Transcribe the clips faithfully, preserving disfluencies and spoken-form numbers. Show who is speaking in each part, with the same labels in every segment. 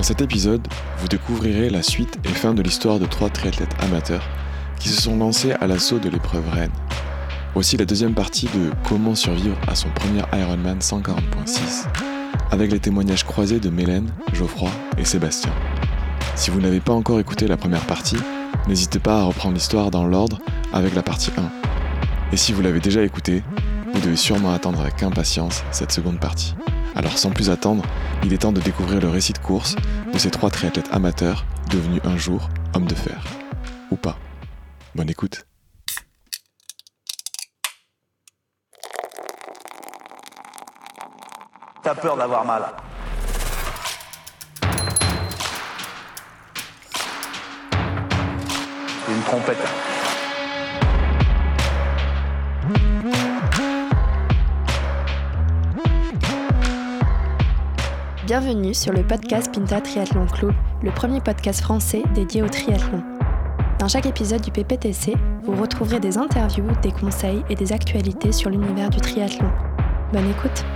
Speaker 1: cet épisode, vous découvrirez la suite et fin de l'histoire de trois triathlètes amateurs qui se sont lancés à l'assaut de l'épreuve Rennes. Aussi la deuxième partie de Comment survivre à son premier Ironman cent quarante virgule six, avec les témoignages croisés de Mélène, Geoffroy et Sébastien. Si vous n'avez pas encore écouté la première partie, n'hésitez pas à reprendre l'histoire dans l'ordre avec la partie un. Et si vous l'avez déjà écoutée, vous devez sûrement attendre avec impatience cette seconde partie. Alors sans plus attendre, il est temps de découvrir le récit de course de ces trois triathlètes amateurs devenus un jour hommes de fer. Ou pas. Bonne écoute.
Speaker 2: T'as peur d'avoir mal. C'est une trompette.
Speaker 3: Bienvenue sur le podcast Pinta Triathlon Club, le premier podcast français dédié au triathlon. Dans chaque épisode du P P T C, vous retrouverez des interviews, des conseils et des actualités sur l'univers du triathlon. Bonne écoute!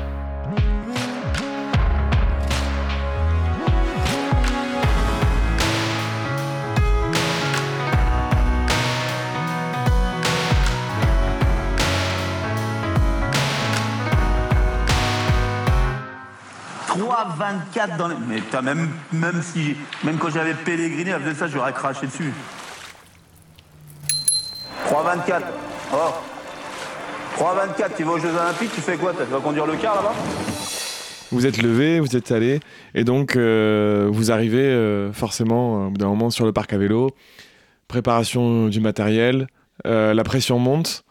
Speaker 2: trois vingt-quatre dans les... Mais t'as même, même si... Même quand j'avais Pellegrini, elle faisait ça, j'aurais craché dessus. trois vingt-quatre. Oh. trois vingt-quatre, tu vas aux Jeux Olympiques, tu fais quoi? Tu vas conduire le car là-bas?
Speaker 1: Vous êtes levé, vous êtes allé, et donc euh, vous arrivez euh, forcément au bout d'un moment sur le parc à vélo, préparation du matériel, euh, la pression monte,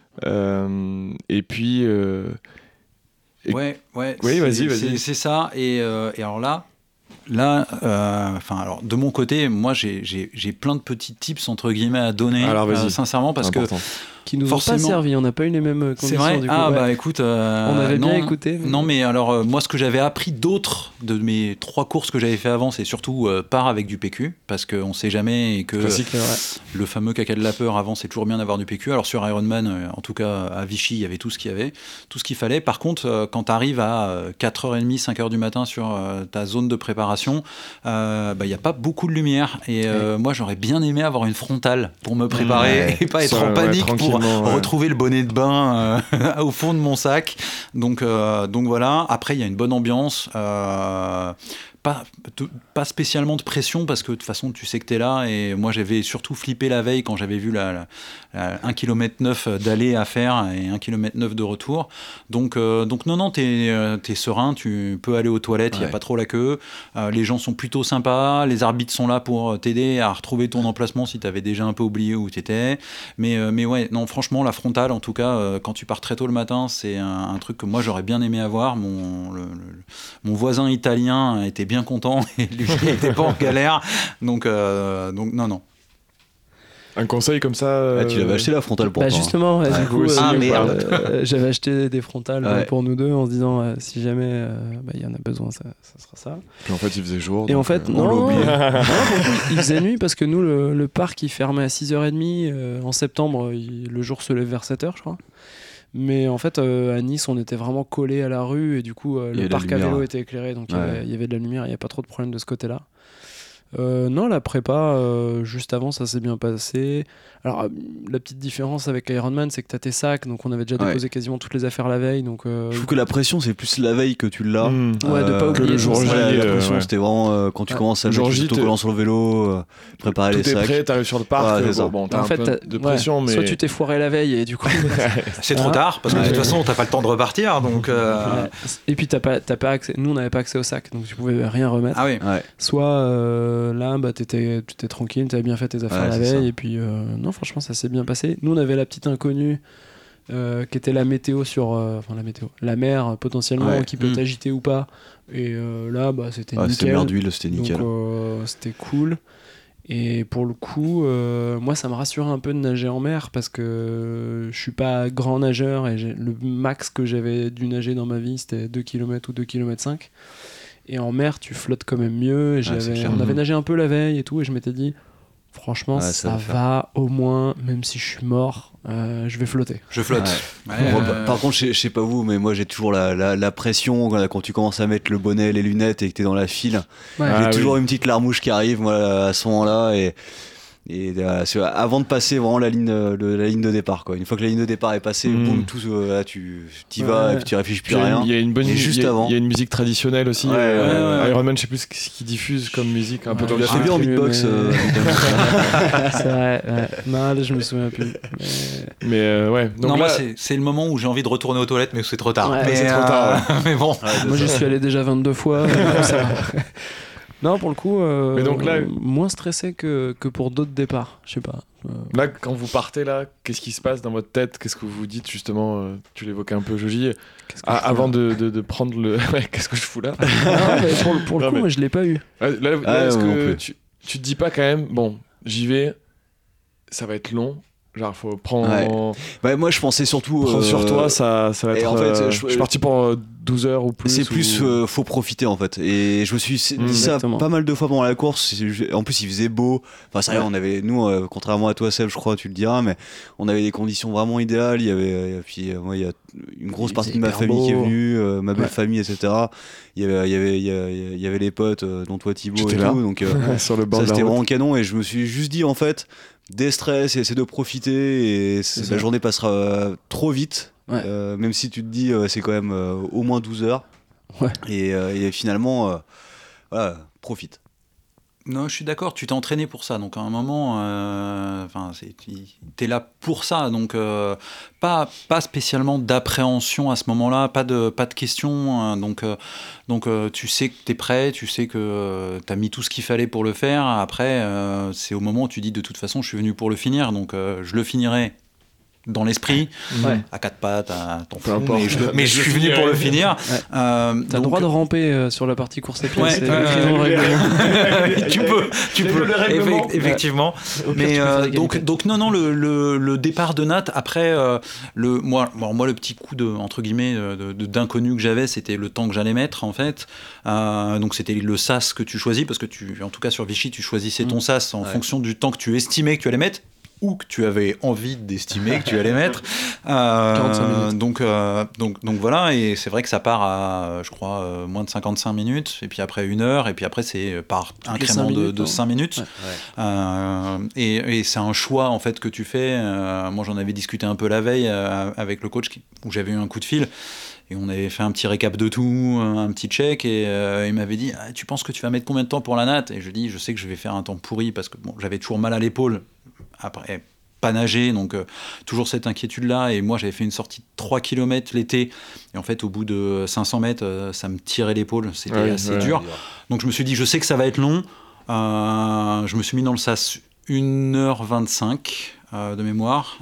Speaker 1: euh, et puis... Euh, et...
Speaker 4: Ouais, ouais.
Speaker 1: Oui,
Speaker 4: c'est,
Speaker 1: vas-y, vas-y.
Speaker 4: C'est, c'est ça, et, euh, et alors là... Là, enfin, euh, alors de mon côté, moi, j'ai, j'ai, j'ai plein de petits tips entre guillemets à donner,
Speaker 1: alors,
Speaker 4: euh, sincèrement, parce
Speaker 1: important.
Speaker 4: que
Speaker 5: qui nous
Speaker 4: forcément...
Speaker 5: ont pas servi. On n'a pas eu les mêmes conditions.
Speaker 4: C'est vrai.
Speaker 5: Du coup,
Speaker 4: ah
Speaker 5: ouais.
Speaker 4: bah écoute, euh,
Speaker 5: on avait
Speaker 4: non,
Speaker 5: bien écouté.
Speaker 4: Mais... Non, mais alors euh, moi, ce que j'avais appris d'autres de mes trois courses que j'avais fait avant, c'est surtout euh, part avec du P Q, parce qu'on sait jamais et que
Speaker 1: Classique,
Speaker 4: euh, le fameux caca de la peur avant, c'est toujours bien d'avoir du P Q. Alors sur Ironman, euh, en tout cas à Vichy, il y avait tout ce qu'il y avait, tout ce qu'il fallait. Par contre, euh, quand tu arrives à euh, quatre heures trente, cinq heures du matin sur euh, ta zone de préparation, il euh, bah, n'y a pas beaucoup de lumière. Et euh, ouais. moi, j'aurais bien aimé avoir une frontale pour me préparer ouais. et pas être ça, en panique ouais, pour
Speaker 1: ouais.
Speaker 4: retrouver le bonnet de bain euh, au fond de mon sac. Donc, euh, donc voilà. Après, il y a une bonne ambiance. Euh, Pas, pas spécialement de pression parce que de toute façon tu sais que t'es là, et moi j'avais surtout flippé la veille quand j'avais vu la, la, la un virgule neuf kilomètres d'aller à faire et un virgule neuf kilomètres de retour, donc, euh, donc non non t'es, t'es serein, tu peux aller aux toilettes, il ouais. n'y a pas trop la queue, euh, les gens sont plutôt sympas, les arbitres sont là pour t'aider à retrouver ton emplacement si t'avais déjà un peu oublié où t'étais, mais, euh, mais ouais non franchement la frontale en tout cas euh, quand tu pars très tôt le matin, c'est un, un truc que moi j'aurais bien aimé avoir. Mon, le, le, mon voisin italien était bien content et lui il était pas en galère, donc euh, donc non non.
Speaker 1: Un conseil comme ça euh...
Speaker 6: ah, tu l'avais acheté la frontale pour
Speaker 5: bah
Speaker 6: toi
Speaker 5: justement ouais,
Speaker 6: ouais.
Speaker 5: du coup
Speaker 6: aussi,
Speaker 5: euh,
Speaker 6: ah, merde.
Speaker 5: Euh, j'avais acheté des frontales
Speaker 6: ouais.
Speaker 5: pour nous deux en se disant euh, si jamais il euh, bah, y en a besoin ça, ça sera ça.
Speaker 1: Puis en fait il faisait jour
Speaker 5: et en fait
Speaker 1: euh,
Speaker 5: non, non, non il faisait nuit parce que nous le, le parc il fermait à six heures trente euh, en septembre, il, le jour se lève vers sept heures je crois. Mais en fait, euh, à Nice, on était vraiment collés à la rue et du coup, euh, le parc à vélo était éclairé, donc il ouais. y, y avait de la lumière, il n'y a pas trop de problème de ce côté-là. Euh, non, la prépa, euh, juste avant, ça s'est bien passé. Alors, la petite différence avec Ironman, c'est que tu as tes sacs, donc on avait déjà déposé ouais. quasiment toutes les affaires la veille. Donc, euh,
Speaker 6: je trouve que la pression, c'est plus la veille que tu l'as.
Speaker 5: Mmh. Ouais, de pas oublier
Speaker 6: le jour J.
Speaker 5: Ouais,
Speaker 6: la pression,
Speaker 1: ouais.
Speaker 6: c'était vraiment euh, quand tu ouais. commences à
Speaker 1: mettre
Speaker 6: tout collant sur le vélo, euh, préparer
Speaker 1: tout
Speaker 6: les sacs.
Speaker 1: Tout est prêt, t'arrives sur le parc,
Speaker 6: ouais,
Speaker 1: bon, bon, t'as
Speaker 5: en
Speaker 1: un
Speaker 5: fait,
Speaker 1: peu de pression,
Speaker 5: ouais.
Speaker 1: mais...
Speaker 5: Soit tu t'es foiré la veille et du coup...
Speaker 4: c'est trop tard, parce que de toute façon, t'as pas le temps de repartir, donc... Euh...
Speaker 5: Ouais. Et puis, t'as pas, t'as pas accès... nous, on n'avait pas accès au sac, donc tu pouvais rien remettre.
Speaker 4: Ah oui.
Speaker 6: Ouais.
Speaker 5: Soit euh, là, bah, t'étais, t'étais tranquille, t'avais bien fait tes affaires
Speaker 6: ouais,
Speaker 5: la veille,
Speaker 6: ça.
Speaker 5: et puis euh, non, franchement, ça s'est bien passé. Nous, on avait la petite inconnue euh, qui était la météo sur, euh, enfin la météo, la mer potentiellement ouais. qui peut mmh. t'agiter ou pas. Et euh, là, bah, c'était
Speaker 6: ouais,
Speaker 5: nickel.
Speaker 6: C'était mer d'huile, c'était nickel.
Speaker 5: Donc, euh, c'était cool. Et pour le coup, euh, moi, ça me rassurait un peu de nager en mer parce que je suis pas grand nageur et j'ai, le max que j'avais dû nager dans ma vie, c'était deux kilomètres ou deux kilomètres cinq. Et en mer, tu flottes quand même mieux. Et j'avais,
Speaker 6: ah,
Speaker 5: on avait nagé un peu la veille et tout, et je m'étais dit, franchement,
Speaker 6: Ouais,
Speaker 5: ça,
Speaker 6: ça va faire.
Speaker 5: va au moins, même si je suis mort, euh, je vais flotter.
Speaker 4: Je flotte.
Speaker 6: Ouais.
Speaker 4: Ouais,
Speaker 6: Moi,
Speaker 4: euh,
Speaker 6: par- Par contre, je sais- je sais pas vous, mais moi j'ai toujours la, la, la pression quand, quand tu commences à mettre le bonnet, les lunettes et que t'es dans la file.
Speaker 5: Ouais.
Speaker 1: Ah,
Speaker 6: j'ai
Speaker 1: oui.
Speaker 6: toujours une petite larmouche qui arrive moi à ce moment-là et, et euh, c'est- avant de passer vraiment la ligne, de, de- la ligne de départ quoi. Une fois que la ligne de départ est passée,
Speaker 1: Mm.
Speaker 6: boum, tout euh, là tu t'y
Speaker 5: Ouais.
Speaker 6: vas et puis tu réfléchis plus
Speaker 1: Puis
Speaker 6: à
Speaker 1: il y a une-
Speaker 6: rien.
Speaker 1: il y a une bonne
Speaker 6: Et
Speaker 1: mu-
Speaker 6: juste
Speaker 1: il y a-
Speaker 6: avant.
Speaker 1: il y a une musique traditionnelle aussi.
Speaker 6: Ouais,
Speaker 1: euh,
Speaker 4: ouais, ouais.
Speaker 1: Iron Man, je sais plus ce qu'il diffuse comme musique, un peu
Speaker 5: Ouais,
Speaker 1: comme
Speaker 6: Tu l'as
Speaker 1: ça.
Speaker 6: fait bien en
Speaker 5: plus,
Speaker 6: beatbox.
Speaker 5: mais-
Speaker 6: euh, évidemment.
Speaker 5: C'est vrai, ouais. Non, là, je me souviens plus. Mais...
Speaker 1: Mais euh, ouais, donc
Speaker 4: non,
Speaker 1: là,
Speaker 4: moi, c'est, c'est le moment où j'ai envie de retourner aux toilettes, mais c'est trop tard.
Speaker 5: Ouais,
Speaker 4: mais,
Speaker 1: c'est trop tard,
Speaker 4: mais bon.
Speaker 6: Ouais, c'est
Speaker 5: Moi,
Speaker 6: ça.
Speaker 5: j'y suis allé déjà vingt-deux fois. euh, ça va. Non, pour le coup, euh,
Speaker 1: Mais donc là-
Speaker 5: moins stressé que, que pour d'autres départs. Je sais pas. Euh,
Speaker 1: là, quand vous partez, là, qu'est-ce qui se passe dans votre tête? Qu'est-ce que vous vous dites justement euh, Tu l'évoquais un peu, Joji.
Speaker 5: qu'est-ce que
Speaker 1: Ah,
Speaker 5: je fais,
Speaker 1: avant
Speaker 5: là
Speaker 1: de, de, de prendre le. Ouais, qu'est-ce que je fous là?
Speaker 5: Non, mais pour, le- pour le
Speaker 1: Non,
Speaker 5: coup,
Speaker 1: mais-
Speaker 5: moi, je l'ai pas eu.
Speaker 1: Ouais, Là, là,
Speaker 6: Ah,
Speaker 1: est-ce
Speaker 6: moi non
Speaker 1: que
Speaker 6: plus.
Speaker 1: tu, tu te dis pas quand même, bon, j'y vais, ça va être long, genre faut prendre,
Speaker 6: Ouais. Bah, moi je pensais surtout.
Speaker 1: prendre
Speaker 6: euh,
Speaker 1: sur toi, ça, ça va
Speaker 6: et
Speaker 1: être.
Speaker 6: en fait,
Speaker 1: euh,
Speaker 6: je-
Speaker 1: je suis parti pour euh, douze heures ou plus.
Speaker 6: C'est
Speaker 1: ou-
Speaker 6: plus euh, faut profiter en fait et je me suis dit
Speaker 1: Mm.
Speaker 6: ça
Speaker 5: Exactement.
Speaker 6: pas mal de fois pendant la course. En plus il faisait beau, enfin sérieux,
Speaker 1: Ouais.
Speaker 6: on avait nous euh, contrairement à toi Seb je crois tu le diras, mais on avait des conditions vraiment idéales. Il y avait et puis euh, moi il y a une grosse
Speaker 5: Il
Speaker 6: partie de
Speaker 5: faisait
Speaker 6: ma
Speaker 5: hyper
Speaker 6: famille qui est
Speaker 5: beau.
Speaker 6: venue, euh, ma belle
Speaker 5: Ouais.
Speaker 6: famille, etc. Il y avait il y avait il y avait, il y avait les potes euh, dont toi Thibaut et
Speaker 1: J'étais là.
Speaker 6: tout, donc euh,
Speaker 1: sur le bord
Speaker 6: ça
Speaker 1: de la
Speaker 6: c'était
Speaker 1: route.
Speaker 6: vraiment canon et je me suis juste dit en fait déstress et essaie de profiter et c'est-
Speaker 5: C'est
Speaker 6: la
Speaker 5: ça.
Speaker 6: journée passera euh, trop vite.
Speaker 5: Ouais.
Speaker 6: Euh, même si tu te dis euh, c'est quand même euh, au moins douze heures.
Speaker 5: Ouais.
Speaker 6: Et, euh, et finalement, euh, voilà, profite.
Speaker 4: Non, je suis d'accord, tu t'es entraîné pour ça, donc à un moment, euh, enfin, c'est, t'es là pour ça, donc euh, pas, pas spécialement d'appréhension à ce moment-là, pas de, pas de questions, hein, donc, euh, donc euh, tu sais que t'es prêt, tu sais que euh, t'as mis tout ce qu'il fallait pour le faire, après, euh, c'est au moment où tu dis de toute façon, je suis venu pour le finir, donc euh, je le finirai dans l'esprit,
Speaker 5: Ouais.
Speaker 4: à quatre pattes, à t'en
Speaker 1: Peu
Speaker 4: fous,
Speaker 1: importe.
Speaker 4: mais je, mais
Speaker 1: Mais
Speaker 4: je
Speaker 1: je
Speaker 4: suis venu
Speaker 1: finirai.
Speaker 4: pour le finir.
Speaker 5: Ouais.
Speaker 4: Euh,
Speaker 5: T'as le
Speaker 4: donc-
Speaker 5: droit de ramper euh, sur la partie course à pied.
Speaker 4: Ouais,
Speaker 5: c'est
Speaker 4: ouais,
Speaker 5: écrit
Speaker 4: ouais,
Speaker 5: dans le
Speaker 1: ouais.
Speaker 5: règlement.
Speaker 4: tu peux, tu
Speaker 1: J'ai
Speaker 4: peux,
Speaker 1: vu le règlement.
Speaker 4: effe- effectivement.
Speaker 5: Au pire,
Speaker 4: Mais
Speaker 5: tu peux faire
Speaker 4: euh,
Speaker 5: égalité.
Speaker 4: donc, donc non, non, le, le, le départ de Nat. Après, euh, le, moi, bon, moi, le petit coup de entre guillemets de, de- d'inconnu que j'avais, c'était le temps que j'allais mettre en fait. Euh, donc c'était le sas que tu choisis parce que tu, en tout cas sur Vichy, tu choisissais ton sas en
Speaker 6: Ouais.
Speaker 4: fonction du temps que tu estimais que tu allais mettre ou que tu avais envie d'estimer que tu allais mettre. Euh,
Speaker 5: quarante-cinq minutes.
Speaker 4: Donc, euh, donc, donc voilà, et c'est vrai que ça part à, je crois, euh, moins de cinquante-cinq minutes, et puis après une heure, et puis après c'est par
Speaker 5: les
Speaker 4: incrément
Speaker 5: cinq
Speaker 4: de,
Speaker 5: minutes,
Speaker 4: de
Speaker 5: hein.
Speaker 4: cinq minutes.
Speaker 5: Ouais.
Speaker 4: Euh, et, et c'est un choix en fait que tu fais. Euh, moi j'en avais discuté un peu la veille euh, avec le coach qui- où j'avais eu un coup de fil. Et on avait fait un petit récap de tout, un petit check, et euh, il m'avait dit ah, tu penses que tu vas mettre combien de temps pour la natte? Et je dis je sais que je vais faire un temps pourri parce que bon, j'avais toujours mal à l'épaule. Après, pas nager, donc euh, toujours cette inquiétude-là. Et moi, j'avais fait une sortie de trois kilomètres l'été. Et en fait, au bout de cinq cents mètres, euh, ça me tirait l'épaule. C'était
Speaker 1: Ouais,
Speaker 4: assez
Speaker 1: ouais.
Speaker 4: dur. Donc je me suis dit, je sais que ça va être long. Euh, je me suis mis dans le sas une heure vingt-cinq euh, de mémoire.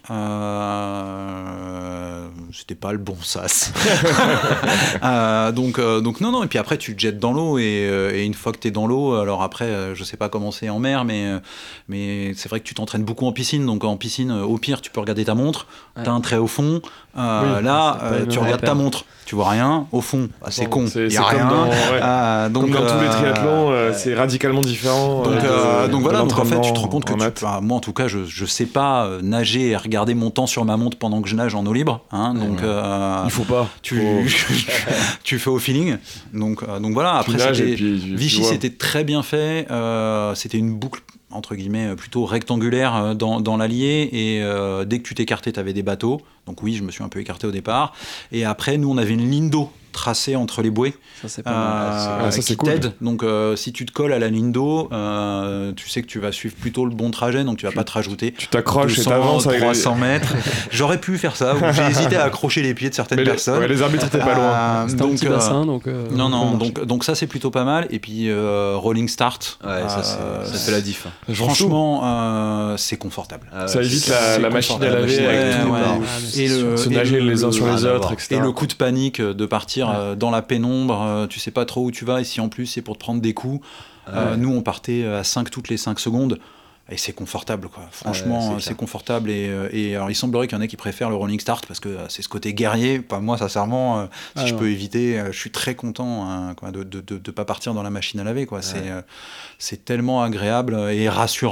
Speaker 4: Euh, c'était pas le bon sas. Euh, donc, euh, donc non, non. Et puis après, tu te jettes dans l'eau. Et, euh, et une fois que tu es dans l'eau, alors après, euh, je sais pas comment c'est en mer, mais, euh, mais c'est vrai que tu t'entraînes beaucoup en piscine. Donc en piscine, euh, au pire, tu peux regarder ta montre.
Speaker 5: Ouais.
Speaker 4: Tu as un trait au fond. Euh,
Speaker 1: Oui,
Speaker 4: là,
Speaker 5: c'est pas
Speaker 4: euh,
Speaker 5: une
Speaker 4: tu
Speaker 5: vraie
Speaker 4: regardes ta
Speaker 5: paire.
Speaker 4: montre. Tu vois rien. Au fond, bah, c'est con.
Speaker 1: C'est
Speaker 4: Il y
Speaker 1: c'est
Speaker 4: a
Speaker 1: comme
Speaker 4: rien.
Speaker 1: dans, ouais.
Speaker 4: Euh, donc,
Speaker 1: Comme dans tous les
Speaker 4: euh,
Speaker 1: triathlons, euh, c'est radicalement différent.
Speaker 4: donc,
Speaker 1: euh, de-
Speaker 4: euh, donc
Speaker 1: de
Speaker 4: voilà, donc en fait, tu te
Speaker 1: l'entraînement
Speaker 4: rends compte que
Speaker 1: en
Speaker 4: tu,
Speaker 1: natte.
Speaker 4: enfin, moi en tout cas, je, je sais pas euh, nager et regarder mon temps sur ma montre pendant que je nage en eau libre. Hein, donc
Speaker 1: Ouais.
Speaker 4: euh,
Speaker 1: Il faut pas.
Speaker 4: tu,
Speaker 1: Faut-
Speaker 4: tu fais au feeling. Donc, euh, donc voilà,
Speaker 1: tu
Speaker 4: après
Speaker 1: nages et
Speaker 4: c'était.
Speaker 1: puis tu- tu
Speaker 4: Vichy,
Speaker 1: vois.
Speaker 4: c'était très bien fait. Euh, c'était une boucle entre guillemets euh, plutôt rectangulaire euh, dans, dans l'Allier et euh, dès que tu t'écartais, tu avais des bateaux. Donc oui, je me suis un peu écarté au départ. Et après, nous, on avait une ligne d'eau tracée entre les bouées.
Speaker 5: Ça, c'est pas
Speaker 4: Euh,
Speaker 5: mal.
Speaker 1: Ah, ça,
Speaker 4: qui
Speaker 1: c'est cool.
Speaker 4: t'aide. Donc, euh, si tu te colles à la ligne d'eau, euh, tu sais que tu vas suivre plutôt le bon trajet, donc tu vas pas te rajouter
Speaker 1: Tu t'accroches et
Speaker 4: deux cents,
Speaker 1: t'avances avec les-
Speaker 4: trois cents mètres. J'aurais pu faire ça. Ou j'ai hésité à accrocher les pieds de certaines
Speaker 1: Mais les,
Speaker 4: personnes.
Speaker 1: ouais, les arbitres étaient pas loin.
Speaker 4: Euh,
Speaker 5: C'était un
Speaker 4: donc,
Speaker 5: petit
Speaker 4: euh,
Speaker 5: bassin, donc. euh,
Speaker 4: non,
Speaker 5: ça
Speaker 4: non,
Speaker 5: marche.
Speaker 4: donc, donc ça c'est plutôt pas mal. Et puis euh, Rolling Start,
Speaker 6: Ouais, ça, c'est-
Speaker 4: euh,
Speaker 6: ça fait la diff.
Speaker 4: franchement, euh, c'est confortable.
Speaker 6: Ah ouais,
Speaker 1: Ça évite
Speaker 6: c'est-
Speaker 1: la,
Speaker 4: c'est
Speaker 1: la machine à
Speaker 4: confortable.
Speaker 1: laver
Speaker 4: Ouais,
Speaker 1: avec tout.
Speaker 4: ouais.
Speaker 1: le-
Speaker 5: Ah, mais c'est
Speaker 4: Et
Speaker 5: sûr.
Speaker 4: le,
Speaker 1: se
Speaker 4: et
Speaker 1: nager
Speaker 4: le-
Speaker 1: les uns sur
Speaker 6: rien
Speaker 1: les
Speaker 6: à
Speaker 1: autres,
Speaker 6: voir.
Speaker 1: et cetera.
Speaker 4: Et le coup de panique de partir
Speaker 5: Ouais.
Speaker 4: euh, dans la pénombre, euh, tu sais pas trop où tu vas, et si en plus c'est pour te prendre des coups. Euh,
Speaker 6: Ouais.
Speaker 4: nous, on partait à cinq toutes les cinq secondes. Et c'est confortable, quoi. Franchement,
Speaker 6: Ouais, c'est
Speaker 4: euh,
Speaker 6: clair.
Speaker 4: c'est confortable. Et, euh, et alors, il semblerait qu'il y en ait qui préfèrent le rolling start parce que euh, c'est ce côté guerrier. Pas moi, sincèrement, euh, si
Speaker 5: Ah
Speaker 4: je
Speaker 5: non.
Speaker 4: peux éviter, euh, je suis très content hein, quoi, de ne de, de, de pas partir dans la machine à laver. Quoi. C'est, euh, c'est tellement agréable et rassurant.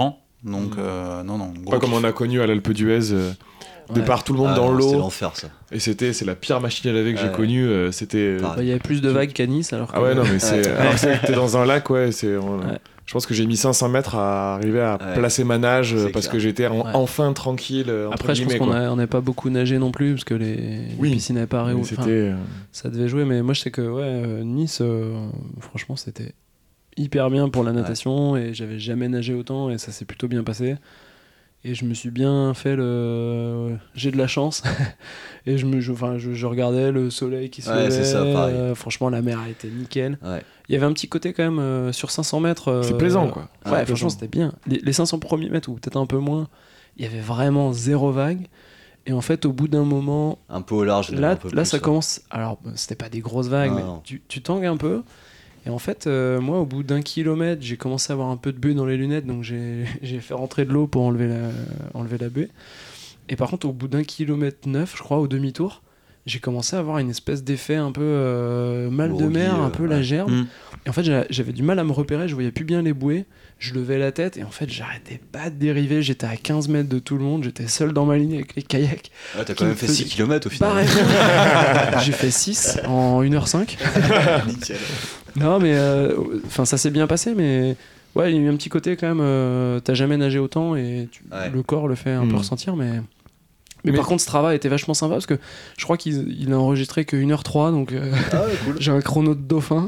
Speaker 4: Donc,
Speaker 1: Mmh.
Speaker 4: euh, non, non.
Speaker 1: Pas comme on a connu à l'Alpe d'Huez. Euh...
Speaker 5: Ouais.
Speaker 1: Départ tout le monde
Speaker 6: Ah,
Speaker 1: dans
Speaker 6: non,
Speaker 1: l'eau.
Speaker 6: C'était l'enfer ça.
Speaker 1: Et c'était c'est la pire machine à laver que j'ai
Speaker 6: Ouais.
Speaker 1: connue. euh, c'était.
Speaker 6: Pareil.
Speaker 5: Bah, il y avait plus de vagues qu'à Nice alors que.
Speaker 1: Ah ouais non mais c'est.
Speaker 6: Ouais.
Speaker 1: Alors que t'es dans un lac ouais c'est. on-
Speaker 5: Ouais.
Speaker 1: Je pense que j'ai mis cinq cents mètres à arriver à
Speaker 6: Ouais.
Speaker 1: placer ma nage euh,
Speaker 6: C'est
Speaker 1: parce
Speaker 6: clair.
Speaker 1: que j'étais en-
Speaker 5: Ouais.
Speaker 1: enfin tranquille. euh, entre
Speaker 5: Après, je pense
Speaker 1: guillemets,
Speaker 5: qu'on
Speaker 1: quoi.
Speaker 5: a- on n'a pas beaucoup nagé non plus parce que les, les
Speaker 1: Oui.
Speaker 5: piscines n'avaient pas
Speaker 1: Mais
Speaker 5: réouvert.
Speaker 1: C'était. euh,
Speaker 5: Ça devait jouer, mais moi je sais que ouais, euh, Nice, euh, franchement, c'était hyper bien pour la natation et j'avais jamais nagé autant et ça s'est plutôt bien passé. Et je me suis bien fait le. J'ai de la chance. et je, me, je, enfin, je, je regardais le soleil qui se
Speaker 6: Ouais,
Speaker 5: levait.
Speaker 6: c'est ça, pareil.
Speaker 5: euh, franchement, la mer a été nickel.
Speaker 6: Ouais.
Speaker 5: Il y avait un petit côté quand même euh, sur cinq cents mètres. euh,
Speaker 1: C'est plaisant quoi.
Speaker 5: Ouais,
Speaker 6: Ouais,
Speaker 5: franchement, c'était bien. Les, les cinq cents premiers mètres, ou peut-être un peu moins, il y avait vraiment zéro vague. Et en fait, au bout d'un moment,
Speaker 6: Un peu au large.
Speaker 5: là,
Speaker 6: un peu
Speaker 5: là
Speaker 6: plus,
Speaker 5: ça
Speaker 6: ouais.
Speaker 5: commence. Alors, bah, c'était pas des grosses vagues,
Speaker 6: Non,
Speaker 5: mais
Speaker 6: non.
Speaker 5: tu, tu tangues un peu. Et en fait, euh, moi, au bout d'un kilomètre, j'ai commencé à avoir un peu de buée dans les lunettes, donc j'ai j'ai fait rentrer de l'eau pour enlever la, enlever la buée. Et par contre, au bout d'un kilomètre neuf, je crois, au demi-tour, j'ai commencé à avoir une espèce d'effet un peu euh, mal de
Speaker 6: Bourgui,
Speaker 5: mer, un
Speaker 6: euh,
Speaker 5: peu la
Speaker 6: ouais.
Speaker 5: gerbe.
Speaker 4: Mm.
Speaker 5: Et en fait, j'a- j'avais du mal à me repérer, je voyais plus bien les bouées. Je levais la tête et en fait, j'arrêtais pas de dériver. J'étais à quinze mètres de tout le monde, j'étais seul dans ma ligne avec les kayaks.
Speaker 6: Ouais, t'as
Speaker 5: qui
Speaker 6: quand même
Speaker 5: me
Speaker 6: fait
Speaker 5: faisait-
Speaker 6: six kilomètres au final.
Speaker 5: Pareil. J'ai fait six en une heure cinq.
Speaker 6: Nickel.
Speaker 5: Non, mais enfin, ça s'est bien passé, mais ouais, il y a eu un petit côté quand même. euh, T'as jamais nagé autant et tu-
Speaker 6: Ouais.
Speaker 5: le corps le fait un
Speaker 1: Mm.
Speaker 5: peu ressentir, mais. Mais,
Speaker 1: Mais-
Speaker 5: par contre, Strava était vachement sympa parce que je crois qu'il il a enregistré que une heure trois, donc euh,
Speaker 6: Ah ouais, cool.
Speaker 5: j'ai un chrono de dauphin.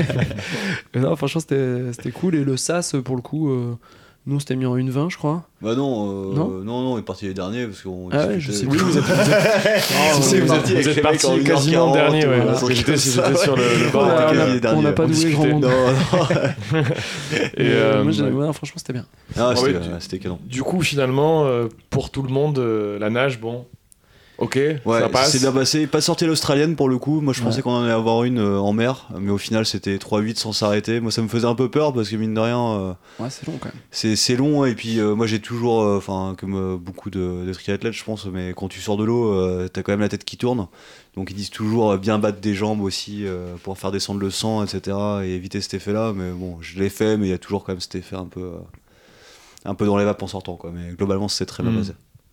Speaker 5: Mais non, franchement, c'était c'était cool. Et le S A S, pour le coup, euh, nous, on s'était mis en une vingt, je crois.
Speaker 6: Bah non, euh,
Speaker 5: Non
Speaker 6: non, non, on est parti les derniers parce qu'on.
Speaker 5: Ah ouais,
Speaker 6: discutait-
Speaker 5: je sais
Speaker 1: Oui
Speaker 5: plus.
Speaker 1: vous êtes.
Speaker 6: on
Speaker 1: Si,
Speaker 6: est
Speaker 1: vous
Speaker 6: parti
Speaker 1: êtes,
Speaker 6: avec
Speaker 1: vous êtes
Speaker 6: les mecs
Speaker 1: parti
Speaker 6: en
Speaker 1: quasiment
Speaker 6: une heure quarante,
Speaker 1: dernier ouais.
Speaker 6: voilà.
Speaker 1: Parce que j'étais
Speaker 6: Ça,
Speaker 1: j'étais sur le, le bord
Speaker 5: On
Speaker 1: de
Speaker 5: a-
Speaker 1: la
Speaker 5: on a-
Speaker 1: cave.
Speaker 6: les derniers,
Speaker 5: on n'a pas
Speaker 1: on
Speaker 5: doué grand
Speaker 1: discutait.
Speaker 5: monde.
Speaker 6: Non, non.
Speaker 1: Et,
Speaker 5: Mais,
Speaker 1: euh,
Speaker 5: moi, j'ai-
Speaker 1: ouais.
Speaker 5: ouais, franchement, c'était bien.
Speaker 6: Ah,
Speaker 1: Ouais,
Speaker 6: c'était
Speaker 1: tu-
Speaker 6: ouais, c'était canon.
Speaker 1: Du coup, finalement, euh, pour tout le monde, euh, la nage, bon, ok,
Speaker 6: Ouais,
Speaker 1: ça passe.
Speaker 6: c'est bien passé. Pas sorti l'australienne pour le coup. Moi, je
Speaker 5: Ouais.
Speaker 6: pensais qu'on en allait avoir une euh, en mer, mais au final, c'était trois huit sans s'arrêter. Moi, ça me faisait un peu peur parce que mine de rien, euh,
Speaker 5: Ouais, c'est long quand même.
Speaker 6: c'est c'est long. Et puis, euh, moi, j'ai toujours, enfin, comme euh, beaucoup de, de triathlètes, je pense, mais quand tu sors de l'eau, euh, t'as quand même la tête qui tourne. Donc, ils disent toujours euh, bien battre des jambes aussi euh, pour faire descendre le sang, et cetera. Et éviter cet effet-là. Mais bon, je l'ai fait, mais il y a toujours quand même cet effet un peu, euh, un peu dans les vapes en sortant, quoi. Mais globalement, c'est très bien
Speaker 1: Mm.
Speaker 6: passé.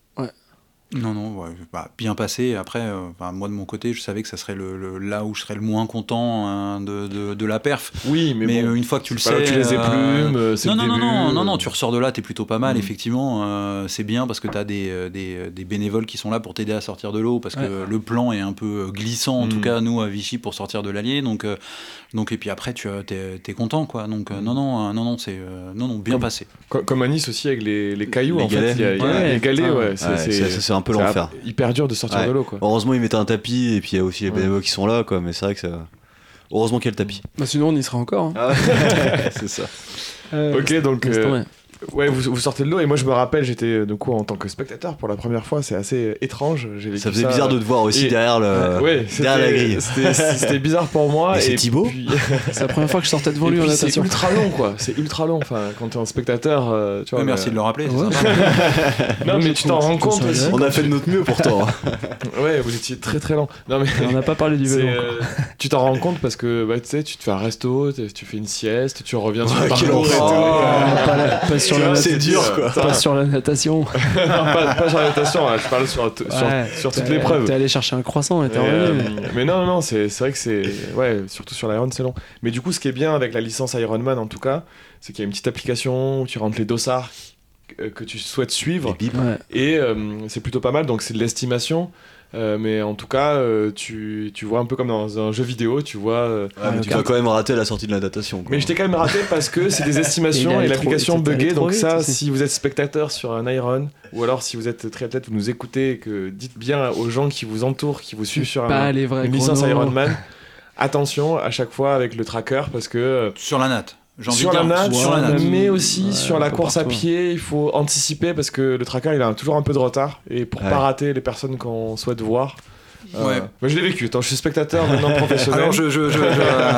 Speaker 4: Non, non, ouais, bah, bien passé. Après, euh, enfin, moi de mon côté, je savais que ça serait le, le- là où je serais le moins content hein, de, de, de la perf.
Speaker 1: Oui, mais,
Speaker 4: Mais,
Speaker 1: bon,
Speaker 4: euh, une fois que tu le
Speaker 1: c'est pas là
Speaker 4: sais,
Speaker 1: où tu les
Speaker 4: euh,
Speaker 1: éplumes, euh, c'est
Speaker 4: non,
Speaker 1: le
Speaker 4: non, non,
Speaker 1: début,
Speaker 4: non, non,
Speaker 1: euh.
Speaker 4: non, tu ressors de là, t'es plutôt pas mal,
Speaker 1: Mm.
Speaker 4: effectivement. euh, c'est bien parce que t'as des, euh, des, euh, des bénévoles qui sont là pour t'aider à sortir de l'eau parce que
Speaker 5: Ouais.
Speaker 4: le plan est un peu glissant, en
Speaker 1: Mm.
Speaker 4: tout cas, nous à Vichy, pour sortir de l'Allier. Donc, euh, donc, et puis après, tu euh, t'es, t'es content, quoi. Donc, euh, non, non, euh, non, non, c'est euh, non, non, bien
Speaker 1: Comme-
Speaker 4: passé.
Speaker 1: Co- Comme à Nice aussi avec les, les cailloux,
Speaker 6: Les
Speaker 1: en
Speaker 6: galets.
Speaker 1: fait, il y a, il y a
Speaker 5: Ouais.
Speaker 1: les galets,
Speaker 5: Ah.
Speaker 1: ouais, c'est,
Speaker 6: Ouais,
Speaker 1: c'est,
Speaker 6: c'est- ça, c'est un peu
Speaker 1: c'est
Speaker 6: l'enfer.
Speaker 1: hyper dur de sortir
Speaker 6: Ouais.
Speaker 1: de l'eau, quoi.
Speaker 6: Heureusement, ils mettent un tapis et puis il y a aussi les
Speaker 1: Ouais.
Speaker 6: bénévoles qui sont là, quoi. Mais c'est vrai que ça. Heureusement qu'il y a le tapis.
Speaker 5: Bah, sinon, on y sera encore. hein.
Speaker 6: Ah ouais, c'est ça.
Speaker 5: Euh,
Speaker 1: Ok, donc
Speaker 5: laisse
Speaker 1: euh,
Speaker 5: tomber.
Speaker 1: ouais, vous, vous sortez de l'eau et moi je me rappelle, j'étais euh, du coup en tant que spectateur pour la première fois, c'est assez euh, étrange. J'ai vécu
Speaker 6: Ça faisait bizarre de te voir aussi
Speaker 1: et-
Speaker 6: derrière, le...
Speaker 1: Ouais,
Speaker 6: derrière la
Speaker 1: c'était-
Speaker 6: grille.
Speaker 1: C'était, c'était bizarre pour moi.
Speaker 6: Mais c'est
Speaker 1: et
Speaker 6: Thibaut
Speaker 1: puis-
Speaker 5: C'est la première fois que je sortais devant
Speaker 1: et
Speaker 5: lui en
Speaker 1: puis c'est
Speaker 5: natation.
Speaker 1: ultra long, quoi. C'est ultra long. Enfin, quand t'es en spectateur, euh, tu vois.
Speaker 4: Ouais, merci
Speaker 1: mais-
Speaker 4: de le rappeler. c'est
Speaker 5: Ouais.
Speaker 4: sympa.
Speaker 1: Non,
Speaker 5: Moi,
Speaker 1: mais
Speaker 5: je
Speaker 1: tu t'en
Speaker 5: trouve-
Speaker 1: rends
Speaker 5: je trouve
Speaker 1: compte
Speaker 5: ça
Speaker 1: aussi.
Speaker 5: agréable.
Speaker 6: On a fait de notre mieux pourtant.
Speaker 1: Ouais, vous étiez très très lent. Non mais.
Speaker 5: On n'a pas parlé du
Speaker 1: C'est,
Speaker 5: vélo.
Speaker 1: euh, tu t'en rends compte parce que bah, tu sais, tu te fais un resto, tu tu fais une sieste, tu reviens sur
Speaker 6: Ouais,
Speaker 1: le
Speaker 6: quel
Speaker 1: parcours et
Speaker 6: enfer.
Speaker 1: tout.
Speaker 5: encore. Pas, la- pas sur
Speaker 1: Tu
Speaker 5: la
Speaker 1: vois,
Speaker 6: c'est
Speaker 5: natation.
Speaker 6: dur, quoi.
Speaker 5: Pas sur la natation.
Speaker 1: non, pas, pas sur la natation, hein, je parle sur, t- sur,
Speaker 5: Ouais,
Speaker 1: sur toute
Speaker 5: t'es-
Speaker 1: l'épreuve.
Speaker 5: T'es allé chercher un croissant et t'es
Speaker 1: Et,
Speaker 5: revenu.
Speaker 1: euh, mais non, non, non, c'est, c'est vrai que c'est. Ouais, surtout sur l'Iron, c'est long. Mais du coup, ce qui est bien avec la licence Ironman en tout cas, c'est qu'il y a une petite application où tu rentres les dossards que, que tu souhaites suivre.
Speaker 6: Et bip.
Speaker 5: Ouais.
Speaker 1: Et euh, c'est plutôt pas mal, donc c'est de l'estimation. Euh, mais en tout cas, euh, tu, tu vois un peu comme dans un jeu vidéo, tu vois. euh,
Speaker 6: Ouais, mais tu vas quand même rater la sortie de la natation, quoi.
Speaker 1: Mais je t'ai quand même raté parce que c'est des
Speaker 5: Il
Speaker 1: estimations
Speaker 5: est allé
Speaker 1: et l'application
Speaker 5: trop vite,
Speaker 1: buggée.
Speaker 5: t'es allé
Speaker 1: Donc
Speaker 5: trop
Speaker 1: ça,
Speaker 5: vite aussi.
Speaker 1: si vous êtes spectateur sur un Iron ou alors si vous êtes triathlète, vous nous écoutez et que dites bien aux gens qui vous entourent, qui vous suivent sur
Speaker 5: Pas
Speaker 1: un,
Speaker 5: les vrais
Speaker 1: une licence
Speaker 5: chronos.
Speaker 1: Ironman, attention à chaque fois avec le tracker parce que euh,
Speaker 4: Sur la natte. J'ai envie
Speaker 1: sur
Speaker 4: de
Speaker 1: la
Speaker 4: dire,
Speaker 1: natte,
Speaker 4: sur la
Speaker 5: ouais,
Speaker 4: natte.
Speaker 1: mais aussi
Speaker 5: Ouais,
Speaker 1: sur
Speaker 5: un
Speaker 1: la
Speaker 5: peu
Speaker 1: course à
Speaker 5: partout.
Speaker 1: pied, il faut anticiper parce que le tracker il a toujours un peu de retard et pour
Speaker 6: Ouais.
Speaker 1: pas rater les personnes qu'on souhaite voir. euh,
Speaker 4: Ouais.
Speaker 1: moi je l'ai vécu, attends, je suis spectateur maintenant professionnel.
Speaker 4: Alors je, je, je, je, euh,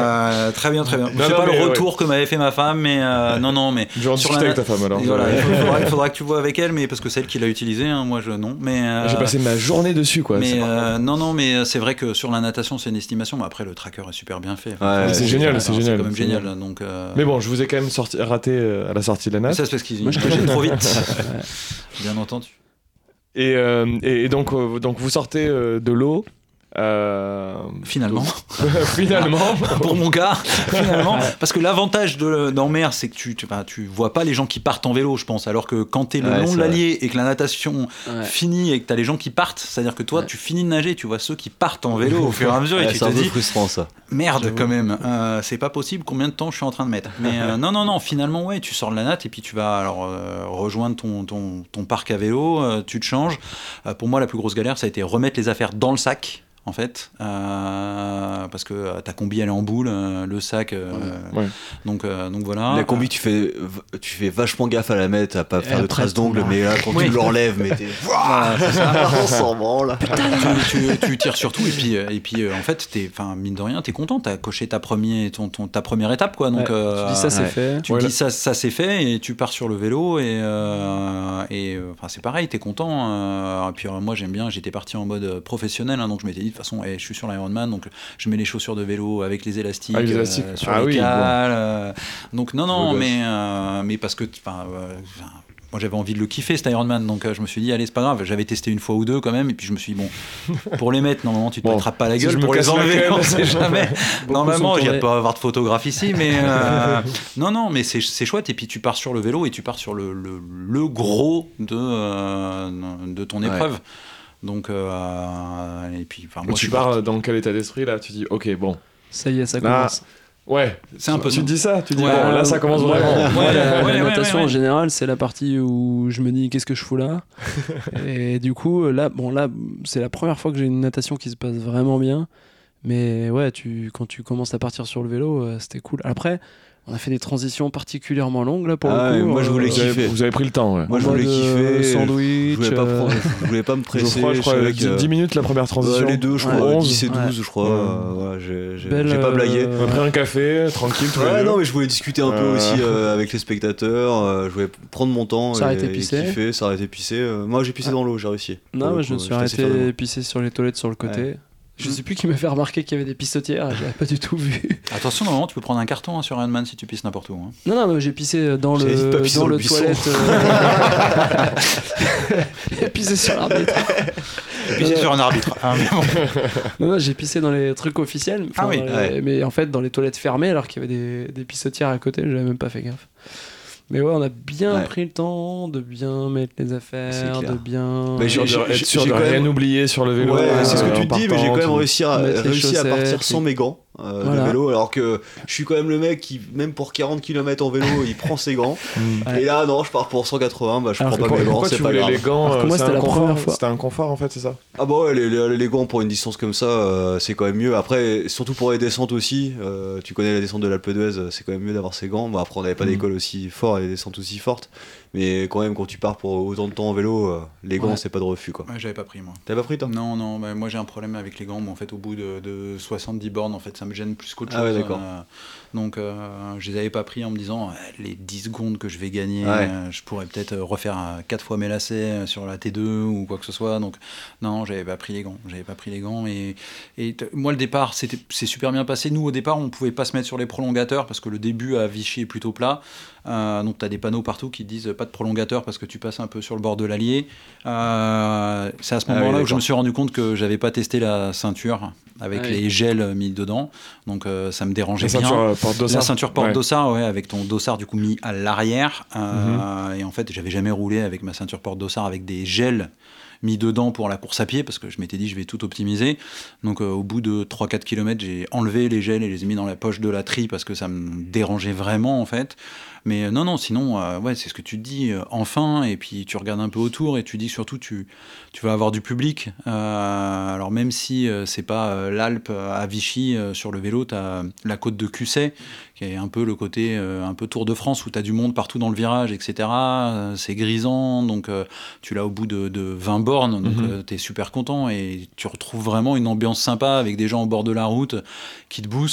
Speaker 4: euh, très bien, très bien.
Speaker 1: Non,
Speaker 4: C'est
Speaker 1: non,
Speaker 4: pas
Speaker 1: mais,
Speaker 4: le retour
Speaker 1: ouais.
Speaker 4: que m'avait fait ma femme, mais euh, non, non, mais.
Speaker 1: Je vais en discuter avec ta femme alors.
Speaker 4: Voilà, il faudra, il faudra que tu vois avec elle, mais parce que c'est elle qui l'a utilisé, hein, moi je non. Mais euh,
Speaker 1: j'ai passé ma journée dessus, quoi.
Speaker 4: Mais
Speaker 1: c'est
Speaker 4: euh, non, non, mais c'est vrai que sur la natation, c'est une estimation. Mais après, le tracker est super bien fait.
Speaker 6: Ouais,
Speaker 1: c'est génial, c'est
Speaker 4: C'est
Speaker 1: génial.
Speaker 4: quand même
Speaker 1: c'est
Speaker 4: génial.
Speaker 1: génial.
Speaker 4: Donc. Euh...
Speaker 1: Mais bon, je vous ai quand même sorti, raté euh, à la sortie de la
Speaker 4: mais
Speaker 1: nage.
Speaker 4: ça c'est parce qu'ils
Speaker 5: Moi, je
Speaker 4: j'ai trop vite. Bien entendu.
Speaker 1: Et, euh, et, et donc, euh, donc vous sortez euh, de l'eau. Euh...
Speaker 4: Finalement.
Speaker 1: Finalement.
Speaker 4: Pour mon cas, finalement. Parce que l'avantage de, d'en mer, c'est que tu, tu, bah, tu vois pas les gens qui partent en vélo, je pense. Alors que quand t'es le
Speaker 6: Ouais,
Speaker 4: long
Speaker 6: c'est
Speaker 4: de l'Allier et que la natation
Speaker 5: Ouais.
Speaker 4: finit et que t'as les gens qui partent, c'est-à-dire que toi,
Speaker 5: Ouais.
Speaker 4: tu finis de nager, tu vois ceux qui partent en vélo au fur et à mesure et
Speaker 6: Ouais,
Speaker 4: tu
Speaker 6: c'est
Speaker 4: te
Speaker 6: un peu
Speaker 4: dis,
Speaker 6: frustrant ça.
Speaker 4: merde quand même, euh, c'est pas possible, combien de temps je suis en train de mettre. Mais euh, non, non, non, finalement, ouais, tu sors de la natte et puis tu vas alors euh, rejoindre ton, ton, ton parc à vélo, euh, tu te changes. Euh, pour moi, la plus grosse galère, ça a été remettre les affaires dans le sac. En fait, euh, parce que euh, ta combi elle est en boule, euh, le sac, euh,
Speaker 1: Ouais.
Speaker 4: donc euh, donc voilà.
Speaker 6: La combi, tu fais, tu fais vachement gaffe à la mettre, à pas faire de
Speaker 5: après,
Speaker 6: traces d'ongles,
Speaker 5: t'en as.
Speaker 6: mais là, quand
Speaker 4: Oui.
Speaker 6: tu l'enlèves, mais t'es.
Speaker 4: Voilà, c'est ça.
Speaker 6: On s'en branle.
Speaker 4: tu, tu, tu tires sur tout et puis euh, et puis euh, en fait t'es, enfin mine de rien, t'es content, t'as coché ta première, ton, ton, ta première étape quoi. Donc
Speaker 5: Ouais,
Speaker 4: euh,
Speaker 5: tu dis ça, c'est
Speaker 6: ouais.
Speaker 5: fait.
Speaker 4: Tu
Speaker 1: Ouais,
Speaker 4: te
Speaker 1: là-
Speaker 4: dis ça, ça c'est fait et tu pars sur le vélo et euh, et euh, enfin c'est pareil, t'es content. Euh, et puis euh, moi j'aime bien, j'étais parti en mode professionnel, hein, donc je m'étais dit de toute façon, eh, je suis sur l'Ironman, donc je mets les chaussures de vélo avec les élastiques,
Speaker 1: Ah, les élastiques.
Speaker 4: euh, sur
Speaker 1: Ah
Speaker 4: les
Speaker 1: oui,
Speaker 4: cales. euh, donc non non,
Speaker 1: Beau gosse.
Speaker 4: mais euh, mais parce que enfin. Euh, moi j'avais envie de le kiffer cet Ironman, donc euh, je me suis dit allez c'est pas grave, j'avais testé une fois ou deux quand même et puis je me suis dit bon pour les mettre normalement tu te
Speaker 1: Bon,
Speaker 4: attrapes pas la
Speaker 1: si
Speaker 4: gueule,
Speaker 1: je me
Speaker 4: pour les
Speaker 1: casse la
Speaker 4: enlever
Speaker 1: gueule.
Speaker 4: on sait jamais. Normalement
Speaker 5: sont
Speaker 4: il n'y a
Speaker 5: tournés.
Speaker 4: pas avoir de photographe ici, mais euh, non non mais c'est, c'est chouette et puis tu pars sur le vélo et tu pars sur le, le, le gros de, euh, de ton
Speaker 6: Ouais.
Speaker 4: épreuve. Donc euh, et puis enfin moi je
Speaker 1: tu
Speaker 4: suis
Speaker 1: pars
Speaker 4: parti.
Speaker 1: dans quel état d'esprit là? Tu dis, ok, bon.
Speaker 5: Ça y est, ça
Speaker 1: Là,
Speaker 5: commence.
Speaker 1: Ouais.
Speaker 4: C'est un peu
Speaker 1: Tu
Speaker 4: ça.
Speaker 1: te dis ça? Tu dis,
Speaker 4: Ouais,
Speaker 1: bon, là ça commence
Speaker 5: Moi,
Speaker 1: vraiment.
Speaker 5: la- moi,
Speaker 4: Ouais,
Speaker 5: la,
Speaker 4: ouais,
Speaker 5: la
Speaker 4: ouais,
Speaker 5: natation
Speaker 4: ouais, ouais.
Speaker 5: en général, c'est la partie où je me dis qu'est-ce que je fous là. Et du coup, là, bon, là, c'est la première fois que j'ai une natation qui se passe vraiment bien. Mais ouais, tu, quand tu commences à partir sur le vélo, euh, c'était cool. Après, on a fait des transitions particulièrement longues là pour
Speaker 6: Ah
Speaker 5: le
Speaker 6: ouais,
Speaker 5: coup.
Speaker 6: moi, je voulais
Speaker 1: Vous avez,
Speaker 6: kiffer.
Speaker 1: vous avez pris le temps, ouais.
Speaker 6: Moi,
Speaker 5: En
Speaker 6: je voulais
Speaker 5: mode, euh,
Speaker 6: kiffer.
Speaker 5: sandwich,
Speaker 6: Je voulais pas,
Speaker 5: euh,
Speaker 6: prendre- je voulais pas me
Speaker 1: Je
Speaker 6: presser.
Speaker 1: crois, je crois,
Speaker 6: savais
Speaker 1: dix
Speaker 6: que-
Speaker 1: dix minutes la première transition.
Speaker 6: Euh, les deux, je
Speaker 5: Ouais.
Speaker 6: crois,
Speaker 1: onze.
Speaker 6: dix et douze,
Speaker 5: Ouais.
Speaker 6: je crois. euh, ouais, j'ai, j'ai,
Speaker 5: Belle,
Speaker 6: j'ai pas blagué.
Speaker 5: euh,
Speaker 1: On a pris un café, tranquille, tous les
Speaker 6: Ouais,
Speaker 1: deux.
Speaker 6: non, mais je voulais discuter un peu
Speaker 1: Euh.
Speaker 6: aussi euh, avec les spectateurs. euh, je voulais prendre mon temps.
Speaker 5: S'arrêter
Speaker 6: et,
Speaker 5: pisser.
Speaker 6: et kiffer, s'arrêter pisser. Euh, moi, j'ai pissé dans l'eau, j'ai réussi. Pour
Speaker 5: Non,
Speaker 6: le
Speaker 5: moi,
Speaker 6: coup,
Speaker 5: je me suis
Speaker 6: j'étais assez fier de moi.
Speaker 5: arrêté pisser sur les toilettes sur le côté.
Speaker 6: Ouais.
Speaker 5: Je sais plus qui m'a fait remarquer qu'il y avait des pistotières, j'avais pas du tout vu.
Speaker 4: Attention normalement tu peux prendre un carton hein, sur Ironman si tu pisses n'importe où. Hein.
Speaker 5: Non, non, mais j'ai pissé dans
Speaker 6: J'avais dit de
Speaker 5: le,
Speaker 6: pas pisser
Speaker 5: dans
Speaker 6: dans
Speaker 5: le
Speaker 6: le buisson.
Speaker 5: toilette. euh, J'ai pissé sur l'arbitre.
Speaker 4: Pisser sur un arbitre. Ah, mais bon.
Speaker 5: Non, non, j'ai pissé dans les trucs officiels. enfin,
Speaker 4: Ah oui,
Speaker 5: dans les-
Speaker 6: ouais.
Speaker 5: Mais en fait, dans les toilettes fermées, alors qu'il y avait des, des pissotières à côté, j'avais même pas fait gaffe. Mais ouais, on a bien
Speaker 6: Ouais.
Speaker 5: pris le temps de bien mettre les affaires,
Speaker 6: C'est clair.
Speaker 5: de bien.
Speaker 6: Mais
Speaker 1: Sûr
Speaker 6: j'ai-
Speaker 1: de-
Speaker 6: j'ai-
Speaker 1: être sûr
Speaker 6: j'ai
Speaker 1: de
Speaker 6: quand
Speaker 1: rien
Speaker 6: même-
Speaker 1: oublier sur le vélo.
Speaker 6: Ouais,
Speaker 1: euh,
Speaker 6: c'est ce que
Speaker 1: en
Speaker 6: tu te dis, mais
Speaker 1: partant,
Speaker 6: j'ai quand même
Speaker 1: tu-
Speaker 6: réussi à,
Speaker 5: mettre les
Speaker 6: réussi à
Speaker 5: chaussettes,
Speaker 6: partir
Speaker 5: les-
Speaker 6: sans mes gants euh,
Speaker 5: Voilà.
Speaker 6: de vélo, alors que je suis quand même le mec qui, même pour quarante kilomètres en vélo, il prend ses gants.
Speaker 5: Ouais.
Speaker 6: Et là, non, je pars pour cent quatre-vingts, bah je
Speaker 5: Alors,
Speaker 6: prends pas
Speaker 1: Pour-
Speaker 6: mes gants,
Speaker 1: Pourquoi
Speaker 6: c'est
Speaker 1: tu
Speaker 6: pas
Speaker 1: voulais
Speaker 6: grave.
Speaker 1: les gants?
Speaker 5: Alors que
Speaker 1: euh,
Speaker 5: moi,
Speaker 1: c'est
Speaker 5: c'était
Speaker 1: un
Speaker 5: la
Speaker 1: confort,
Speaker 5: première fois.
Speaker 1: C'était un confort en fait, c'est ça?
Speaker 6: Ah bah ouais, les, les, les gants pour une distance comme ça, euh, c'est quand même mieux. Après, surtout pour les descentes aussi, euh, tu connais la descente de l'Alpe d'Huez, c'est quand même mieux d'avoir ses gants. Bon, après, on n'avait pas
Speaker 1: Mhm.
Speaker 6: d'école aussi fort et des descentes aussi fortes. Mais quand même, quand tu pars pour autant de temps en vélo, euh, les gants,
Speaker 5: Ouais.
Speaker 6: c'est pas de refus, quoi.
Speaker 4: Ouais, j'avais pas pris moi.
Speaker 6: T'avais pas pris, toi?
Speaker 4: Non, non, bah, moi j'ai un problème avec les gants. Moi, en fait, au bout de, de soixante-dix bornes, en fait, ça me gêne plus qu'autre chose.
Speaker 6: Ah ouais, d'accord.
Speaker 4: euh, donc, euh, je les avais pas pris en me disant euh, les dix secondes que je vais gagner,
Speaker 6: Ouais.
Speaker 4: euh, je pourrais peut-être euh, refaire euh, quatre fois mes lacets euh, sur la T deux ou quoi que ce soit. Donc, non, j'avais pas pris les gants. J'avais pas pris les gants. Et, et t- moi, le départ, c'était, c'est super bien passé. Nous, au départ, on pouvait pas se mettre sur les prolongateurs parce que le début à Vichy est plutôt plat. Euh, donc, tu as des panneaux partout qui disent pas de prolongateur parce que tu passes un peu sur le bord de l'Allier. Euh, c'est à ce
Speaker 6: Ah oui,
Speaker 4: moment-là où je
Speaker 6: d'accord.
Speaker 4: me suis rendu compte que j'avais pas testé la ceinture avec
Speaker 5: Ah oui.
Speaker 4: les gels mis dedans. Donc, euh, ça me dérangeait
Speaker 1: La
Speaker 4: bien.
Speaker 1: ceinture euh, porte-dossard.
Speaker 4: La ceinture porte
Speaker 1: Ouais.
Speaker 4: dossard, ouais, avec ton dossard du coup mis à l'arrière. Euh, Et en fait, j'avais jamais roulé avec ma ceinture porte dossard avec des gels mis dedans pour la course à pied parce que je m'étais dit je vais tout optimiser. Donc euh, au bout de trois quatre kilomètres, j'ai enlevé les gels et les ai mis dans la poche de la tri parce que ça me dérangeait vraiment en fait. Mais euh, non, non, sinon, euh, ouais, c'est ce que tu te dis, euh, enfin, et puis tu regardes un peu autour et tu dis surtout, tu, tu vas avoir du public. Euh, alors même si euh, c'est pas euh, l'Alpe à Vichy, euh, sur le vélo, tu as la côte de Cusset, qui est un peu le côté euh, un peu Tour de France, où tu as du monde partout dans le virage, et cetera. Euh, c'est grisant, donc euh, tu l'as au bout de, de vingt bornes, donc
Speaker 1: Mhm.
Speaker 4: tu es super content, et tu retrouves vraiment une ambiance sympa avec des gens au bord de la route qui te boostent.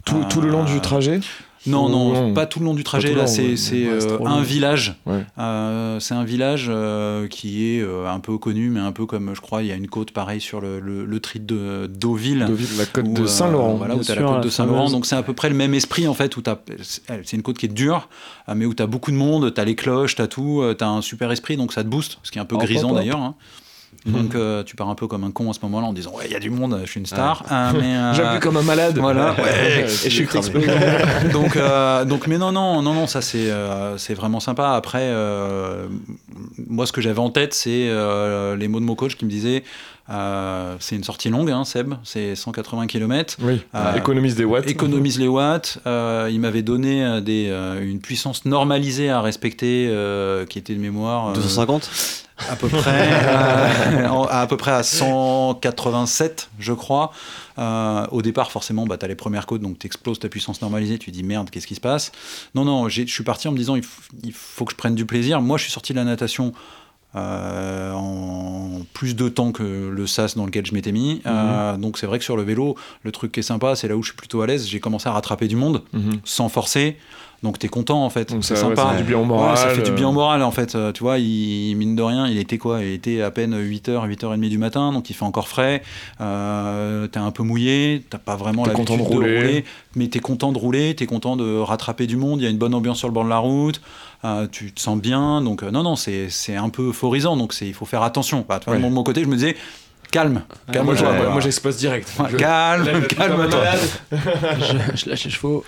Speaker 1: Tout,
Speaker 4: Euh,
Speaker 1: tout le long du trajet
Speaker 4: Non,
Speaker 1: Ou
Speaker 4: non,
Speaker 1: non
Speaker 4: pas tout le long du trajet.
Speaker 1: tout le
Speaker 4: Là,
Speaker 1: long,
Speaker 4: c'est,
Speaker 1: ouais.
Speaker 4: c'est
Speaker 5: Ouais, c'est
Speaker 4: euh,
Speaker 5: trop
Speaker 4: un
Speaker 5: long.
Speaker 4: village.
Speaker 1: Ouais.
Speaker 4: Euh, c'est un village euh, qui est euh, un peu connu, mais un peu comme, je crois, il y a une côte pareille sur le, le, le tri de Deauville.
Speaker 1: Deauville, la côte
Speaker 4: où,
Speaker 1: de
Speaker 4: euh,
Speaker 1: Saint-Laurent.
Speaker 4: voilà,
Speaker 5: Bien
Speaker 4: où tu as
Speaker 5: sûr,
Speaker 4: la côte
Speaker 5: la
Speaker 4: de Saint-Laurent.
Speaker 5: fameuse.
Speaker 4: Donc c'est à peu près le même esprit, en fait, où t'as, c'est une côte qui est dure, euh, mais où tu as beaucoup de monde, tu as les cloches, tu as tout, tu as un super esprit, donc ça te booste, ce qui est un peu
Speaker 5: Hop,
Speaker 4: grisant
Speaker 5: hop, hop.
Speaker 4: d'ailleurs. Hein. Donc euh, tu pars un peu comme un con à ce moment-là en disant ouais, il y a du monde, je suis une star. Euh, mais, euh,
Speaker 1: J'appuie comme un malade.
Speaker 4: Voilà. Ouais.
Speaker 6: Et je suis cramé.
Speaker 4: donc, euh, donc, mais non, non, non, non, ça c'est, euh, c'est vraiment sympa. Après, euh, moi, ce que j'avais en tête, c'est euh, les mots de mon coach qui me disait, euh, c'est une sortie longue, hein, Seb, c'est cent quatre-vingts kilomètres.
Speaker 1: Oui,
Speaker 4: Euh,
Speaker 1: économise des watts.
Speaker 4: Économise les watts. Euh, il m'avait donné euh, des, euh, une puissance normalisée à respecter, euh, qui était de mémoire. euh,
Speaker 6: deux cent cinquante
Speaker 4: à peu près, euh, en- à, peu près à cent quatre-vingt-sept, je crois. Euh, au départ, forcément, bah, tu as les premières côtes, donc tu exploses ta puissance normalisée, tu dis merde, qu'est-ce qui se passe ? Non, non, j'ai- je suis parti en me disant il, f- il faut que je prenne du plaisir. Moi, je suis sorti de la natation euh, en plus de temps que le sas dans lequel je m'étais mis. Euh, donc c'est vrai que sur le vélo, le truc qui est sympa, c'est là où je suis plutôt à l'aise. J'ai commencé à rattraper du monde
Speaker 1: Mhm.
Speaker 4: sans forcer. Donc t'es content en fait,
Speaker 1: Donc
Speaker 4: c'est
Speaker 1: ça, ouais,
Speaker 4: sympa.
Speaker 1: ça fait du bien au moral.
Speaker 4: Ouais, ça fait du bien au
Speaker 1: euh,
Speaker 4: moral en fait. Euh, tu vois, il, mine de rien, il était quoi ? Il était à peine huit heures, huit heures trente du matin, donc il fait encore frais. Euh, t'es un peu mouillé, t'as pas vraiment
Speaker 1: T'es
Speaker 4: l'habitude
Speaker 1: content
Speaker 4: de
Speaker 1: de
Speaker 4: rouler.
Speaker 1: rouler.
Speaker 4: mais t'es content de rouler, t'es content de rattraper du monde, il y a une bonne ambiance sur le bord de la route, euh, tu te sens bien. Donc euh, non, non, c'est, c'est un peu euphorisant, donc c'est, il faut faire attention. Bah, tu vois,
Speaker 1: Ouais.
Speaker 4: de mon côté, je me disais, calme,
Speaker 1: Moi,
Speaker 4: calme-toi.
Speaker 1: je-
Speaker 4: quoi.
Speaker 1: moi, j'expose direct.
Speaker 4: Ouais,
Speaker 1: Je-
Speaker 4: calme,
Speaker 1: Là,
Speaker 4: calme-toi.
Speaker 5: je, je lâche les chevaux.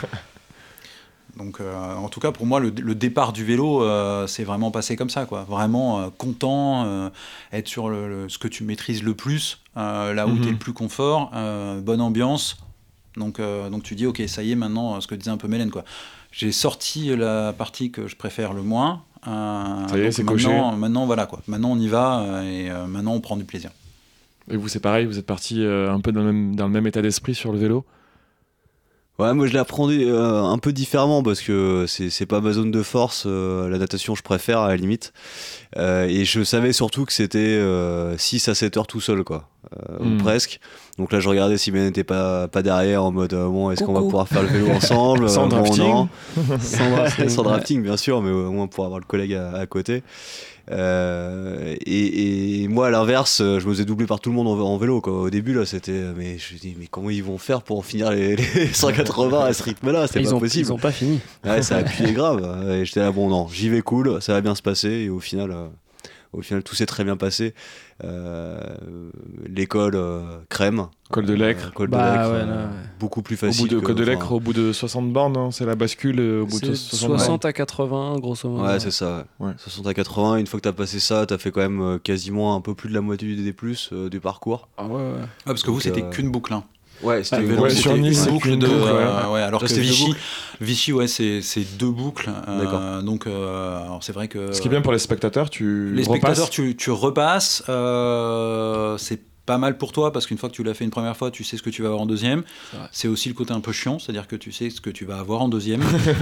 Speaker 4: Donc, euh, en tout cas, pour moi, le, le départ du vélo, euh, c'est vraiment passé comme ça, quoi. Vraiment euh, content, euh, être sur le, le- ce que tu maîtrises le plus, euh, là où
Speaker 1: Mhm.
Speaker 4: tu es le plus confort, euh, bonne ambiance. Donc, euh, donc tu dis, ok, ça y est, maintenant, ce que disait un peu Mélène, quoi. J'ai sorti la partie que je préfère le moins. euh,
Speaker 1: Ça y est,
Speaker 4: donc
Speaker 1: c'est
Speaker 4: maintenant,
Speaker 1: coché.
Speaker 4: maintenant, voilà, quoi. Maintenant, on y va euh, et euh, maintenant, on prend du plaisir.
Speaker 1: Et vous, c'est pareil, vous êtes parti euh, un peu dans le, même, dans le même état d'esprit sur le vélo.
Speaker 6: Ouais, moi je l'ai appris euh, un peu différemment parce que c'est, c'est pas ma zone de force. Euh, la natation, je préfère à la limite. Euh, et je savais surtout que c'était euh, six à sept heures tout seul, quoi. Euh,
Speaker 1: Mm.
Speaker 6: Ou presque. Donc là, je regardais si Ben n'était pas, pas derrière en mode euh, bon, est-ce qu'on va
Speaker 5: Coucou.
Speaker 6: pouvoir faire le vélo ensemble
Speaker 1: Sans
Speaker 6: Euh, bon,
Speaker 1: drafting.
Speaker 6: non.
Speaker 5: Sans drafting.
Speaker 6: Sans drafting, bien sûr, mais au moins pour avoir le collègue à, à côté. Euh, et, et moi, à l'inverse, euh, je me faisais doubler par tout le monde en, en vélo, quoi. Au début, là, c'était. Mais je me dis, mais comment ils vont faire pour finir les, les cent quatre-vingts à ce rythme-là ? C'est
Speaker 5: ils,
Speaker 6: pas
Speaker 5: ont,
Speaker 6: possible.
Speaker 5: ils ont pas fini.
Speaker 6: Ouais, ça a appuyé grave. Et j'étais là, bon, non, j'y vais cool, ça va bien se passer. Et au final, euh, au final tout s'est très bien passé. Euh, l'école euh, crème.
Speaker 1: Col de Lecre.
Speaker 6: Euh, col de
Speaker 5: Bah,
Speaker 6: Lecre,
Speaker 5: ouais,
Speaker 6: euh,
Speaker 5: là, ouais.
Speaker 6: beaucoup plus
Speaker 1: Au
Speaker 6: facile.
Speaker 1: bout de
Speaker 6: que-
Speaker 1: Col de
Speaker 6: enfin,
Speaker 1: Lecre, au bout de soixante bornes, hein, c'est la bascule euh, au bout de
Speaker 5: C'est
Speaker 1: soixante bornes.
Speaker 5: soixante à quatre-vingts, grosso modo.
Speaker 6: Ouais, c'est ça. Ouais.
Speaker 1: Ouais.
Speaker 6: soixante à quatre-vingts, une fois que t'as passé ça, t'as fait quand même euh, quasiment un peu plus de la moitié du D D plus, euh, du parcours.
Speaker 5: Ah ouais, ouais.
Speaker 4: Ouais, parce que vous,
Speaker 6: Donc,
Speaker 4: c'était
Speaker 6: euh,
Speaker 4: qu'une boucle. Hein.
Speaker 6: Ouais,
Speaker 4: Le
Speaker 6: c'était
Speaker 1: Ah,
Speaker 4: vélo,
Speaker 1: ouais,
Speaker 4: c'était
Speaker 1: sur Nice,
Speaker 4: une
Speaker 1: c'est
Speaker 4: boucle
Speaker 1: qu'une
Speaker 4: de.
Speaker 1: boucle, ouais.
Speaker 4: euh, ouais, alors
Speaker 6: Ça,
Speaker 4: que
Speaker 6: c'était deux
Speaker 4: Vichy,
Speaker 6: boucles.
Speaker 4: Vichy, ouais, c'est, c'est deux boucles. euh,
Speaker 6: D'accord.
Speaker 4: donc, euh, alors c'est vrai que.
Speaker 1: Ce qui est bien pour les spectateurs, tu
Speaker 4: Les
Speaker 1: repasses.
Speaker 4: spectateurs, tu, tu repasses. euh, c'est pas mal pour toi parce qu'une fois que tu l'as fait une première fois, tu sais ce que tu vas avoir en deuxième.
Speaker 5: C'est vrai.
Speaker 4: C'est aussi le côté un peu chiant, c'est-à-dire que tu sais ce que tu vas avoir en deuxième.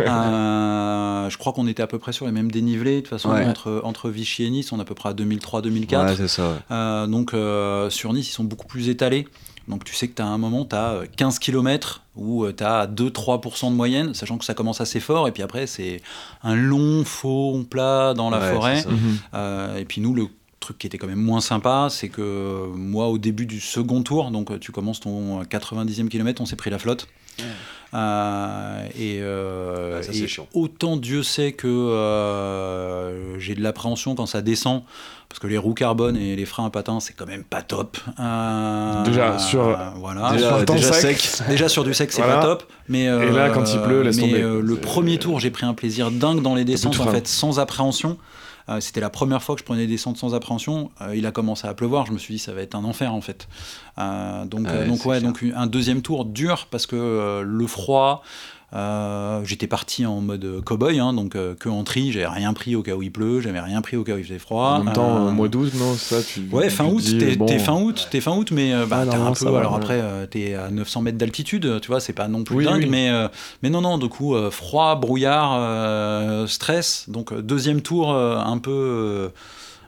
Speaker 4: Euh, je crois qu'on était à peu près sur les mêmes dénivelés. De toute façon,
Speaker 6: Ouais.
Speaker 4: entre, entre Vichy et Nice, on est à peu près à deux mille trois deux mille quatre.
Speaker 6: Ouais, c'est ça. Ouais.
Speaker 4: Euh, donc euh, sur Nice, ils sont beaucoup plus étalés. Donc tu sais que tu as un moment, tu as quinze kilomètres où tu as deux à trois pour cent de moyenne, sachant que ça commence assez fort. Et puis après, c'est un long fond plat dans la
Speaker 6: Ouais,
Speaker 4: forêt.
Speaker 6: c'est ça.
Speaker 1: Mhm.
Speaker 4: Euh, et puis nous, le truc qui était quand même moins sympa, c'est que moi, au début du second tour, donc tu commences ton quatre-vingt-dixième kilomètre, on s'est pris la flotte.
Speaker 5: Ouais.
Speaker 4: Euh, et, euh,
Speaker 6: Ouais, ça,
Speaker 4: et
Speaker 6: c'est chiant.
Speaker 4: autant Dieu sait que euh, j'ai de l'appréhension quand ça descend, parce que les roues carbone et les freins à patins, c'est quand même pas top. Euh,
Speaker 1: Déjà, sur-
Speaker 4: euh, voilà.
Speaker 6: Déjà,
Speaker 1: sur le temps
Speaker 6: déjà
Speaker 1: sec.
Speaker 6: sec.
Speaker 4: Déjà sur du sec, c'est
Speaker 1: Voilà.
Speaker 4: pas top. Mais, euh,
Speaker 1: Et là, quand il pleut, laisse
Speaker 4: mais,
Speaker 1: tomber.
Speaker 4: euh, le
Speaker 1: C'est-
Speaker 4: premier tour, j'ai pris un plaisir dingue dans les descentes,
Speaker 1: de
Speaker 4: en
Speaker 1: frein.
Speaker 4: fait, sans appréhension. Euh, c'était la première fois que je prenais des descentes sans appréhension. Euh, il a commencé à pleuvoir. Je me suis dit, ça va être un enfer, en fait. Euh, donc,
Speaker 6: Ouais,
Speaker 4: euh, donc,
Speaker 6: c'est
Speaker 4: ouais,
Speaker 6: clair.
Speaker 4: donc un deuxième tour dur parce que euh, le froid. Euh, j'étais parti en mode cow-boy, hein, donc euh, que en tri, j'avais rien pris au cas où il pleut, j'avais rien pris au cas où il faisait froid.
Speaker 1: En même temps,
Speaker 4: Euh,
Speaker 1: euh, mois d'août, non, ça, tu.
Speaker 4: Ouais,
Speaker 1: tu
Speaker 4: fin
Speaker 1: te
Speaker 4: août,
Speaker 1: dis,
Speaker 4: t'es,
Speaker 1: bon,
Speaker 4: t'es fin août, t'es fin août, mais euh, bah,
Speaker 5: Ah,
Speaker 4: t'es
Speaker 5: non,
Speaker 4: un
Speaker 5: ça
Speaker 4: peu.
Speaker 5: va,
Speaker 4: Alors
Speaker 5: ouais.
Speaker 4: après, euh, t'es à neuf cents mètres d'altitude, tu vois, c'est pas non plus
Speaker 1: Oui,
Speaker 4: dingue,
Speaker 1: oui.
Speaker 4: mais euh, mais non, non, du coup, euh, froid, brouillard, euh, stress. Donc euh, deuxième tour, euh, un peu. euh,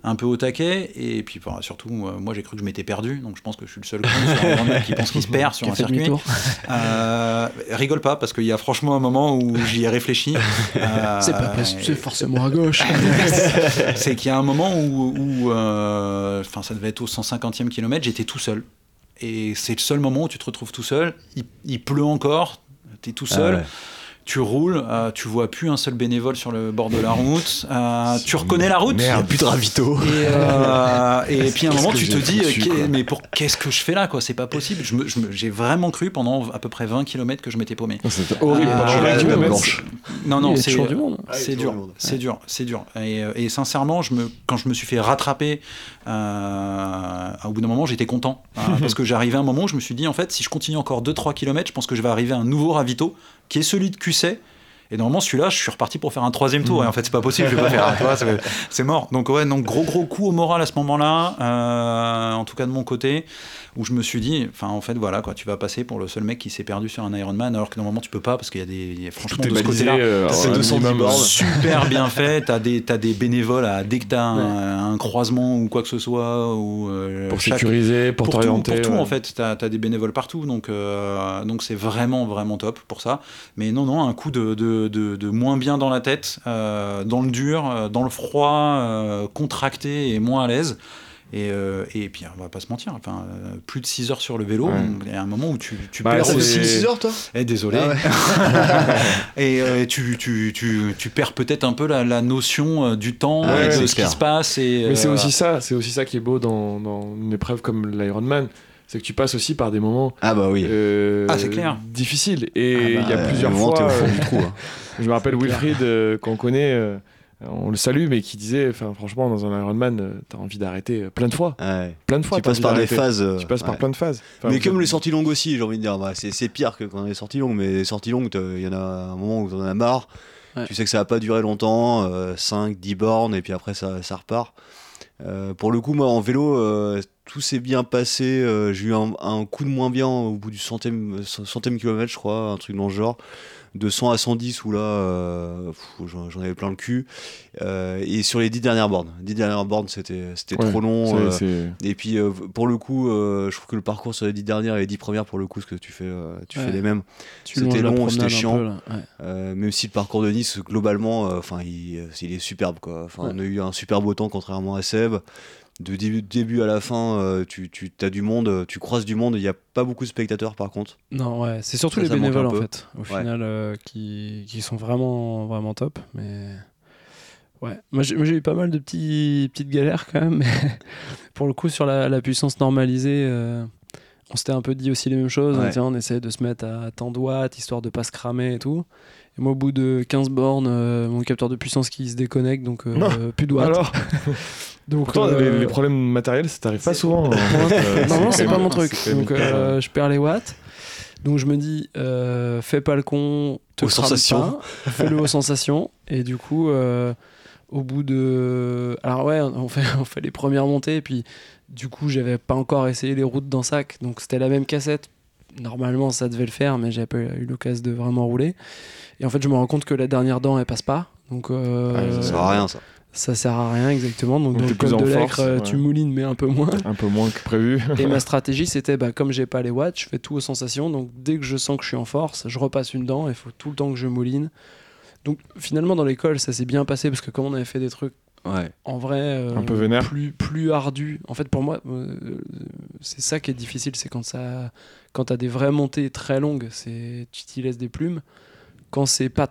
Speaker 4: un peu au taquet. Et puis bon, surtout, euh, moi j'ai cru que je m'étais perdu, donc je pense que je suis le seul con sur un grand mec qui pense qu'il se perd sur un circuit. Euh, rigole pas, parce qu'il y a franchement un moment où j'y ai réfléchi. Euh,
Speaker 5: c'est pas parce que c'est forcément à gauche.
Speaker 4: C'est qu'il y a un moment où, où euh, ça devait être au cent cinquantième kilomètre, j'étais tout seul. Et c'est le seul moment où tu te retrouves tout seul. Il, il pleut encore, t'es tout seul. Ah ouais. Tu roules, euh, tu vois plus un seul bénévole sur le bord de la route, euh, tu reconnais la route,
Speaker 6: merde, plus de ravito.
Speaker 4: Et, euh, et puis à un moment tu te dis foutu, euh, mais pour qu'est-ce que je fais là quoi, c'est pas possible. Je me, je me, j'ai vraiment cru pendant à peu près vingt kilomètres que je m'étais paumé.
Speaker 1: C'était horrible.
Speaker 4: Euh,
Speaker 1: pendant vingt kilomètres.
Speaker 4: Non non, c'est
Speaker 5: du monde.
Speaker 4: c'est dur, c'est dur, c'est dur. Et, et sincèrement, je me, quand je me suis fait rattraper, euh, au bout d'un moment, j'étais content euh, parce que j'arrivais à un moment où je me suis dit en fait, si je continue encore deux trois kilomètres, je pense que je vais arriver à un nouveau ravito qui est celui de Q C. Et normalement, celui-là, je suis reparti pour faire un troisième tour. Et en fait, c'est pas possible, je vais pas faire. Tu vois, c'est, c'est mort. Donc, ouais, donc gros, gros coup au moral à ce moment-là, euh, en tout cas de mon côté, où je me suis dit, enfin, en fait, voilà, quoi, tu vas passer pour le seul mec qui s'est perdu sur un Ironman, alors que normalement, tu peux pas, parce qu'il y a des. Il y a, franchement, de ce côté-là,
Speaker 1: euh,
Speaker 4: c'est
Speaker 1: deux cent dix bornes.
Speaker 4: Super bien fait. T'as des, t'as des bénévoles à, dès que t'as un, un croisement ou quoi que ce soit. Ou, euh,
Speaker 1: pour
Speaker 4: chaque,
Speaker 1: sécuriser, pour,
Speaker 4: pour
Speaker 1: t'orienter.
Speaker 4: Tout, pour
Speaker 1: ouais.
Speaker 4: tout, en fait. T'as, t'as des bénévoles partout. Donc, euh, donc, c'est vraiment, vraiment top pour ça. Mais non, non, un coup de, de, de, de moins bien dans la tête, euh, dans le dur, euh, dans le froid, euh, contracté et moins à l'aise. Et, euh, et puis, on va pas se mentir, enfin, euh, plus de six heures sur le vélo, il ouais. y a un moment où tu, tu
Speaker 1: bah,
Speaker 4: perds
Speaker 1: c'est...
Speaker 4: aussi.
Speaker 6: six heures, toi
Speaker 4: eh, Désolé. Ah ouais. et euh, tu, tu, tu, tu perds peut-être un peu la, la notion euh, du temps
Speaker 1: ah
Speaker 4: et
Speaker 1: ouais,
Speaker 4: de ce clair. Qui se passe. Et,
Speaker 1: Mais
Speaker 4: euh,
Speaker 1: c'est aussi ça, c'est aussi ça qui est beau dans, dans une épreuve comme l'Ironman. C'est que tu passes aussi par des moments
Speaker 6: ah bah oui.
Speaker 1: euh,
Speaker 4: ah, c'est clair.
Speaker 1: difficiles. Et il ah bah, y a
Speaker 6: euh,
Speaker 1: plusieurs fois.
Speaker 6: T'es au fond
Speaker 1: euh,
Speaker 6: du trou, hein.
Speaker 1: Je me rappelle Wilfried, euh, qu'on connaît, euh, on le salue, mais qui disait, franchement, dans un Ironman, euh, t'as envie d'arrêter plein de fois.
Speaker 6: Ouais.
Speaker 1: Plein de fois.
Speaker 6: Tu passes par des phases.
Speaker 1: Tu passes
Speaker 6: ouais.
Speaker 1: par plein de phases.
Speaker 6: Enfin, mais comme les sorties longues aussi, j'ai envie de dire. Bah, c'est, c'est pire que quand les sorties longues, mais les sorties longues, il y en a un moment où t'en as marre. Ouais. Tu sais que ça va pas durer longtemps, euh, cinq, dix bornes, et puis après, ça, ça repart. Euh, pour le coup, moi, en vélo, euh, tout s'est bien passé. Euh, j'ai eu un, un coup de moins bien au bout du centième, centième kilomètre, je crois, un truc dans ce genre. De cent à cent dix, où là, euh, pff, j'en, j'en avais plein le cul. Euh, et sur les dix dernières bornes. dix dernières bornes, c'était, c'était ouais, trop long.
Speaker 1: C'est,
Speaker 6: euh,
Speaker 1: c'est...
Speaker 6: Et puis, euh, pour le coup, euh, je trouve que le parcours sur les dix dernières et les dix premières, pour le coup, ce que tu fais, euh, tu ouais. fais les mêmes.
Speaker 5: Tu
Speaker 6: c'était long, c'était chiant.
Speaker 5: Peu, ouais.
Speaker 6: euh, même si le parcours de Nice, globalement, enfin, euh, il, il est superbe, quoi. Enfin, ouais. On a eu un super beau temps, contrairement à Seb. De début, début à la fin, euh, tu, tu as du monde, tu croises du monde. Il n'y a pas beaucoup de spectateurs, par contre.
Speaker 5: Non, ouais, c'est surtout ça, les ça bénévoles, en fait, au ouais. final, euh, qui, qui sont vraiment, vraiment top. Mais ouais, moi j'ai, moi, j'ai eu pas mal de petits, petites galères quand même. Mais pour le coup, sur la, la puissance normalisée, euh, on s'était un peu dit aussi les mêmes choses. Ouais. Tiens, on essaie de se mettre à tant de watts, histoire de pas se cramer et tout. Et moi, au bout de quinze bornes, euh, mon capteur de puissance qui se déconnecte, donc euh, euh, plus de watts.
Speaker 1: Alors donc, Pourtant, euh, les, les problèmes matériels, ça t'arrive pas souvent. Hein.
Speaker 5: euh, non, non, c'est, c'est pas mon truc. Donc, euh, je perds les watts. Donc, je me dis, euh, fais pas le con, te crame pas, fais-le aux sensations. Et du coup, euh, au bout de... Alors ouais, on fait, on fait les premières montées, et puis du coup, j'avais pas encore essayé les routes dans sac, donc c'était la même cassette. Normalement, ça devait le faire, mais j'avais pas eu l'occasion de vraiment rouler. Et en fait, je me rends compte que la dernière dent, elle passe pas. Donc, euh,
Speaker 6: ouais, ça sert à rien, ça.
Speaker 5: Ça sert à rien, exactement. Donc,
Speaker 1: donc
Speaker 5: dans le col de l'Aicre, ouais. tu moulines, mais un peu moins.
Speaker 1: Un peu moins que prévu.
Speaker 5: Et ma stratégie, c'était, bah, comme j'ai pas les watts, je fais tout aux sensations. Donc, dès que je sens que je suis en force, je repasse une dent. Il faut tout le temps que je mouline. Donc, finalement, dans l'école, ça s'est bien passé parce que comme on avait fait des trucs,
Speaker 6: ouais.
Speaker 5: en vrai, euh,
Speaker 1: un peu vénère.
Speaker 5: Plus, plus ardu. En fait, pour moi, euh, c'est ça qui est difficile. C'est quand, ça, quand t'as des vraies montées très longues, c'est, tu t'y laisses des plumes. Quand c'est pas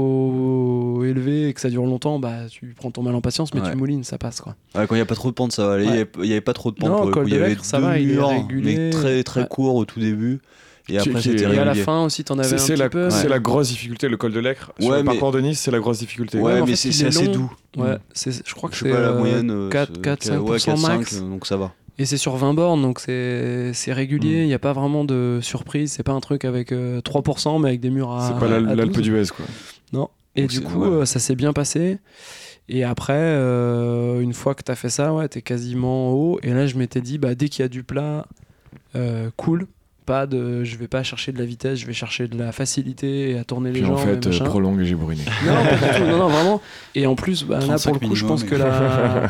Speaker 5: trop élevé et que ça dure longtemps, bah, tu prends ton mal en patience, mais ouais. tu moulines, ça passe, quoi.
Speaker 6: Ouais, quand il n'y a pas trop de pente, ça va aller. Il ouais. n'y avait pas trop de pente.
Speaker 5: Non,
Speaker 6: pour le
Speaker 5: col
Speaker 6: coup.
Speaker 5: de
Speaker 6: Il y avait
Speaker 5: l'Aicre, ça
Speaker 6: deux
Speaker 5: va, il
Speaker 6: murs,
Speaker 5: est régulé.
Speaker 6: mais très, très ouais. court au tout début. Et après, qui, c'était régulier.
Speaker 5: Et à la fin aussi, t'en avais
Speaker 1: c'est,
Speaker 5: un
Speaker 1: c'est
Speaker 5: petit
Speaker 1: la,
Speaker 5: peu.
Speaker 1: C'est
Speaker 5: ouais.
Speaker 1: la grosse difficulté, le col de l'Aicre.
Speaker 6: Ouais,
Speaker 1: Sur le
Speaker 6: mais...
Speaker 1: parcours de Nice, c'est la grosse difficulté.
Speaker 6: Ouais,
Speaker 5: ouais
Speaker 6: mais,
Speaker 5: mais
Speaker 6: c'est, c'est assez
Speaker 5: long.
Speaker 6: doux.
Speaker 5: Ouais, c'est, je crois que
Speaker 6: je
Speaker 5: c'est
Speaker 6: pas, la
Speaker 5: euh,
Speaker 6: moyenne,
Speaker 5: quatre, quatre, cinq pour cent
Speaker 6: ouais, quatre,
Speaker 5: max.
Speaker 6: cinq, donc ça va.
Speaker 5: Et c'est sur vingt bornes, donc c'est, c'est régulier. Il mm. n'y a pas vraiment de surprise. C'est pas un truc avec euh, trois pour cent, mais avec des murs à.
Speaker 1: C'est pas la, à l'Alpe d'Huez, quoi.
Speaker 5: Non. Et donc du coup, ouais. euh, ça s'est bien passé. Et après, euh, une fois que t'as fait ça, ouais, t'es quasiment en haut. Et là, je m'étais dit, bah, dès qu'il y a du plat, euh, cool. Pas de, je vais pas chercher de la vitesse, je vais chercher de la facilité à tourner
Speaker 1: puis
Speaker 5: les jambes.
Speaker 1: Puis en fait, euh, prolongue et j'ai bourriné.
Speaker 5: Non, pas du tout. Non, non, vraiment. Et en plus, bah, là, pour le coup, je pense que la,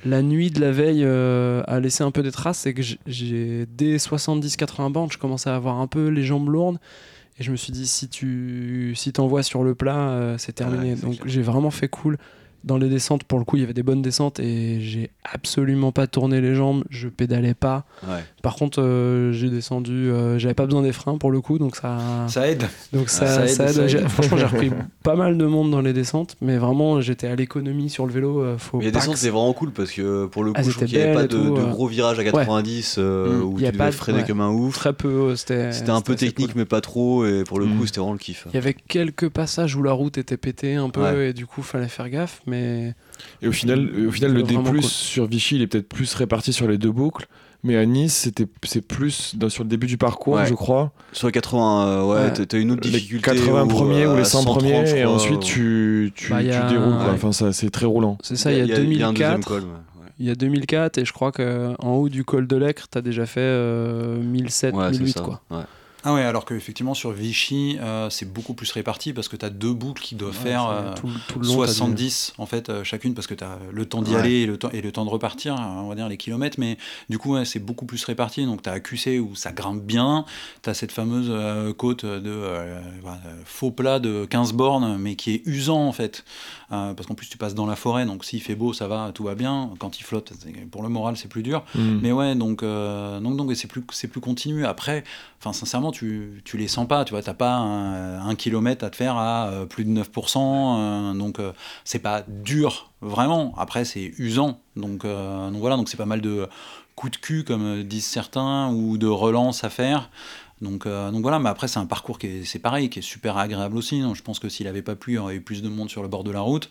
Speaker 5: la nuit de la veille euh, a laissé un peu des traces. C'est que j'ai, j'ai dès soixante-dix quatre-vingts bornes, je commençais à avoir un peu les jambes lourdes. Et je me suis dit, si tu si t'envoies sur le plat, euh, c'est terminé.
Speaker 6: Ouais, c'est
Speaker 5: Donc
Speaker 6: clair.
Speaker 5: j'ai vraiment fait cool. Dans les descentes, pour le coup, il y avait des bonnes descentes et j'ai absolument pas tourné les jambes. Je pédalais pas.
Speaker 6: Ouais.
Speaker 5: Par contre, euh, j'ai descendu. Euh, j'avais pas besoin des freins pour le coup, donc ça.
Speaker 4: Ça aide.
Speaker 5: Donc ça,
Speaker 4: Ça aide,
Speaker 5: ça aide.
Speaker 4: ça aide.
Speaker 5: J'ai- franchement, j'ai repris pas mal de monde dans les descentes, mais vraiment, j'étais à l'économie sur le vélo. euh, faut
Speaker 6: Mais les
Speaker 5: pas
Speaker 6: descentes
Speaker 5: que-
Speaker 6: c'est vraiment cool parce que pour le coup
Speaker 5: Ah,
Speaker 6: je
Speaker 5: c'était
Speaker 6: trouve qu'il n'y avait pas
Speaker 5: belle
Speaker 6: de,
Speaker 5: et tout,
Speaker 6: de
Speaker 5: euh.
Speaker 6: gros virages à quatre-vingt-dix euh,
Speaker 5: Mm.
Speaker 6: où
Speaker 5: Il y a
Speaker 6: tu
Speaker 5: pas
Speaker 6: devais
Speaker 5: de-
Speaker 6: freiner
Speaker 5: ouais.
Speaker 6: comme un ouf.
Speaker 5: Très peu. euh, C'était.
Speaker 6: C'était un peu
Speaker 5: assez
Speaker 6: technique
Speaker 5: cool.
Speaker 6: mais pas trop et pour le coup
Speaker 1: Mm.
Speaker 6: c'était vraiment le kiff.
Speaker 5: Il y avait quelques passages où la route était pétée un peu
Speaker 6: Ouais.
Speaker 5: et du coup, fallait faire gaffe, mais.
Speaker 1: Et au final, au final le D+,
Speaker 5: Vraiment cool.
Speaker 1: sur Vichy, il est peut-être plus réparti sur les deux boucles. Mais à Nice, c'était, c'est plus dans, sur le début du parcours,
Speaker 6: Ouais.
Speaker 1: je crois.
Speaker 6: Sur les quatre-vingts, euh, ouais,
Speaker 5: Ouais.
Speaker 6: t'as- t'as une autre
Speaker 1: Les
Speaker 6: difficulté.
Speaker 1: quatre-vingts
Speaker 6: où,
Speaker 1: premiers
Speaker 6: euh,
Speaker 1: ou les
Speaker 6: à
Speaker 1: cent
Speaker 6: cent trente,
Speaker 1: premiers,
Speaker 6: je
Speaker 1: et
Speaker 6: crois,
Speaker 1: ensuite
Speaker 6: où-
Speaker 1: tu, tu,
Speaker 5: Bah, y
Speaker 1: tu
Speaker 5: a-
Speaker 1: déroules. Quoi.
Speaker 5: ouais.
Speaker 1: Enfin, ça, c'est très roulant.
Speaker 5: C'est ça, il y a,
Speaker 6: il y a un deuxième
Speaker 5: deux mille quatre.
Speaker 6: col, ouais. Ouais.
Speaker 5: Il y a deux mille quatre et je crois qu'en haut du col de l'Ecre, t'as déjà fait euh, mille sept,
Speaker 6: Ouais, c'est
Speaker 5: mille huit
Speaker 6: ça.
Speaker 5: quoi.
Speaker 6: Ouais.
Speaker 4: Ah ouais, alors qu'effectivement sur Vichy, euh, c'est beaucoup plus réparti parce que tu as deux boucles qui doivent
Speaker 5: Ouais,
Speaker 4: faire
Speaker 5: c'est
Speaker 4: euh,
Speaker 5: tout, tout le long, t'as des-
Speaker 4: soixante-dix en fait euh, chacune parce que tu as le temps d'y
Speaker 6: Ouais.
Speaker 4: aller et le temps, et le temps de repartir, on va dire les kilomètres, mais du coup ouais, c'est beaucoup plus réparti. Donc tu as A Q C où ça grimpe bien, tu as cette fameuse euh, côte de euh, voilà, faux plat de quinze bornes mais qui est usant en fait. Euh, parce qu'en plus tu passes dans la forêt, donc s'il fait beau ça va, tout va bien. Quand il flotte, c'est- pour le moral c'est plus dur.
Speaker 1: Mm.
Speaker 4: Mais ouais, donc, euh, donc, donc c'est plus, c'est plus continu. Après, enfin, sincèrement, tu, tu les sens pas. Tu vois, t'as pas un, un kilomètre à te faire à euh, plus de neuf pour cent. euh, donc, euh, c'est pas dur, vraiment. Après, c'est usant. Donc, euh, donc voilà, donc c'est pas mal de coups de cul, comme disent certains, ou de relance à faire. Donc, euh, donc voilà, mais après c'est un parcours qui est, c'est pareil, qui est super agréable aussi. Donc, je pense que s'il avait pas plu, il y aurait eu plus de monde sur le bord de la route.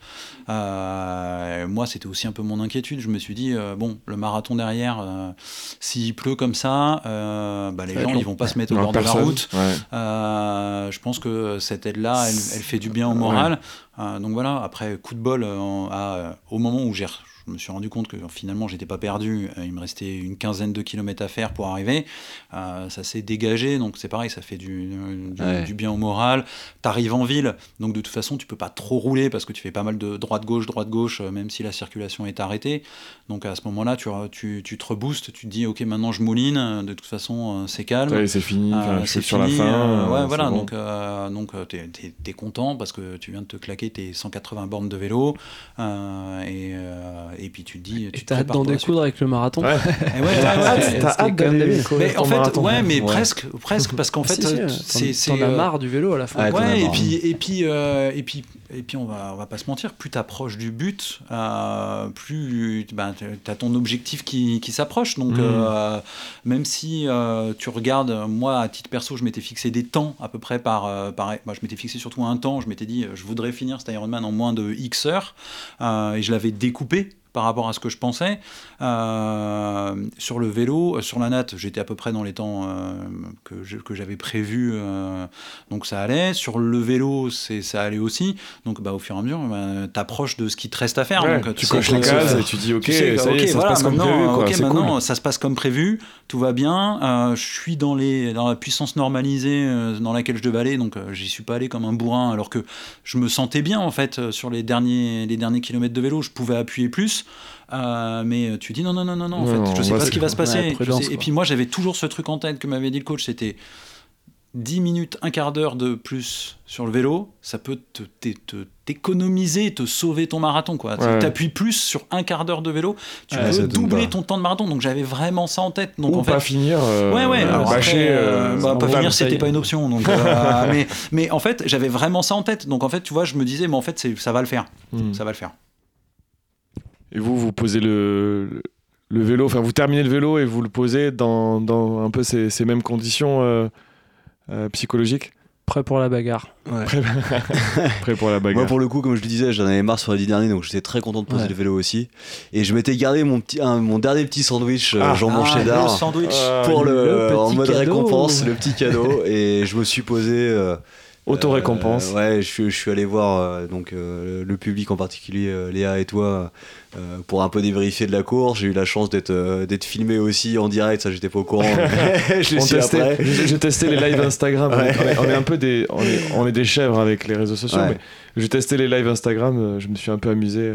Speaker 4: Euh, moi, c'était aussi un peu mon inquiétude. Je me suis dit, euh, bon, le marathon derrière, euh, s'il pleut comme ça, euh, bah, les
Speaker 5: Ça va
Speaker 4: gens
Speaker 5: être long.
Speaker 4: ils vont pas se mettre au
Speaker 1: Non,
Speaker 4: bord de la
Speaker 1: personne.
Speaker 4: route.
Speaker 1: Ouais.
Speaker 4: Euh, je pense que cette aide-là, elle, elle fait du bien au moral. Euh, donc voilà, après, coup de bol, euh, à, au moment où j'ai, je me suis rendu compte que finalement, j'étais pas perdu. Euh, il me restait une quinzaine de kilomètres à faire pour arriver. Euh, ça s'est dégagé, donc c'est pareil, ça fait du, du,
Speaker 6: Ouais.
Speaker 4: du bien au moral. T'arrives en ville, donc de toute façon, tu peux pas trop rouler parce que tu fais pas mal de droite-gauche, droite-gauche, euh, même si la circulation est arrêtée. Donc à ce moment-là, tu, tu, tu te reboostes, tu te dis, ok, maintenant je mouline, de toute façon, euh, c'est calme.
Speaker 1: Ça y est, c'est fini.
Speaker 4: Euh,
Speaker 1: Enfin, je
Speaker 4: c'est
Speaker 1: suis sur la
Speaker 4: fini,
Speaker 1: fin.
Speaker 4: euh, ouais,
Speaker 1: euh,
Speaker 4: voilà,
Speaker 1: c'est bon.
Speaker 4: donc, euh, donc euh, t'es, t'es, t'es content parce que tu viens de te claquer tes cent quatre-vingts bornes de vélo euh, et, euh, et puis tu te dis.
Speaker 5: Et
Speaker 4: Tu te
Speaker 5: t'as hâte
Speaker 4: prépares
Speaker 5: d'en
Speaker 4: pour la
Speaker 5: découdre avec le marathon.
Speaker 1: Ouais.
Speaker 4: suite. Et ouais, ouais,
Speaker 1: T'as
Speaker 4: ouais,
Speaker 1: hâte-
Speaker 4: ouais.
Speaker 1: t'as
Speaker 5: ce qui est
Speaker 1: hâte
Speaker 5: quand même
Speaker 1: d'aller
Speaker 5: d'habitude.
Speaker 1: courir
Speaker 4: Mais
Speaker 1: ton
Speaker 4: en fait,
Speaker 1: marathon.
Speaker 4: ouais, mais
Speaker 6: Ouais.
Speaker 4: presque, presque, parce qu'en fait,
Speaker 5: Si, si,
Speaker 4: euh,
Speaker 5: t'en-
Speaker 4: c'est, c'est,
Speaker 5: t'en as
Speaker 4: euh,
Speaker 5: marre du vélo à la fin.
Speaker 6: Ouais, t'en as
Speaker 4: Ouais, et
Speaker 6: marre.
Speaker 4: puis, et puis, euh, et puis, et puis, on va, on va pas se mentir. Plus t'approches du but, euh, plus, ben, t'as ton objectif qui, qui s'approche. Donc,
Speaker 1: Mm.
Speaker 4: euh, même si euh, tu regardes, moi, à titre perso, je m'étais fixé des temps à peu près par, euh, par, moi, je m'étais fixé surtout un temps. Je m'étais dit, je voudrais finir cet Ironman en moins de X heures, euh, et je l'avais découpé par rapport à ce que je pensais. Euh, sur le vélo, euh, sur la natte, j'étais à peu près dans les temps euh, que, je- que j'avais prévus, euh, donc ça allait. Sur le vélo, c'est, ça allait aussi. Donc bah, au fur et à mesure, bah, t'approches de ce qui te reste à faire.
Speaker 1: Ouais,
Speaker 4: donc,
Speaker 1: tu
Speaker 4: sais
Speaker 1: coches
Speaker 4: que-
Speaker 1: les cases et tu dis ok,
Speaker 4: tu sais que,
Speaker 1: ça y est,
Speaker 4: ok,
Speaker 1: ça
Speaker 4: voilà,
Speaker 1: se passe comme
Speaker 4: maintenant,
Speaker 1: prévu. Quoi.
Speaker 4: ok,
Speaker 1: C'est
Speaker 4: maintenant,
Speaker 1: cool.
Speaker 4: ça se passe comme prévu, tout va bien. Euh, je suis dans, les, dans la puissance normalisée euh, dans laquelle je devais aller, donc euh, j'y suis pas allé comme un bourrin, alors que je me sentais bien en fait euh, sur les derniers, les derniers kilomètres de vélo. Je pouvais appuyer plus. Euh, mais tu dis non, non, non, non, non, en
Speaker 1: Ouais,
Speaker 4: fait,
Speaker 1: non,
Speaker 4: je sais
Speaker 1: là,
Speaker 4: pas
Speaker 1: c'est
Speaker 4: ce qui va se
Speaker 5: cool.
Speaker 4: passer.
Speaker 5: Ouais,
Speaker 4: Je
Speaker 5: prudence,
Speaker 4: sais- et
Speaker 5: quoi.
Speaker 4: puis moi, j'avais toujours ce truc en tête que m'avait dit le coach, c'était dix minutes, un quart d'heure de plus sur le vélo, ça peut te, te- te- t'économiser, te sauver ton marathon, quoi.
Speaker 1: Ouais.
Speaker 4: T'appuies plus sur un quart d'heure de vélo, tu
Speaker 6: Ouais, ça
Speaker 4: peux
Speaker 6: donne
Speaker 4: doubler
Speaker 6: pas.
Speaker 4: ton temps de marathon. Donc j'avais vraiment ça en tête. Donc
Speaker 1: Ou
Speaker 4: en fait,
Speaker 1: pas finir. euh,
Speaker 4: ouais, ouais. Alors
Speaker 1: bâcher.
Speaker 4: après, euh,
Speaker 1: euh,
Speaker 4: bah,
Speaker 1: on
Speaker 4: pas
Speaker 1: va
Speaker 4: finir,
Speaker 1: le
Speaker 4: c'était
Speaker 1: payer.
Speaker 4: pas une option. Donc, euh, mais, mais en fait, j'avais vraiment ça en tête. Donc en fait, tu vois, je me disais, mais en fait, c'est, ça va le faire.
Speaker 1: Hmm.
Speaker 4: Ça va le faire.
Speaker 1: Et vous, vous posez le, le vélo, enfin vous terminez le vélo et vous le posez dans, dans un peu ces, ces mêmes conditions euh, euh, psychologiques.
Speaker 5: Prêt pour la bagarre.
Speaker 1: Prêt, prêt pour la bagarre.
Speaker 6: Moi, pour le coup, comme je le disais, j'en avais marre sur les dix derniers, donc j'étais très content de poser
Speaker 5: Ouais.
Speaker 6: le vélo aussi. Et je m'étais gardé mon, petit, un- mon dernier petit sandwich euh,
Speaker 1: Ah,
Speaker 6: jambon
Speaker 4: Ah, le
Speaker 6: cheddar
Speaker 4: sandwich.
Speaker 1: Ah,
Speaker 6: pour le,
Speaker 5: le
Speaker 6: en
Speaker 5: petit
Speaker 6: mode
Speaker 5: cadeau.
Speaker 6: récompense, le petit cadeau. Et je me suis posé. euh,
Speaker 1: Auto-récompense.
Speaker 6: euh, ouais, je, suis- je suis allé voir euh, donc, euh, le public, en particulier euh, Léa et toi, euh, pour un peu débriefer de la course. J'ai eu la chance d'être, euh, d'être filmé aussi en direct, ça j'étais pas au courant. je l'ai
Speaker 1: On
Speaker 6: su
Speaker 1: testait-
Speaker 6: après.
Speaker 1: j'ai j'ai testé les lives Instagram. On, est,
Speaker 6: Ouais.
Speaker 1: on est- on est un peu des, on est, on est des chèvres avec les réseaux sociaux.
Speaker 6: Ouais.
Speaker 1: Mais j'ai testé les lives Instagram. euh, Je me suis un peu amusé. euh,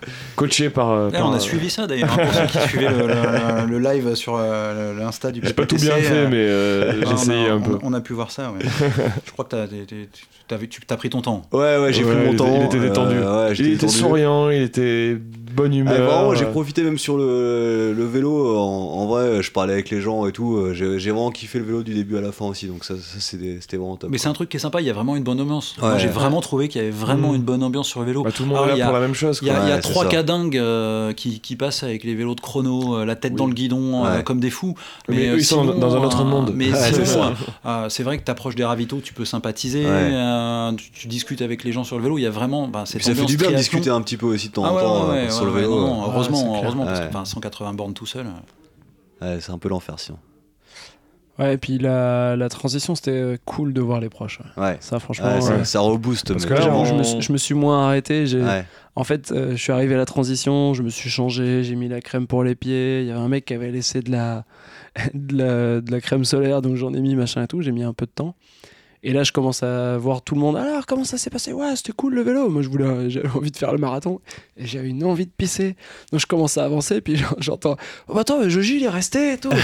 Speaker 1: Coaché par. Euh,
Speaker 4: Là,
Speaker 1: par
Speaker 4: on a
Speaker 1: euh,
Speaker 4: suivi ça d'ailleurs, hein, pour ceux qui suivaient le, le, le live sur euh, l'Insta du P P T C.
Speaker 1: J'ai pas tout bien fait,
Speaker 4: euh,
Speaker 1: mais euh, j'ai essayé
Speaker 4: on a,
Speaker 1: un peu.
Speaker 4: On, on a pu voir ça, ouais. Je crois que t'as, t'as, t'as, t'as, tu as pris ton temps.
Speaker 6: Ouais, ouais, j'ai
Speaker 1: Ouais,
Speaker 6: pris mon
Speaker 1: il
Speaker 6: temps.
Speaker 1: était- il était détendu.
Speaker 6: euh, ouais,
Speaker 1: Il
Speaker 6: j'étais
Speaker 1: était
Speaker 6: détendu.
Speaker 1: souriant, il était bonne
Speaker 6: Ah,
Speaker 1: humeur.
Speaker 6: vraiment, j'ai
Speaker 1: euh,
Speaker 6: profité même sur le, le vélo. En, en vrai, je parlais avec les gens et tout. euh, J'ai, j'ai vraiment kiffé le vélo du début à la fin aussi. Donc ça, ça c'était, c'était vraiment top.
Speaker 4: Mais c'est un truc qui est sympa, il y a vraiment une bonne ambiance.
Speaker 6: Ouais.
Speaker 4: Moi, j'ai vraiment trouvé qu'il y avait vraiment
Speaker 1: Mmh.
Speaker 4: une bonne ambiance sur le vélo.
Speaker 1: bah, tout le monde
Speaker 4: Alors,
Speaker 1: est
Speaker 4: il y
Speaker 1: là
Speaker 4: a-
Speaker 1: pour la même chose.
Speaker 4: Il y a,
Speaker 1: quoi.
Speaker 4: il y a
Speaker 6: Ouais, c'est
Speaker 4: trois
Speaker 6: ça.
Speaker 4: cadingues euh, qui, qui passent avec les vélos de chrono, euh, la tête
Speaker 1: Oui.
Speaker 4: dans le guidon, euh,
Speaker 6: Ouais.
Speaker 4: comme des fous.
Speaker 1: Mais eux,
Speaker 4: euh,
Speaker 1: ils sont
Speaker 4: sinon,
Speaker 1: dans un autre
Speaker 4: euh,
Speaker 1: monde.
Speaker 4: Mais
Speaker 6: Ouais,
Speaker 4: sinon,
Speaker 6: c'est ça.
Speaker 4: euh, euh, c'est vrai que tu approches des ravitaux, tu peux sympathiser,
Speaker 6: Ouais.
Speaker 4: euh, tu, tu discutes avec les gens sur le vélo. Il y a vraiment bah, cette
Speaker 6: Puis ça fait
Speaker 4: ambiance
Speaker 6: du bien de
Speaker 4: triathlon.
Speaker 6: discuter un petit peu aussi de temps
Speaker 4: Ah
Speaker 6: en
Speaker 4: ouais,
Speaker 6: temps
Speaker 4: ouais,
Speaker 6: euh,
Speaker 4: ouais,
Speaker 6: sur
Speaker 4: ouais,
Speaker 6: le vélo.
Speaker 4: ouais, non,
Speaker 6: euh.
Speaker 4: non,
Speaker 5: Ouais,
Speaker 4: heureusement,
Speaker 5: c'est clair.
Speaker 4: heureusement parce que
Speaker 6: Ouais.
Speaker 4: enfin, cent quatre-vingts bornes tout seul.
Speaker 6: Ouais, c'est un peu l'enfer sinon.
Speaker 5: Ouais, et puis la, la transition, c'était euh, cool de voir les proches. ouais.
Speaker 6: Ouais.
Speaker 5: Ça, franchement.
Speaker 6: Ouais, ça,
Speaker 5: euh,
Speaker 6: ça rebooste.
Speaker 1: Parce
Speaker 6: mais
Speaker 1: que là,
Speaker 5: j'avoue,
Speaker 1: on-
Speaker 5: je, me suis, je me suis moins arrêté. J'ai,
Speaker 6: Ouais.
Speaker 5: En fait, euh, je suis arrivé à la transition, je me suis changé, j'ai mis la crème pour les pieds. Il y avait un mec qui avait laissé de la, de la, de la crème solaire, donc j'en ai mis, machin et tout. J'ai mis un peu de temps. Et là, je commence à voir tout le monde. Alors, comment ça s'est passé? Ouais, c'était cool le vélo. Moi, je voulais, j'avais envie de faire le marathon. Et j'avais une envie de pisser. Donc, je commence à avancer. Puis, j'entends oh, bah, attends, Joji, il est resté et tout.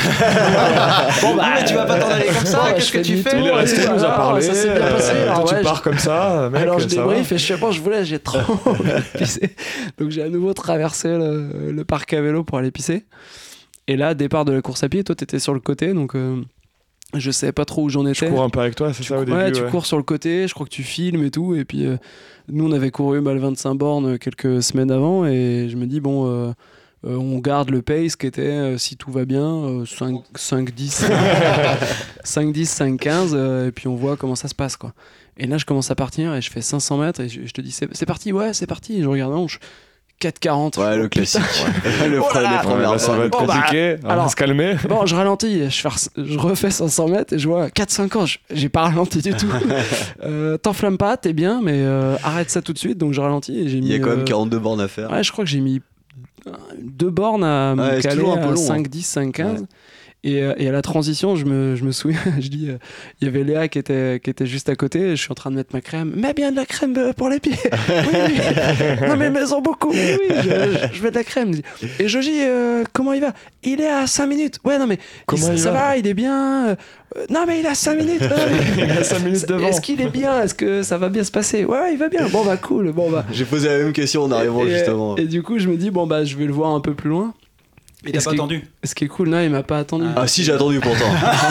Speaker 5: Bon, bah,
Speaker 4: mais tu vas pas t'en aller comme ça,
Speaker 5: ouais,
Speaker 4: qu'est-ce
Speaker 5: je
Speaker 4: que
Speaker 5: fais
Speaker 4: tu
Speaker 5: demi-tour,
Speaker 4: fais
Speaker 1: Il est resté, il nous a
Speaker 5: alors,
Speaker 1: parlé.
Speaker 5: Ça s'est bien passé.
Speaker 1: euh,
Speaker 5: Alors,
Speaker 1: toi,
Speaker 5: ouais,
Speaker 1: tu
Speaker 5: je-
Speaker 1: pars comme ça, mec.
Speaker 5: Alors je
Speaker 1: ça va.
Speaker 5: débrief et je sais pas, je voulais, j'ai trop envie de pisser. Donc j'ai à nouveau traversé le, le parc à vélo pour aller pisser. Et là, départ de la course à pied, toi t'étais sur le côté, donc euh, je savais pas trop où j'en
Speaker 1: Je
Speaker 5: étais.
Speaker 1: cours un peu avec toi, c'est
Speaker 5: Tu
Speaker 1: ça au
Speaker 5: cou-
Speaker 1: début
Speaker 5: ouais, tu
Speaker 1: ouais.
Speaker 5: cours sur le côté, je crois que tu filmes et tout. Et puis euh, nous, on avait couru bah, le vingt-cinq bornes quelques semaines avant et je me dis, bon, euh, euh, on garde le pace qui était, euh, si tout va bien, euh, cinq dix, cinq dix, cinq quinze, euh, et puis on voit comment ça se passe, quoi. Et là, je commence à partir et je fais cinq cents mètres et je, je te dis, c'est c'est parti, ouais, c'est parti. Et je regarde, non, je- quatre quarante.
Speaker 6: Ouais, le classique. le
Speaker 5: Oh
Speaker 6: pre-
Speaker 5: là
Speaker 6: les
Speaker 5: là.
Speaker 6: premières
Speaker 1: Ouais, ça va être
Speaker 5: Bon, bah,
Speaker 1: compliqué. On va
Speaker 5: alors-
Speaker 1: se calmer.
Speaker 5: Bon, je ralentis, je, fais- je refais cinq cents mètres et je vois quatre cinquante. je- J'ai pas ralenti du tout. Euh, T'enflamme pas, t'es bien, mais euh, arrête ça tout de suite. Donc je ralentis et j'ai
Speaker 6: Il
Speaker 5: mis.
Speaker 6: y a quand
Speaker 5: euh,
Speaker 6: même quarante-deux bornes à faire.
Speaker 5: Ouais, je crois que j'ai mis euh, deux bornes à me
Speaker 6: Ouais, c'est
Speaker 5: caler
Speaker 6: toujours un peu
Speaker 5: à
Speaker 6: long, hein.
Speaker 5: cinq dix, cinq quinze.
Speaker 6: Ouais.
Speaker 5: Et, euh, et à la transition, je me, je me souviens, je dis, euh, il y avait Léa qui était, qui était juste à côté, et je suis en train de mettre ma crème. Mets bien de la crème euh, pour les pieds. Oui, oui. Non, mais mets-en beaucoup. Oui, oui, je, je, je mets de la crème. Et Joji, euh, comment il va? Il est à cinq minutes. Ouais, non, mais
Speaker 1: Comment
Speaker 5: il-
Speaker 1: il
Speaker 5: ça
Speaker 1: va
Speaker 5: va, il est bien. Euh, non, mais il a cinq minutes. Ouais.
Speaker 1: Il a cinq minutes devant.
Speaker 5: Est-ce qu'il est bien? Est-ce que ça va bien se passer? Ouais, ouais, il va bien. Bon, bah, cool. Bon, bah.
Speaker 6: J'ai posé la même question en arrivant
Speaker 5: Et,
Speaker 6: justement.
Speaker 5: et du coup, je me dis, bon, bah, je vais le voir un peu plus loin.
Speaker 4: Et t'as
Speaker 5: Est-ce
Speaker 4: pas
Speaker 5: qu'il-
Speaker 4: attendu?
Speaker 5: Ce qui est cool, non, il m'a pas attendu.
Speaker 6: Ah si, j'ai attendu pourtant.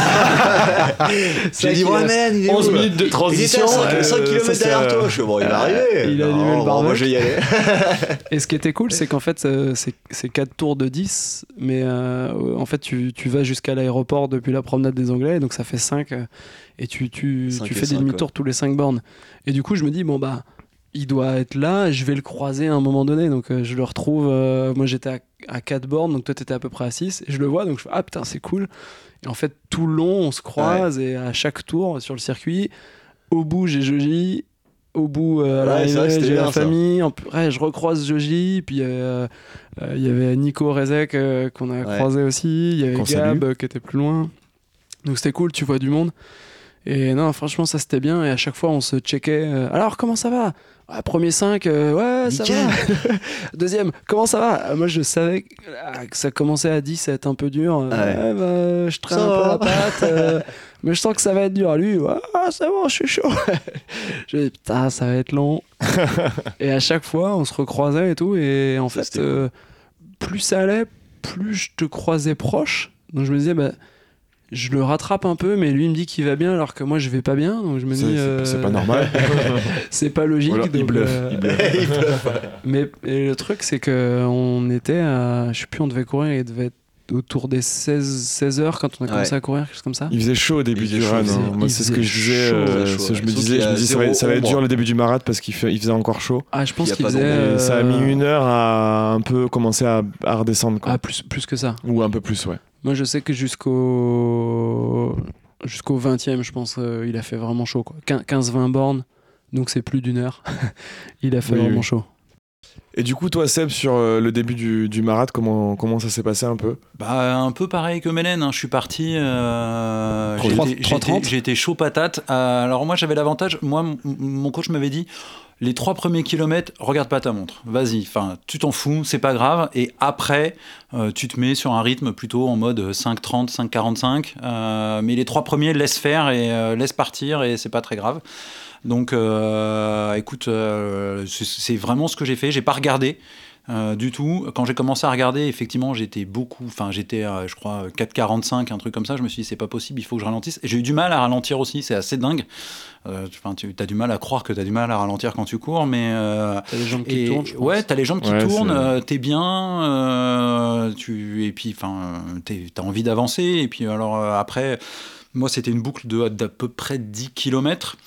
Speaker 6: J'ai dit, ouais, man, il est
Speaker 1: onze
Speaker 6: où, là
Speaker 1: minutes de
Speaker 6: Il était
Speaker 1: transition.
Speaker 6: à cinq
Speaker 1: euh,
Speaker 6: kilomètres
Speaker 1: ça, c'est,
Speaker 6: derrière
Speaker 1: euh,
Speaker 6: toi. Je suis bon, il va arriver.
Speaker 5: il a allumé
Speaker 6: Non,
Speaker 5: le
Speaker 6: bon,
Speaker 5: barbecue.
Speaker 6: moi je vais y aller.
Speaker 5: Et ce qui était cool, c'est qu'en fait, euh, c'est c'est quatre tours de dix, mais euh, en fait, tu, tu vas jusqu'à l'aéroport depuis la promenade des Anglais, donc ça fait cinq, euh, et tu, tu,
Speaker 6: cinq
Speaker 5: tu
Speaker 6: et
Speaker 5: fais des
Speaker 6: cinq,
Speaker 5: demi-tours tous les cinq bornes. Et du coup, je me dis, bon, bah, il doit être là, je vais le croiser à un moment donné, donc euh, je le retrouve. euh, moi, j'étais à, à quatre bornes, donc toi, t'étais à peu près à six, et je le vois, donc je fais, ah putain, c'est cool. Et en fait, tout le long, on se croise, et à chaque tour sur le circuit, au bout, j'ai Joji. Au bout, euh, à
Speaker 6: Ouais, c'est vrai que
Speaker 5: l'arrivée,
Speaker 6: c'était
Speaker 5: j'ai
Speaker 6: bien,
Speaker 5: la
Speaker 6: ça.
Speaker 5: famille. En plus, ouais, je recroise Joji. Puis euh, euh, il y avait Nico Rezek euh, qu'on a
Speaker 6: Ouais.
Speaker 5: croisé aussi. Il y avait
Speaker 1: Qu'on
Speaker 5: Gab
Speaker 1: salue.
Speaker 5: euh, qui était plus loin. Donc c'était cool, tu vois du monde. Et non, franchement, ça c'était bien. Et à chaque fois, on se checkait. euh, Alors, comment ça va? Ouais, premier cinq, euh, ouais, ça
Speaker 6: Nickel.
Speaker 5: va. Deuxième, comment ça va? Euh, Moi, je savais que, ah, que ça commençait à dix à être un peu dur. Euh,
Speaker 6: Ouais.
Speaker 5: ouais, bah, je traîne
Speaker 6: Ça
Speaker 5: un peu
Speaker 6: va.
Speaker 5: la patte. euh, mais je sens que ça va être dur. Lui, ouais, ah, c'est bon, je suis chaud. Je dis, putain, ça va être long. Et à chaque fois, on se recroisait et tout. Et en
Speaker 6: Ça,
Speaker 5: fait,
Speaker 6: c'était
Speaker 5: euh, plus ça allait, plus je te croisais proche. Donc je me disais, bah, je le rattrape un peu, mais lui il me dit qu'il va bien alors que moi je vais pas bien. Donc je me
Speaker 1: C'est
Speaker 5: dis,
Speaker 1: c'est-
Speaker 5: euh,
Speaker 1: c'est pas normal.
Speaker 5: c'est pas logique.
Speaker 1: Voilà, il
Speaker 5: donc,
Speaker 1: bluffe,
Speaker 5: euh,
Speaker 1: il bluffe.
Speaker 5: mais et le truc, c'est que on était à, je sais plus, on devait courir, il devait être autour des seize heures quand on a commencé
Speaker 6: Ouais.
Speaker 5: à courir, quelque chose comme ça.
Speaker 1: Il faisait chaud au début
Speaker 6: Il faisait
Speaker 1: du
Speaker 6: chaud,
Speaker 1: run.
Speaker 6: il
Speaker 1: hein.
Speaker 5: faisait-
Speaker 1: Moi,
Speaker 5: il
Speaker 1: c'est ce que je
Speaker 5: faisait
Speaker 1: disais.
Speaker 5: chaud.
Speaker 1: euh,
Speaker 6: Il faisait
Speaker 1: ce-
Speaker 6: chaud,
Speaker 1: je
Speaker 6: ouais.
Speaker 1: me
Speaker 6: Sauf
Speaker 1: disais,
Speaker 6: qu'il y
Speaker 1: je
Speaker 6: a
Speaker 1: me disais, ça va,
Speaker 6: zéro
Speaker 1: ça va être
Speaker 6: ombre.
Speaker 1: dur le début du marathon parce qu'il fait- il faisait encore chaud.
Speaker 5: Ah, je pense
Speaker 6: Il y a
Speaker 5: qu'il
Speaker 6: pas
Speaker 5: faisait.
Speaker 6: d'ombre.
Speaker 1: Et ça a
Speaker 5: euh,
Speaker 1: mis une heure à un peu commencer à, à redescendre. Quoi.
Speaker 5: Ah, plus, plus que ça.
Speaker 1: Ou un peu plus, ouais.
Speaker 5: Moi, je sais que jusqu'au jusqu'au vingtième, je pense, euh, il a fait vraiment chaud, quoi. quinze vingt bornes, donc c'est plus d'une heure. Il a fait
Speaker 1: Oui,
Speaker 5: vraiment
Speaker 1: oui.
Speaker 5: chaud.
Speaker 1: Et du coup, toi, Seb, sur euh, le début du, du marathon, comment, comment ça s'est passé un peu?
Speaker 4: Bah, un peu pareil que Mélène, hein. Je suis parti. Euh, j'ai
Speaker 5: trois-
Speaker 4: été-
Speaker 5: trois
Speaker 4: j'ai été-
Speaker 5: trente.
Speaker 4: j'ai été chaud patate. Euh, alors, moi, j'avais l'avantage. Moi, m- mon coach m'avait dit les trois premiers kilomètres, regarde pas ta montre, vas-y, enfin, tu t'en fous, c'est pas grave, et après, euh, tu te mets sur un rythme plutôt en mode cinq trente, cinq quarante-cinq, euh, mais les trois premiers, laisse faire et euh, laisse partir, et c'est pas très grave. Donc, euh, écoute, euh, c'est, c'est vraiment ce que j'ai fait, j'ai pas regardé. Euh, du tout. Quand j'ai commencé à regarder, effectivement, j'étais beaucoup, enfin, j'étais, euh, je crois, quatre quarante-cinq, un truc comme ça. Je me suis dit, c'est pas possible, il faut que je ralentisse. Et j'ai eu du mal à ralentir aussi, c'est assez dingue. Enfin, euh, tu as du mal à croire que tu as du mal à ralentir quand tu cours, mais. Euh,
Speaker 5: t'as les jambes qui
Speaker 4: et,
Speaker 5: tournent, je pense.
Speaker 4: Ouais, t'as les jambes qui
Speaker 1: ouais,
Speaker 4: tournent,
Speaker 1: c'est...
Speaker 4: euh, t'es bien, euh, tu, et puis, enfin, t'as envie d'avancer. Et puis, alors, euh, après. Moi, c'était une boucle de, d'à peu près dix kilomètres.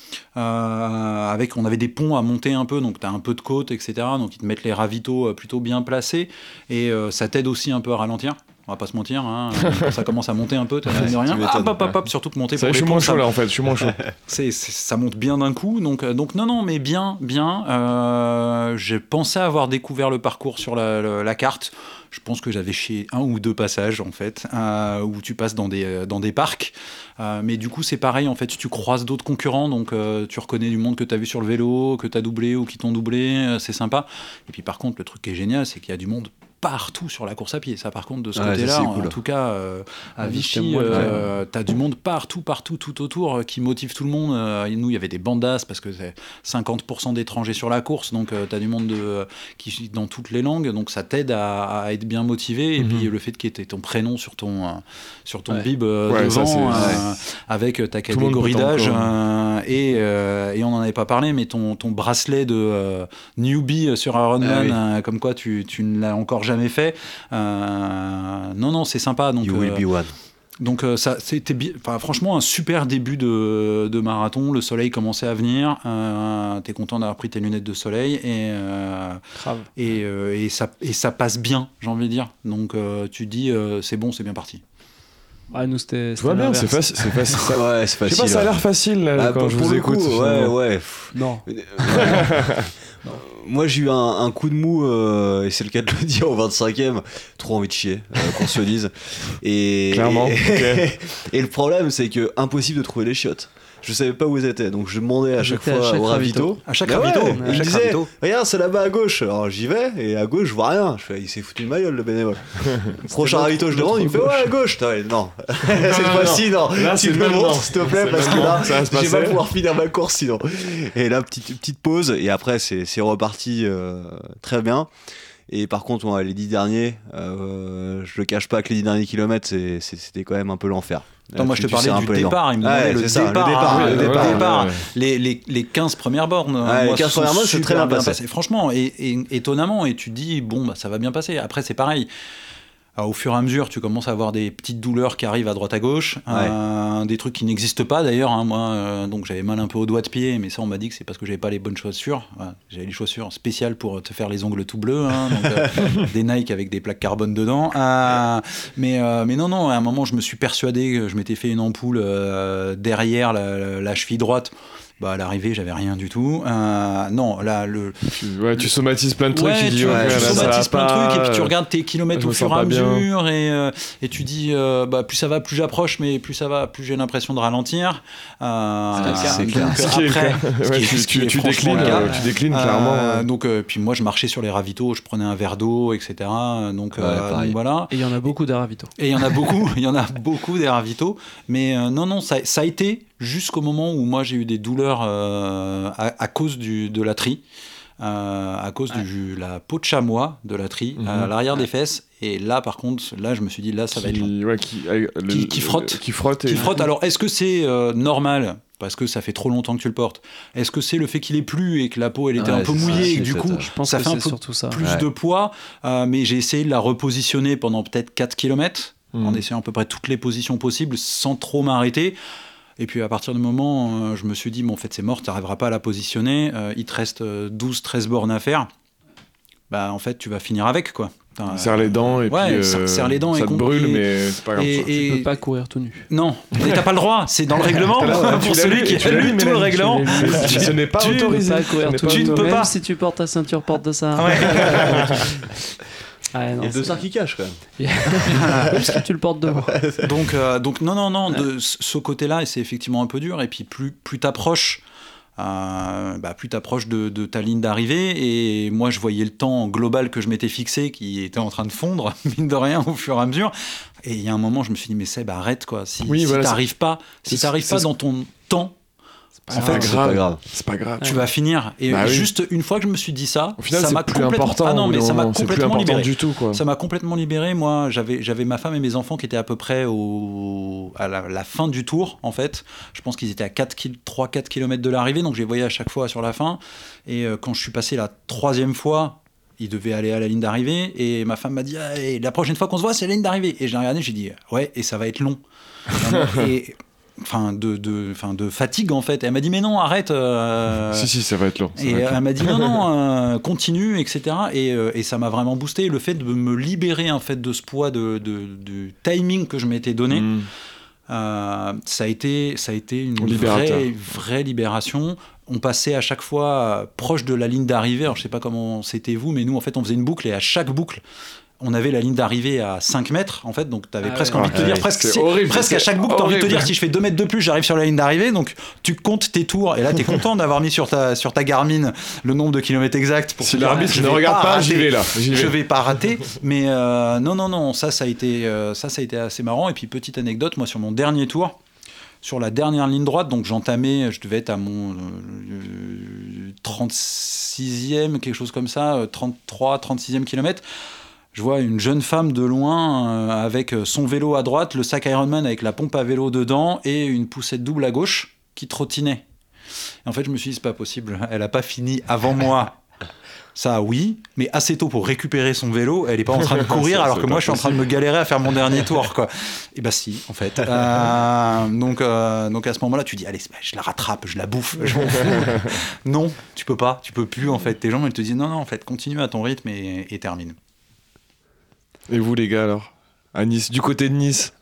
Speaker 4: Euh, avec, on avait des ponts à monter un peu, donc tu as un peu de côte, et cetera. Donc, ils te mettent les ravitaux plutôt bien placés. Et euh, ça t'aide aussi un peu à ralentir. On va pas se mentir, hein. Quand ça commence à monter un peu, t'as ouais, de rien. Hop, hop, hop, hop, surtout que monter
Speaker 1: ça,
Speaker 4: pour
Speaker 1: je
Speaker 4: les
Speaker 1: suis
Speaker 4: ponts,
Speaker 1: moins chaud
Speaker 4: ça...
Speaker 1: là en fait, je suis moins chaud.
Speaker 4: c'est, c'est, ça monte bien d'un coup, donc, donc non, non, mais bien, bien. Euh, j'ai pensé avoir découvert le parcours sur la, la, la carte. Je pense que j'avais chié un ou deux passages en fait, euh, où tu passes dans des, dans des parcs. Euh, mais du coup, c'est pareil en fait, tu croises d'autres concurrents, donc euh, tu reconnais du monde que tu as vu sur le vélo, que tu as doublé ou qui t'ont doublé, euh, c'est sympa. Et puis par contre, le truc qui est génial, c'est qu'il y a du monde partout sur la course à pied. Ça, par contre, de ce
Speaker 6: ouais,
Speaker 4: côté-là,
Speaker 6: ça,
Speaker 4: en,
Speaker 6: cool.
Speaker 4: en tout cas, euh, à
Speaker 5: ouais,
Speaker 4: Vichy, euh, t'as du monde partout, partout, tout autour, euh, qui motive tout le monde. Euh, nous, il y avait des bandas, parce que c'est cinquante pour cent d'étrangers sur la course, donc euh, t'as du monde de, euh, qui dans toutes les langues, donc ça t'aide à, à être bien motivé. Et mm-hmm. puis le fait qu'il y ait ton prénom sur ton, euh, sur ton ouais. bib euh,
Speaker 1: ouais,
Speaker 4: devant,
Speaker 1: ça,
Speaker 4: euh,
Speaker 1: ouais.
Speaker 4: avec ta catégorie d'âge, euh, et, euh, et on n'en avait pas parlé, mais ton, ton bracelet de euh, newbie sur Ironman, ah, oui. euh, comme quoi tu, tu ne l'as encore jamais fait. Euh, non, non, c'est sympa. Donc,
Speaker 6: you will
Speaker 4: euh,
Speaker 6: be one.
Speaker 4: Donc euh, ça, c'était bi- franchement un super début de, de marathon. Le soleil commençait à venir. Euh, t'es content d'avoir pris tes lunettes de soleil et euh, et, euh, et ça et ça passe bien, j'ai envie de dire. Donc euh, tu dis euh, c'est bon, c'est bien parti.
Speaker 5: Ah, nous, c'était, c'était
Speaker 1: tout va bien, c'est facile. C'est facile. Ça...
Speaker 6: ouais, c'est facile.
Speaker 1: Je sais pas, ça a l'air facile là, bah, quand je vous écoute.
Speaker 6: Coup, ouais, ouais.
Speaker 5: Non.
Speaker 6: non. Moi, j'ai eu un, un coup de mou, euh, et c'est le cas de le dire au vingt-cinquième. Trop envie de chier, euh, qu'on se dise. Et,
Speaker 1: clairement.
Speaker 6: Et,
Speaker 1: okay.
Speaker 6: et le problème, c'est que impossible de trouver les chiottes. Je savais pas où ils étaient, donc je demandais à chaque
Speaker 5: J'étais
Speaker 6: fois
Speaker 5: à chaque
Speaker 6: au ravito.
Speaker 4: À chaque ravito.
Speaker 6: Ouais,
Speaker 4: à
Speaker 6: il
Speaker 4: chaque
Speaker 6: disait,
Speaker 4: ravito.
Speaker 6: regarde, c'est là-bas à gauche. Alors j'y vais, et à gauche, je vois rien. Je fais, il s'est foutu de ma gueule, le bénévole. Prochain ravito, je demande, il me fait, ouais, à gauche. Non, cette fois-ci, non.
Speaker 1: Là,
Speaker 6: tu me montres, s'il te plaît, parce que là, je vais pas pouvoir finir ma course sinon. Et là, petite, petite pause, et après, c'est, c'est reparti euh, très bien. Et par contre, ouais, les dix derniers, euh, je le cache pas que les dix derniers kilomètres, c'est, c'est, c'était quand même un peu l'enfer.
Speaker 4: Attends, moi je te parlais du départ, il me demandait
Speaker 6: ouais,
Speaker 4: le,
Speaker 6: ça,
Speaker 4: départ,
Speaker 6: le départ,
Speaker 4: hein,
Speaker 6: le
Speaker 4: le
Speaker 6: départ,
Speaker 4: départ.
Speaker 6: ouais, ouais.
Speaker 4: Les, les, les quinze premières bornes,
Speaker 6: ouais,
Speaker 4: moi,
Speaker 6: les quinze premières bornes, c'est très bien passé. passé.
Speaker 4: Franchement, et, et, étonnamment, et tu te dis, bon, bah, ça va bien passer. Après, c'est pareil. Alors, au fur et à mesure, tu commences à avoir des petites douleurs qui arrivent à droite à gauche, ouais. euh, des trucs qui n'existent pas d'ailleurs. Hein, moi, euh, donc j'avais mal un peu au doigt de pied, mais ça, on m'a dit que c'est parce que j'avais pas les bonnes chaussures. Ouais, j'avais les chaussures spéciales pour te faire les ongles tout bleus, hein, donc, euh, des Nike avec des plaques carbone dedans. Euh, mais, euh, mais non, non, à un moment, je me suis persuadé que je m'étais fait une ampoule euh, derrière la, la, la cheville droite. Bah, à l'arrivée, j'avais rien du tout. Euh, non, là, le.
Speaker 1: Ouais, tu somatises plein de trucs.
Speaker 4: Ouais,
Speaker 1: tu,
Speaker 4: tu,
Speaker 1: ouais,
Speaker 4: tu
Speaker 1: là,
Speaker 4: somatises plein de
Speaker 1: pas...
Speaker 4: trucs et puis tu regardes tes kilomètres au fur et à mesure et, euh, et tu dis, euh, bah, plus ça va, plus j'approche, mais plus ça va, plus j'ai l'impression de ralentir. Euh,
Speaker 6: ah, c'est
Speaker 4: donc,
Speaker 6: clair.
Speaker 4: Après,
Speaker 1: ouais, tu, tu, tu déclines, euh, tu déclines euh, clairement.
Speaker 4: Donc, euh, puis moi, je marchais sur les ravitaux, je prenais un verre d'eau, et cetera. Donc,
Speaker 6: ouais,
Speaker 4: euh, donc voilà.
Speaker 5: Et il y en a beaucoup des ravitaux.
Speaker 4: Et il y en a beaucoup, il y en a beaucoup des ravitaux. Mais euh, non, non, ça, ça a été jusqu'au moment où moi j'ai eu des douleurs euh, à, à cause du, de la tri, euh, à cause ouais. de la peau de chamois de la tri, mm-hmm. à l'arrière ouais. des fesses. Et là, par contre, là, je me suis dit, là, ça
Speaker 1: qui,
Speaker 4: va être
Speaker 1: ouais, qui, le,
Speaker 4: qui, qui frotte,
Speaker 1: qui frotte, et...
Speaker 4: qui frotte. Alors, est-ce que c'est euh, normal parce que ça fait trop longtemps que tu le portes? Est-ce que c'est le fait qu'il ait plu et que la peau elle était ouais, un peu mouillée ça, et que du coup
Speaker 5: ça,
Speaker 4: ça
Speaker 5: que
Speaker 4: fait un peu
Speaker 5: ça.
Speaker 4: plus
Speaker 5: ouais.
Speaker 4: de poids, euh, mais j'ai essayé de la repositionner pendant peut-être quatre kilomètres mmh. en essayant à peu près toutes les positions possibles sans trop m'arrêter. Et puis à partir du moment, euh, je me suis dit, bon, en fait, c'est mort, tu n'arriveras pas à la positionner, euh, il te reste douze treize bornes à faire. Bah, en fait, tu vas finir avec, quoi.
Speaker 1: T'as, serre les dents et
Speaker 4: ouais,
Speaker 1: puis euh,
Speaker 4: ça, serre les dents
Speaker 1: ça
Speaker 4: et
Speaker 1: te
Speaker 4: con...
Speaker 1: brûle,
Speaker 4: et,
Speaker 1: mais c'est pas grave.
Speaker 4: Et,
Speaker 1: ça.
Speaker 4: et...
Speaker 5: Tu peux pas courir tout nu.
Speaker 4: Non, mais t'as pas le droit, c'est dans le règlement.
Speaker 1: Là,
Speaker 4: pour celui qui a lu tout le règlement,
Speaker 1: tu, ce n'est pas
Speaker 4: tu
Speaker 1: autorisé.
Speaker 5: Pas courir tout
Speaker 4: tu ne peux
Speaker 5: même
Speaker 4: pas.
Speaker 5: Si tu portes ta ceinture, porte de ça.
Speaker 4: Ouais.
Speaker 6: Ah, non, il y a deux sards qui cachent quand même.
Speaker 5: Parce que tu le portes devant.
Speaker 4: donc, euh, donc non, non, non, de ce côté-là, et c'est effectivement un peu dur. Et puis plus, plus t'approches Euh, bah, plus tu approches de, de ta ligne d'arrivée. Et moi, je voyais le temps global que je m'étais fixé qui était en train de fondre, mine de rien, au fur et à mesure. Et il y a un moment, je me suis dit, mais Seb, arrête, quoi. Si,
Speaker 1: oui,
Speaker 4: si
Speaker 1: voilà,
Speaker 4: t'arrives pas, si
Speaker 1: c'est,
Speaker 4: t'arrives
Speaker 1: c'est,
Speaker 4: pas
Speaker 1: c'est,
Speaker 4: dans ton temps,
Speaker 1: en fait, c'est pas grave. C'est pas grave.
Speaker 4: Tu vas finir. Et
Speaker 1: bah,
Speaker 4: juste
Speaker 1: oui.
Speaker 4: une fois que je me suis dit ça,
Speaker 1: au final,
Speaker 4: ça
Speaker 1: c'est
Speaker 4: m'a
Speaker 1: plus
Speaker 4: complètement.
Speaker 1: important.
Speaker 4: Ah non, mais ça m'a
Speaker 1: c'est plus
Speaker 4: complètement
Speaker 1: important
Speaker 4: libéré.
Speaker 1: du tout, quoi.
Speaker 4: Ça m'a complètement libéré. Moi, j'avais, j'avais ma femme et mes enfants qui étaient à peu près au, à la, la fin du tour, en fait. Je pense qu'ils étaient à trois à quatre kilomètres de l'arrivée, donc je les voyais à chaque fois sur la fin. Et euh, quand je suis passé la troisième fois, ils devaient aller à la ligne d'arrivée. Et ma femme m'a dit ah, et la prochaine fois qu'on se voit, c'est la ligne d'arrivée. Et je l'ai regardé, j'ai dit ouais, et ça va être long. et. Enfin de, de, enfin, de fatigue en fait. Et elle m'a dit mais non arrête. Euh...
Speaker 1: Si si ça va être long.
Speaker 4: Et elle long. m'a dit non non euh, continue et cetera. Et, euh, et ça m'a vraiment boosté le fait de me libérer en fait de ce poids de, de, de timing que je m'étais donné. Mmh. Euh, ça a été ça a été une vraie, vraie libération. On passait à chaque fois proche de la ligne d'arrivée. Alors je sais pas comment c'était vous, mais nous en fait on faisait une boucle et à chaque boucle on avait la ligne d'arrivée à cinq mètres, en fait, donc tu avais ah presque ouais, envie de te ouais, dire, presque, si, horrible, presque à chaque boucle, tu as envie de te dire, si je fais deux mètres de plus, j'arrive sur la ligne d'arrivée, donc tu comptes tes tours, et là, tu es content d'avoir mis sur ta, sur ta Garmin le nombre de kilomètres exacts. Pour
Speaker 1: si l'arbitre ne regarde pas, pas j'y vais là. J'y vais.
Speaker 4: Je vais pas rater, mais euh, non, non, non, ça, ça a été, euh, ça, ça a été assez marrant. Et puis, petite anecdote, moi, sur mon dernier tour, sur la dernière ligne droite, donc j'entamais, je devais être à mon euh, trente-sixième, quelque chose comme ça, trente-trois, trente-sixième kilomètre. Je vois une jeune femme de loin euh, avec son vélo à droite, le sac Ironman avec la pompe à vélo dedans et une poussette double à gauche qui trottinait. Et en fait, je me suis dit, c'est pas possible, elle a pas fini avant moi. Ça, oui, mais assez tôt pour récupérer son vélo, elle est pas en train de courir ça, alors que moi, je suis en train de me galérer à faire mon dernier tour, quoi. Et bah si, en fait. Euh, donc, euh, donc à ce moment-là, tu dis, allez, je la rattrape, je la bouffe, je m'en fous. Non, tu peux pas, tu peux plus, en fait. Tes jambes, elles te disent, non, non, en fait, continue à ton rythme et, et termine.
Speaker 1: Et vous les gars alors à Nice, du côté de Nice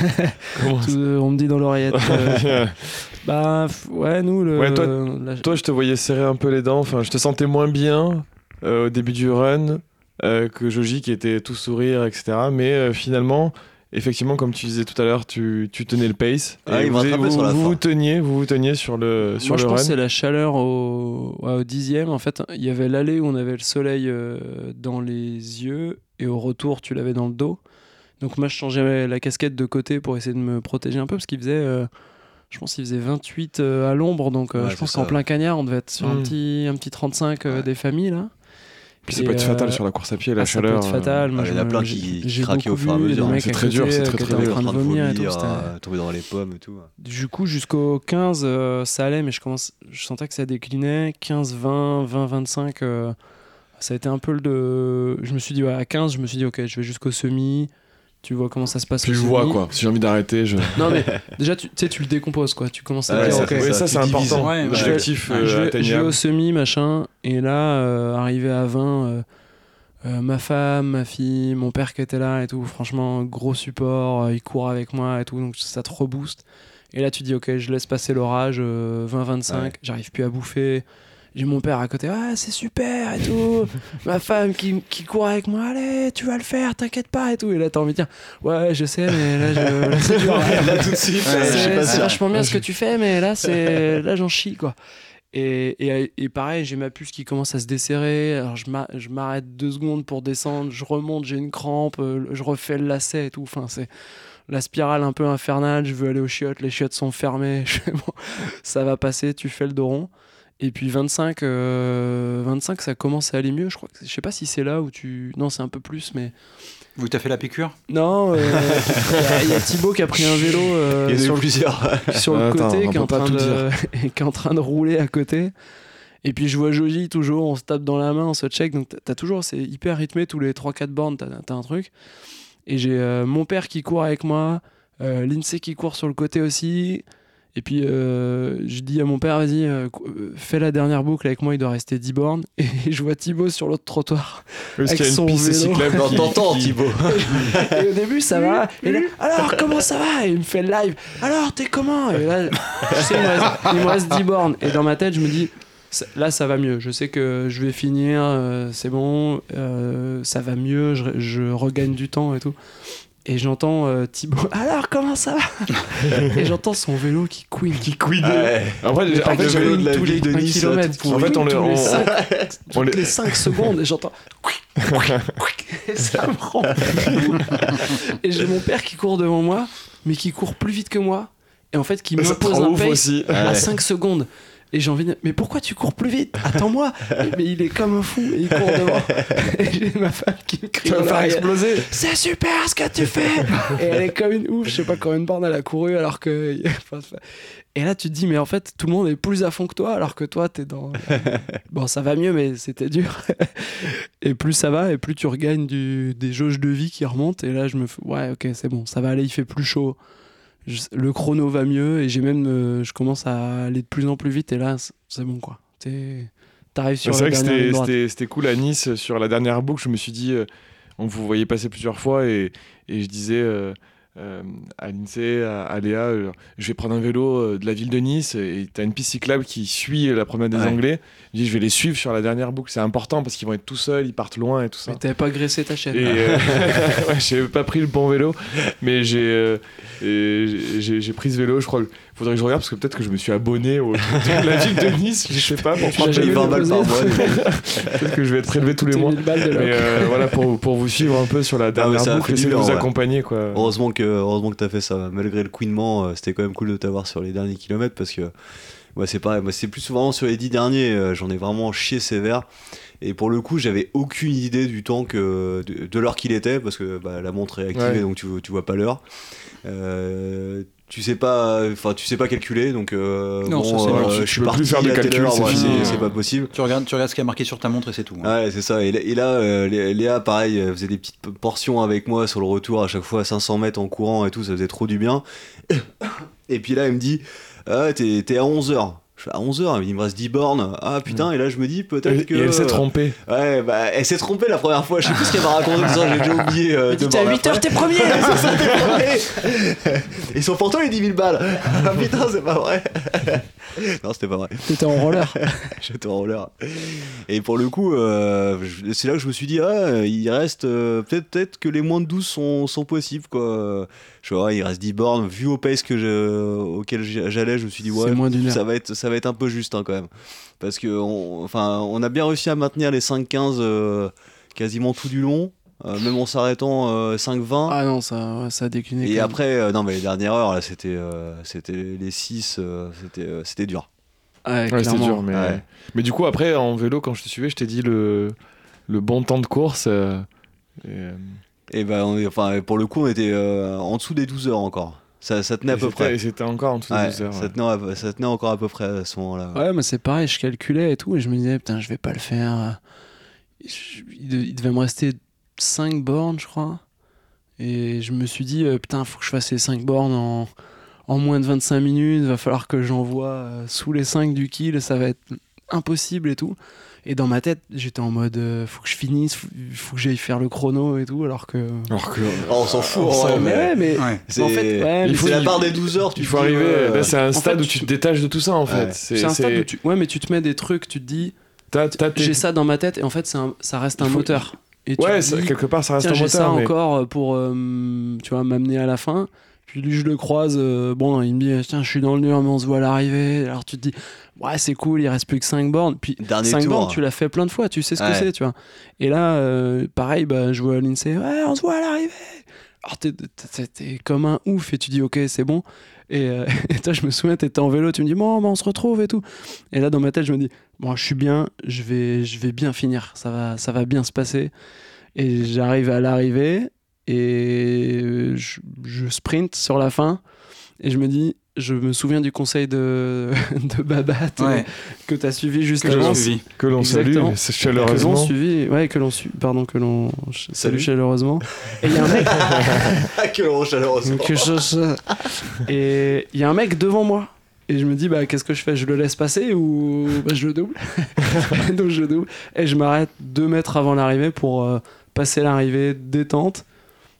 Speaker 5: Tout, on me dit dans l'oreillette euh, bah ouais nous le,
Speaker 1: ouais, toi,
Speaker 5: la...
Speaker 1: toi je te voyais serrer un peu les dents, enfin je te sentais moins bien euh, au début du run euh, que Joji qui était tout sourire etc, mais euh, finalement effectivement comme tu disais tout à l'heure tu, tu tenais le pace
Speaker 6: ah,
Speaker 1: et
Speaker 6: il
Speaker 1: vous, vous,
Speaker 6: vous,
Speaker 1: vous, vous teniez vous vous teniez sur le sur
Speaker 5: moi
Speaker 1: le
Speaker 5: je
Speaker 1: run.
Speaker 5: pense que c'est la chaleur au, ouais, au dixième en fait il y avait l'allée où on avait le soleil euh, dans les yeux et au retour tu l'avais dans le dos, donc moi je changeais la casquette de côté pour essayer de me protéger un peu parce qu'il faisait euh, je pense qu'il faisait vingt-huit euh, à l'ombre, donc euh, ouais, je pense qu'en plein cagnard on devait être sur mmh. un petit un petit trente-cinq euh, ouais. des familles là.
Speaker 1: Puis ça peut être fatal euh, sur la course à pied, la
Speaker 5: ah,
Speaker 1: chaleur.
Speaker 5: Ça peut être fatal.
Speaker 6: Il y en a plein qui, qui craquaient au fur et à mesure.
Speaker 1: C'est très dur, c'est très très dur.
Speaker 5: En train de vomir et tout.
Speaker 6: Tomber dans les pommes et tout.
Speaker 5: Du coup, jusqu'au quinze, euh, ça allait, mais je, commence, je sentais que ça déclinait. quinze, vingt, vingt, vingt-cinq, euh, ça a été un peu le de. Je me suis dit, ouais, à quinze, je me suis dit, ok, je vais jusqu'au semi. Tu vois comment ça se passe.
Speaker 1: Puis je vois quoi, si j'ai envie d'arrêter, je.
Speaker 5: Non mais déjà tu sais tu le décomposes quoi, tu commences à
Speaker 1: ouais,
Speaker 5: dire
Speaker 1: ça,
Speaker 5: ok.
Speaker 1: Ouais, ça c'est important.
Speaker 5: Ouais,
Speaker 1: l'objectif
Speaker 5: ouais.
Speaker 1: euh,
Speaker 5: je, vais,
Speaker 1: atteignable.
Speaker 5: je vais au semi machin et là euh, arrivé à vingt, euh, euh, ma femme, ma fille, mon père qui était là et tout, franchement gros support, euh, il court avec moi et tout donc ça te rebooste. Et là tu dis ok je laisse passer l'orage, euh, vingt vingt-cinq, ouais. J'arrive plus à bouffer. J'ai mon père à côté, ah c'est super et tout. Ma femme qui, qui court avec moi, allez, tu vas le faire, t'inquiète pas et tout. Et là, t'as envie de dire, ouais, je sais, mais là, je, là c'est dur.
Speaker 6: Là, tout de suite,
Speaker 5: ouais, c'est, c'est vachement bien ce que tu fais, mais là, c'est, là j'en chie, quoi. Et, et, et pareil, j'ai ma puce qui commence à se desserrer. Alors, je, m'a, je m'arrête deux secondes pour descendre, je remonte, j'ai une crampe, je refais le lacet et tout. Enfin, c'est la spirale un peu infernale. Je veux aller aux chiottes, les chiottes sont fermées. Je fais, bon, ça va passer, tu fais le dos rond. Et puis vingt-cinq, euh, vingt-cinq, ça commence à aller mieux. Je crois que je sais pas si c'est là où tu. Non, c'est un peu plus, mais.
Speaker 4: Vous t'as fait la piqûre ?
Speaker 5: Non, il euh, y, y a Thibaut qui a pris un vélo euh, sur,
Speaker 6: plusieurs.
Speaker 5: Le, sur le
Speaker 1: Attends,
Speaker 5: côté, qui est, en train de, qui est en train de rouler à côté. Et puis je vois Joji toujours, on se tape dans la main, on se check. Donc t'as, t'as toujours, c'est hyper rythmé, tous les trois quatre bornes, t'as, t'as un truc. Et j'ai euh, mon père qui court avec moi, euh, Lindsay qui court sur le côté aussi. Et puis euh, je dis à mon père, vas-y, euh, fais la dernière boucle avec moi, il doit rester dix bornes. Et je vois Thibaut sur l'autre trottoir.
Speaker 1: Parce
Speaker 5: avec
Speaker 1: qu'il y a
Speaker 5: son
Speaker 1: une piste
Speaker 5: vélo.
Speaker 1: cyclable.
Speaker 6: T'entends Thibaut.
Speaker 5: Et au début, ça va. Et là, alors, comment ça va ? Et il me fait le live. Alors, t'es comment ? Et là, je sais, il me reste, il me reste dix bornes. Et dans ma tête, je me dis, là, ça va mieux. Je sais que je vais finir, euh, c'est bon, euh, ça va mieux, je, je regagne du temps et tout. Et j'entends euh, Thibaut, alors comment ça va? Et j'entends son vélo qui couine.
Speaker 1: Qui couine. Ouais. En fait,
Speaker 5: en fait,
Speaker 1: j'avais
Speaker 5: de la tous les
Speaker 6: de Nice,
Speaker 5: kilomètres.
Speaker 1: En fait, on les, on,
Speaker 5: cinq,
Speaker 1: on
Speaker 5: toutes
Speaker 1: les...
Speaker 5: les cinq secondes, et j'entends. Et ça me rend fou. Et j'ai mon père qui court devant moi, mais qui court plus vite que moi. Et en fait, qui me pose un pace
Speaker 1: aussi.
Speaker 5: à cinq secondes. Et j'ai envie de dire, mais pourquoi tu cours plus vite? Attends-moi. Mais il est comme un fou et il court devant. Et j'ai ma femme qui me crie.
Speaker 1: Tu vas me faire exploser.
Speaker 5: C'est super ce que tu fais. Et elle est comme une ouf. Je sais pas combien de bornes elle a couru alors que. Et là, tu te dis, mais en fait, tout le monde est plus à fond que toi alors que toi, t'es dans. Bon, ça va mieux, mais c'était dur. Et plus ça va, et plus tu regagnes du... des jauges de vie qui remontent. Et là, je me fais, ouais, ok, c'est bon, ça va aller, il fait plus chaud. Je, le chrono va mieux et j'ai même euh, je commence à aller de plus en plus vite et là c'est, c'est bon quoi. T'es, t'arrives sur
Speaker 1: c'est
Speaker 5: la
Speaker 1: vrai que
Speaker 5: dernière
Speaker 1: c'était,
Speaker 5: ligne droite.
Speaker 1: c'était, c'était cool à Nice sur la dernière boucle. Je me suis dit, euh, on vous voyait passer plusieurs fois et, et je disais euh, euh, à Lindsay, à, à Léa, euh, je vais prendre un vélo euh, de la ville de Nice et t'as une piste cyclable qui suit la promenade des
Speaker 6: Ouais.
Speaker 1: Anglais. Je dis, je vais les suivre sur la dernière boucle. C'est important parce qu'ils vont être tout seuls, ils partent loin et tout ça.
Speaker 5: Mais t'avais pas graissé ta chaîne.
Speaker 1: Et euh, ouais, j'ai pas pris le bon vélo, mais j'ai, euh, et j'ai, j'ai pris ce vélo. Je crois qu'il faudrait que je regarde parce que peut-être que je me suis abonné au truc de la ville de Nice. Je sais pas, pour prendre
Speaker 5: jamais
Speaker 1: vingt balles par
Speaker 5: déposé.
Speaker 1: mois. Peut-être que je vais être prélevé tous les mois.
Speaker 5: mille balles de
Speaker 1: Mais euh, voilà, pour, pour vous suivre un peu sur la dernière
Speaker 6: ça a
Speaker 1: boucle,
Speaker 6: fait du
Speaker 1: essayer de
Speaker 6: bien,
Speaker 1: vous
Speaker 6: ouais.
Speaker 1: accompagner quoi.
Speaker 6: Heureusement que, heureusement que t'as fait ça. Malgré le couinement, euh, c'était quand même cool de t'avoir sur les derniers kilomètres parce que ouais, c'est pareil. Moi, c'est plus souvent sur les dix derniers. Euh, j'en ai vraiment chié sévère. Et pour le coup, j'avais aucune idée du temps que de, de l'heure qu'il était parce que bah, la montre est activée,
Speaker 1: Ouais.
Speaker 6: donc tu, tu vois pas l'heure. Euh, tu sais pas, enfin tu sais pas calculer, donc euh,
Speaker 5: Non,
Speaker 6: bon,
Speaker 5: ça, c'est
Speaker 6: euh,
Speaker 5: mort.
Speaker 6: je
Speaker 1: Tu
Speaker 6: suis
Speaker 1: peux plus
Speaker 6: parti
Speaker 1: faire de
Speaker 6: à telle
Speaker 1: calcul,
Speaker 6: heure,
Speaker 1: c'est
Speaker 6: ouais,
Speaker 1: fini,
Speaker 6: c'est, c'est
Speaker 1: euh.
Speaker 6: pas possible.
Speaker 4: Tu regardes, tu regardes ce qui est marqué sur ta montre et c'est tout. hein.
Speaker 6: Ouais, c'est ça. Et, là- et là, euh, Lé- Léa, pareil, elle faisait des petites p- portions avec moi sur le retour à chaque fois à cinq cents mètres en courant et tout, ça faisait trop du bien. Et puis là, elle me dit, ah, t'es, t'es à onze heures. Je fais à onze heures, elle me dit, il me reste dix bornes. Ah putain, et là, je me dis, peut-être
Speaker 1: Et,
Speaker 6: que.
Speaker 1: et elle s'est trompée.
Speaker 6: Ouais, bah, elle s'est trompée la première fois. Je sais plus ce qu'elle m'a raconté, ça, j'ai déjà oublié. Euh, deux
Speaker 5: T'es à
Speaker 6: bornes
Speaker 5: huit heures,
Speaker 6: après.
Speaker 5: t'es premier.
Speaker 6: C'est ça, t'es premier. Ils sont pourtant les dix mille balles. Ah putain, c'est pas vrai. Non, c'était pas vrai.
Speaker 5: T'étais en roller.
Speaker 6: J'étais en roller. Et pour le coup, euh, je- c'est là que je me suis dit, ah, il reste euh, peut-être, peut-être que les moins de douze sont, sont possibles, quoi. Je vois, ouais, il reste dix bornes. Vu au pace que je, auquel j'allais, je me suis dit, ouais,
Speaker 5: C'est moins d'une heure.
Speaker 6: ça va être, ça va être un peu juste, hein, quand même. Parce que, on, enfin, on a bien réussi à maintenir les cinq quinze euh, quasiment tout du long, euh, même en s'arrêtant euh, cinq vingt.
Speaker 5: Ah non, ça, ouais, ça a décliné.
Speaker 6: Et
Speaker 5: quand même.
Speaker 6: après, euh, non, mais les dernières heures, là, c'était, euh, c'était les six, euh, c'était, euh, c'était dur.
Speaker 5: Ouais,
Speaker 1: Ouais, c'était
Speaker 5: clairement.
Speaker 1: dur, mais,
Speaker 6: Ouais.
Speaker 1: mais du coup, après, en vélo, quand je te suivais, je t'ai dit le, le bon temps de course. euh, et, euh,
Speaker 6: Et ben, on est- enfin, pour le coup, on était euh, en dessous des douze heures encore. Ça, ça tenait à
Speaker 1: et
Speaker 6: peu
Speaker 1: c'était-
Speaker 6: près.
Speaker 1: Et c'était encore en dessous de
Speaker 6: Ouais,
Speaker 1: douze heures.
Speaker 6: ça,
Speaker 1: ouais.
Speaker 6: tenait, à- ça tenait encore à peu près à ce moment-là.
Speaker 5: Ouais, mais c'est pareil, je calculais et tout, et je me disais, putain, je vais pas le faire. Je- il, de- il devait me rester cinq bornes, je crois. Et je me suis dit, euh, putain, faut que je fasse les cinq bornes en, en moins de vingt-cinq minutes, va falloir que j'envoie euh, sous les cinq du kill, ça va être impossible et tout. Et dans ma tête, j'étais en mode, euh, faut que je finisse, faut, faut que j'aille faire le chrono et tout, alors que.
Speaker 1: Alors que,
Speaker 6: Oh, on s'en fout,
Speaker 1: on
Speaker 6: en
Speaker 1: s'en-
Speaker 6: vrai,
Speaker 5: mais ouais, mais.
Speaker 4: Ouais.
Speaker 6: C'est,
Speaker 5: en fait, ouais,
Speaker 1: il
Speaker 5: mais
Speaker 1: faut-
Speaker 6: c'est la
Speaker 1: il-
Speaker 6: barre des douze heures, tu
Speaker 1: il
Speaker 6: te
Speaker 1: faut
Speaker 6: dis,
Speaker 1: arriver.
Speaker 6: euh,
Speaker 1: Là, c'est un
Speaker 5: en
Speaker 1: stade
Speaker 5: fait,
Speaker 1: où tu
Speaker 5: tu-
Speaker 1: te détaches de tout ça, en fait.
Speaker 6: Ouais.
Speaker 1: C'est,
Speaker 5: C'est un
Speaker 1: c'est-
Speaker 5: stade où tu. Ouais, mais tu te mets des trucs, tu te dis,
Speaker 1: t'as- t'as tes-
Speaker 5: j'ai ça dans ma tête, et en fait, c'est un- ça reste
Speaker 1: Il
Speaker 5: un
Speaker 1: faut-
Speaker 5: moteur. Et tu
Speaker 1: Ouais,
Speaker 5: te
Speaker 1: ça-
Speaker 5: dis,
Speaker 1: quelque part, ça reste
Speaker 5: tiens,
Speaker 1: un
Speaker 5: j'ai
Speaker 1: moteur.
Speaker 5: ça
Speaker 1: mais...
Speaker 5: encore pour euh, tu vois, m'amener à la fin. Puis lui, je le croise. euh, bon, il me dit, tiens, je suis dans le mur, mais on se voit à l'arrivée. Alors tu te dis, ouais, c'est cool, il reste plus que cinq bornes. Puis
Speaker 6: Dernier
Speaker 5: cinq
Speaker 6: tour.
Speaker 5: bornes, tu l'as fait plein de fois, tu sais ce que
Speaker 6: Ouais.
Speaker 5: c'est, tu vois. Et là, euh, pareil, bah, je vois Lindsay, ouais, on se voit à l'arrivée. Alors t'es, t'es, t'es comme un ouf et tu dis, ok, c'est bon. Et, euh, et toi, je me souviens, t'étais en vélo, tu me dis, bon, bah, on se retrouve et tout. Et là, dans ma tête, je me dis, bon, je suis bien, je vais, je vais bien finir, ça va, ça va bien se passer. Et j'arrive à l'arrivée et je, je sprint sur la fin et je me dis, je me souviens du conseil de, de Babat
Speaker 4: Ouais.
Speaker 5: que tu as suivi juste
Speaker 4: Que j'ai
Speaker 5: avant.
Speaker 4: suivi.
Speaker 1: Que l'on salue
Speaker 5: Exactement.
Speaker 1: c'est
Speaker 5: Que l'on
Speaker 1: chaleureusement.
Speaker 5: suivi, ouais, que l'on su, pardon, que l'on ch- salue
Speaker 6: Salut.
Speaker 5: chaleureusement. Et il y a un mec,
Speaker 6: Ah, quel orange chaleureusement.
Speaker 5: que je- je- et il y a un mec devant moi. Et je me dis, bah, qu'est-ce que je fais? Je le laisse passer ou bah, je le double? Donc je double. Et je m'arrête deux mètres avant l'arrivée pour euh, passer l'arrivée, détente.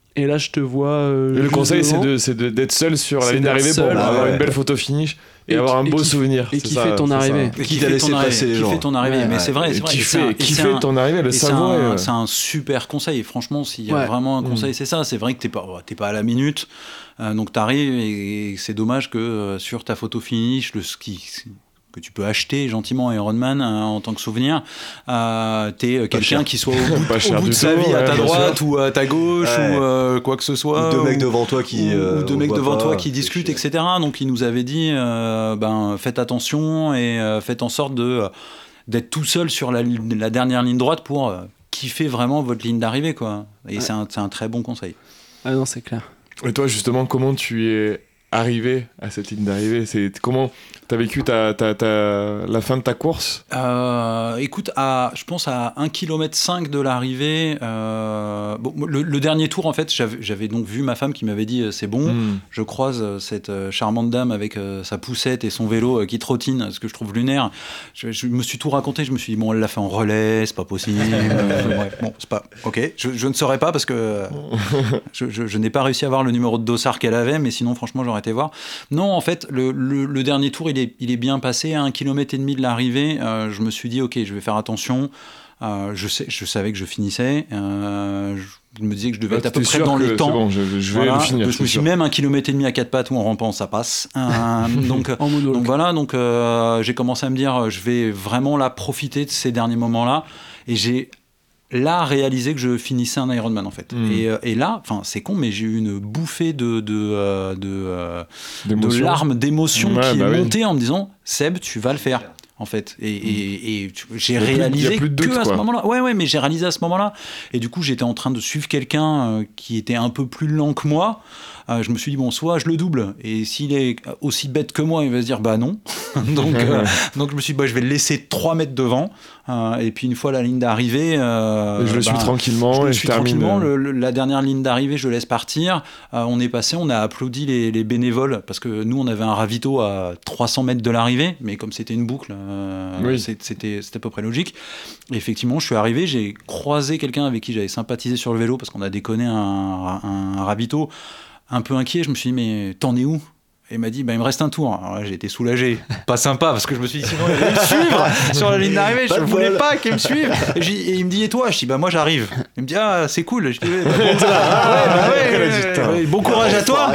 Speaker 5: Et là, je te vois. Euh,
Speaker 1: Et le
Speaker 5: juste
Speaker 1: conseil, c'est,
Speaker 5: devant.
Speaker 1: de, c'est de, d'être seul sur la
Speaker 5: C'est
Speaker 1: ligne
Speaker 5: d'être
Speaker 1: d'arrivée pour
Speaker 5: seul,
Speaker 1: avoir
Speaker 6: ouais.
Speaker 1: une belle photo finish et,
Speaker 5: Et
Speaker 1: avoir
Speaker 5: qui-
Speaker 1: un beau
Speaker 5: et qui-
Speaker 1: souvenir.
Speaker 5: et
Speaker 1: c'est
Speaker 5: qui
Speaker 1: ça,
Speaker 5: fait ton
Speaker 1: c'est ça.
Speaker 5: arrivée.
Speaker 4: Et
Speaker 6: Qui
Speaker 4: qui
Speaker 6: t'a
Speaker 4: fait
Speaker 6: laissé
Speaker 4: ton arrivée,
Speaker 6: passer les
Speaker 4: qui
Speaker 6: gens.
Speaker 4: fait ton arrivée.
Speaker 5: Ouais,
Speaker 4: mais
Speaker 5: ouais.
Speaker 4: c'est vrai,
Speaker 1: Et
Speaker 4: c'est vrai.
Speaker 1: qui
Speaker 4: Et c'est un-
Speaker 1: fait,
Speaker 4: et
Speaker 1: qui
Speaker 4: c'est
Speaker 1: fait
Speaker 4: un-
Speaker 1: ton arrivée, le
Speaker 4: Et c'est
Speaker 1: savoir.
Speaker 4: un,
Speaker 1: est-
Speaker 4: c'est un super conseil. Et franchement, s'il y a
Speaker 5: Ouais.
Speaker 4: vraiment un
Speaker 1: Mm.
Speaker 4: conseil, c'est ça. C'est vrai que t'es pas, t'es pas à la minute. Euh, donc t'arrives et, et c'est dommage que euh, sur ta photo finish, le ski que tu peux acheter gentiment à Ironman euh, en tant que souvenir, euh, t'es euh, quelqu'un
Speaker 1: cher.
Speaker 4: qui soit au bout,
Speaker 1: Pas
Speaker 4: au
Speaker 1: cher
Speaker 4: bout de
Speaker 1: du
Speaker 4: sa
Speaker 1: tout,
Speaker 4: vie à
Speaker 1: ouais,
Speaker 4: ta
Speaker 1: bien
Speaker 4: droite
Speaker 1: sûr.
Speaker 4: ou à ta gauche
Speaker 6: Ouais.
Speaker 4: ou euh, quoi que ce soit.
Speaker 6: Ou deux mecs
Speaker 4: ou-
Speaker 6: devant toi qui.
Speaker 4: ou,
Speaker 6: euh,
Speaker 4: ou deux
Speaker 6: on
Speaker 4: mecs
Speaker 6: voit
Speaker 4: devant
Speaker 6: pas,
Speaker 4: toi qui
Speaker 6: c'est
Speaker 4: discutent,
Speaker 6: chiant.
Speaker 4: et cetera. Donc il nous avait dit, euh, ben faites attention et euh, faites en sorte de euh, d'être tout seul sur la, la dernière ligne droite pour euh, kiffer vraiment votre ligne d'arrivée, quoi. Et
Speaker 5: Ouais.
Speaker 4: c'est un, c'est un très bon conseil.
Speaker 5: Ah non, c'est clair.
Speaker 1: Et toi, justement, comment tu es arrivé à cette ligne d'arrivée? C'est comment t'as vécu ta, ta, ta, la fin de ta course?
Speaker 4: Euh, écoute, à, je pense à un kilomètre cinq de l'arrivée, euh, bon, le, le dernier tour, en fait, j'avais, j'avais donc vu ma femme qui m'avait dit euh, c'est bon.
Speaker 1: Mm.
Speaker 4: Je croise euh, cette euh, charmante dame avec euh, sa poussette et son vélo euh, qui trottine, ce que je trouve lunaire. Je, je me suis tout raconté, je me suis dit, bon, elle l'a fait en relais, c'est pas possible. Euh, ouais, bon, c'est pas. Ok, je, je ne saurais pas parce que euh, je, je, je n'ai pas réussi à voir le numéro de dossard qu'elle avait, mais sinon, franchement, j'aurais été voir. Non, en fait, le, le, le dernier tour, il est, il est bien passé. À un kilomètre et demi de l'arrivée, euh, je me suis dit, ok, je vais faire attention. Euh, je, sais, je savais que je finissais. Euh, je me disais que je devais
Speaker 1: Là,
Speaker 4: être à peu
Speaker 1: t'es
Speaker 4: près
Speaker 1: sûr
Speaker 4: dans
Speaker 1: que
Speaker 4: les
Speaker 1: c'est
Speaker 4: temps.
Speaker 1: bon, je, je vais
Speaker 4: Voilà.
Speaker 1: le finir.
Speaker 4: Je
Speaker 1: c'est
Speaker 4: me suis
Speaker 1: sûr.
Speaker 4: même un kilomètre et demi à quatre pattes ou en rampant, ça passe. Euh, donc,
Speaker 5: En moonwalk.
Speaker 4: donc voilà, donc euh, j'ai commencé à me dire, je vais vraiment là profiter de ces derniers moments-là, et j'ai là réalisé que je finissais un Ironman en fait.
Speaker 1: Mm.
Speaker 4: Et, euh, et là, enfin c'est con, mais j'ai eu une bouffée de de euh, de, euh, de
Speaker 1: D'émotion.
Speaker 4: larmes, d'émotion
Speaker 1: Ouais,
Speaker 4: qui
Speaker 1: bah
Speaker 4: est
Speaker 1: oui.
Speaker 4: montée en me disant, Seb, tu vas le faire. En fait, et, et, et tu- j'ai
Speaker 1: Y a plus-
Speaker 4: réalisé
Speaker 1: y a plus de doute,
Speaker 4: que à ce
Speaker 1: quoi.
Speaker 4: moment-là. Ouais, ouais, mais j'ai réalisé à ce moment-là. Et du coup, j'étais en train de suivre quelqu'un euh, qui était un peu plus lent que moi. Euh, je me suis dit, bon, soit je le double, et s'il est aussi bête que moi, il va se dire, bah non. donc, euh, donc, je me suis dit, bah, je vais le laisser trois mètres devant. Euh, et puis, une fois la ligne d'arrivée. euh,
Speaker 1: Et je le suis
Speaker 4: bah,
Speaker 1: tranquillement
Speaker 4: je le
Speaker 1: et je
Speaker 4: suis
Speaker 1: termine.
Speaker 4: tranquillement.
Speaker 1: euh,
Speaker 4: Le- le- la dernière ligne d'arrivée, je laisse partir. Euh, on est passé, on a applaudi les, les bénévoles parce que nous, on avait un ravito à trois cents mètres de l'arrivée, mais comme c'était une boucle, euh,
Speaker 1: Oui.
Speaker 4: c'est- c'était, c'était à peu près logique. Et effectivement, je suis arrivé, j'ai croisé quelqu'un avec qui j'avais sympathisé sur le vélo parce qu'on a déconné un, un, un ravito, un peu inquiet. Je me suis dit, mais t'en es où? Et il m'a dit, bah, il me reste un tour. Alors là, j'ai été soulagé. Pas sympa, parce que je me suis dit, sinon, il allait me suivre sur la ligne d'arrivée. Je
Speaker 6: Pas
Speaker 4: ne
Speaker 6: de
Speaker 4: voulais
Speaker 6: bol.
Speaker 4: pas qu'il me suive. Et, j'ai- et il me dit, et toi? Je dis, bah, moi, j'arrive. Il me dit, ah, c'est cool. Je dis, ouais, bah, bon, ah, ouais, bah, ouais,
Speaker 1: Elle a dit,
Speaker 4: ouais,
Speaker 1: putain.
Speaker 4: ouais, bon courage à toi.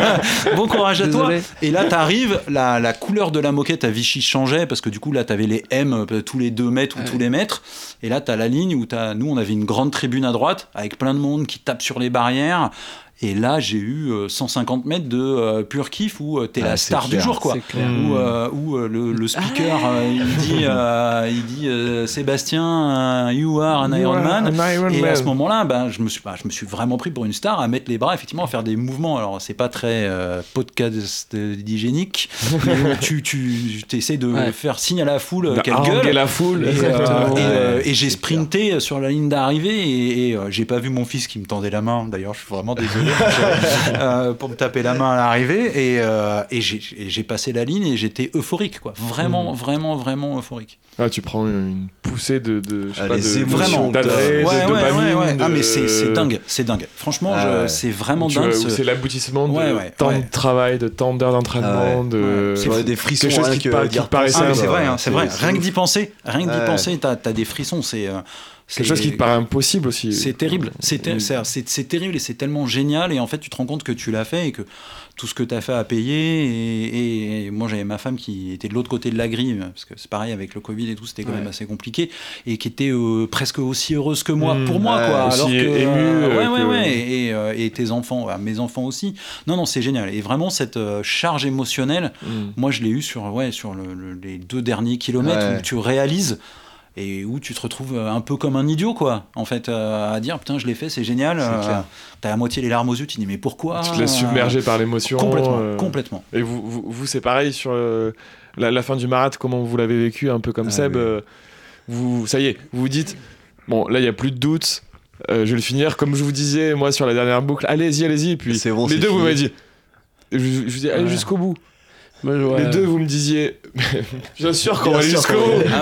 Speaker 4: Bon courage à toi.
Speaker 5: Désolé.
Speaker 4: Et là, t'arrives, la, la couleur de la moquette à Vichy changeait, parce que du coup, là, t'avais les M euh, tous les deux mètres ou
Speaker 5: Ah
Speaker 4: tous
Speaker 5: oui.
Speaker 4: les mètres. Et là, t'as la ligne où t'as, nous, on avait une grande tribune à droite, avec plein de monde qui tape sur les barrières. Et là, j'ai eu euh, cent cinquante mètres de euh, pur kiff où euh, t'es
Speaker 6: Ah,
Speaker 4: la
Speaker 6: c'est
Speaker 4: star du
Speaker 6: clair,
Speaker 4: jour, quoi.
Speaker 5: C'est clair.
Speaker 1: Mm.
Speaker 4: Où, euh, où, euh, le, le speaker, euh, il dit, euh, il dit euh, Sébastien, euh, you are an
Speaker 1: You are
Speaker 4: Ironman.
Speaker 1: an Iron
Speaker 4: Et
Speaker 1: Man.
Speaker 4: à ce moment-là, ben, je, me suis, ben, je me suis vraiment pris pour une star à mettre les bras, effectivement, à faire des mouvements. Alors, c'est pas très euh, podcast hygiénique, mais tu, tu essaies de
Speaker 5: Ouais.
Speaker 4: faire signe à la foule,
Speaker 1: de
Speaker 4: quelle
Speaker 1: haranguer
Speaker 4: gueule.
Speaker 1: la foule.
Speaker 4: Et, euh,
Speaker 1: Exactement.
Speaker 4: et, euh,
Speaker 6: Ouais,
Speaker 4: et j'ai
Speaker 6: c'est
Speaker 4: sprinté sur la ligne d'arrivée et, et, euh, j'ai pas vu mon fils qui me tendait la main. D'ailleurs, je suis vraiment désolé mon cher, euh, pour me taper la main à l'arrivée. Et, euh, et j'ai, et j'ai passé la ligne et j'étais euphorique, quoi. Vraiment,
Speaker 1: Mm.
Speaker 4: vraiment, vraiment euphorique.
Speaker 1: Ah, tu prends une poussée de, de, je sais
Speaker 6: Ah,
Speaker 1: pas,
Speaker 6: les
Speaker 1: de
Speaker 6: émotions,
Speaker 1: d'adresse,
Speaker 4: Ouais,
Speaker 1: de
Speaker 4: ouais,
Speaker 1: dopamine.
Speaker 4: ouais, ouais. Ah,
Speaker 1: de-
Speaker 4: mais c'est, c'est dingue, c'est dingue. Franchement,
Speaker 6: Ah,
Speaker 4: je-
Speaker 6: ouais.
Speaker 4: c'est vraiment
Speaker 1: Tu
Speaker 4: dingue.
Speaker 1: vois,
Speaker 4: ce-
Speaker 1: où c'est l'aboutissement de
Speaker 4: Ouais, ouais,
Speaker 1: tant
Speaker 4: ouais.
Speaker 1: de travail, de tant d'heures d'entraînement,
Speaker 6: Ah
Speaker 1: de...
Speaker 6: C'est vrai, des frissons,
Speaker 1: quelque chose
Speaker 6: rien
Speaker 1: qui te
Speaker 6: que
Speaker 1: par-
Speaker 6: d'y
Speaker 1: qui te paraissait
Speaker 6: repenser,
Speaker 4: Ah, mais c'est
Speaker 6: quoi.
Speaker 4: vrai, hein, c'est vrai.
Speaker 6: C'est
Speaker 4: Rien que
Speaker 6: ouf.
Speaker 4: d'y penser, rien que d'y
Speaker 6: Ouais.
Speaker 4: penser, t'as, t'as des frissons. C'est, euh, c'est
Speaker 1: quelque chose qui te paraît impossible aussi.
Speaker 4: C'est terrible, c'est, ter-
Speaker 1: Oui.
Speaker 4: c'est, c'est- c'est terrible et c'est tellement génial. Et en fait, tu te rends compte que tu l'as fait et que tout ce que tu as fait à payer. Et, et- et moi, j'avais ma femme qui était de l'autre côté de la grille, parce que c'est pareil avec le Covid et tout, c'était quand
Speaker 5: Ouais.
Speaker 4: même assez compliqué, et qui était euh, presque aussi heureuse que moi,
Speaker 1: Mmh,
Speaker 4: pour moi,
Speaker 6: ouais,
Speaker 4: quoi.
Speaker 1: aussi
Speaker 4: Alors que,
Speaker 1: émue,
Speaker 4: euh, ouais,
Speaker 1: euh,
Speaker 4: ouais,
Speaker 1: que-
Speaker 4: ouais. Et, euh, et tes enfants, euh, mes enfants aussi. Non, non, c'est génial. Et vraiment, cette euh, charge émotionnelle,
Speaker 1: Mm.
Speaker 4: moi, je l'ai eu sur, ouais, sur le- le- les deux derniers kilomètres
Speaker 6: Ouais.
Speaker 4: où tu réalises. Et où tu te retrouves un peu comme un idiot, quoi, en fait, euh, à dire putain, je l'ai fait, c'est génial.
Speaker 6: C'est
Speaker 4: euh,
Speaker 6: clair.
Speaker 4: T'as à moitié les larmes aux yeux, tu te dis mais pourquoi
Speaker 1: Tu te laisses submerger par l'émotion.
Speaker 4: Complètement,
Speaker 1: euh,
Speaker 4: complètement.
Speaker 1: Et vous, vous, vous, c'est pareil sur euh, la, la fin du marathon, comment vous l'avez vécu, un peu comme
Speaker 6: Ah,
Speaker 1: Seb.
Speaker 6: oui.
Speaker 1: euh, vous, ça y est, vous vous dites, bon, là, il n'y a plus de doute, euh, je vais le finir. Comme je vous disais, moi, sur la dernière boucle, allez-y, allez-y. Et puis,
Speaker 6: C'est bon,
Speaker 1: les
Speaker 6: c'est
Speaker 1: deux, vous
Speaker 6: fini.
Speaker 1: m'avez dit, je, je vous dis, allez
Speaker 5: Ouais.
Speaker 1: jusqu'au bout.
Speaker 5: Moi, je- ouais.
Speaker 1: Les deux, vous me disiez, bien sûr qu'on va
Speaker 6: Bien
Speaker 1: aller
Speaker 6: sûr
Speaker 1: jusqu'au
Speaker 6: qu'on va
Speaker 1: bout.
Speaker 6: aller.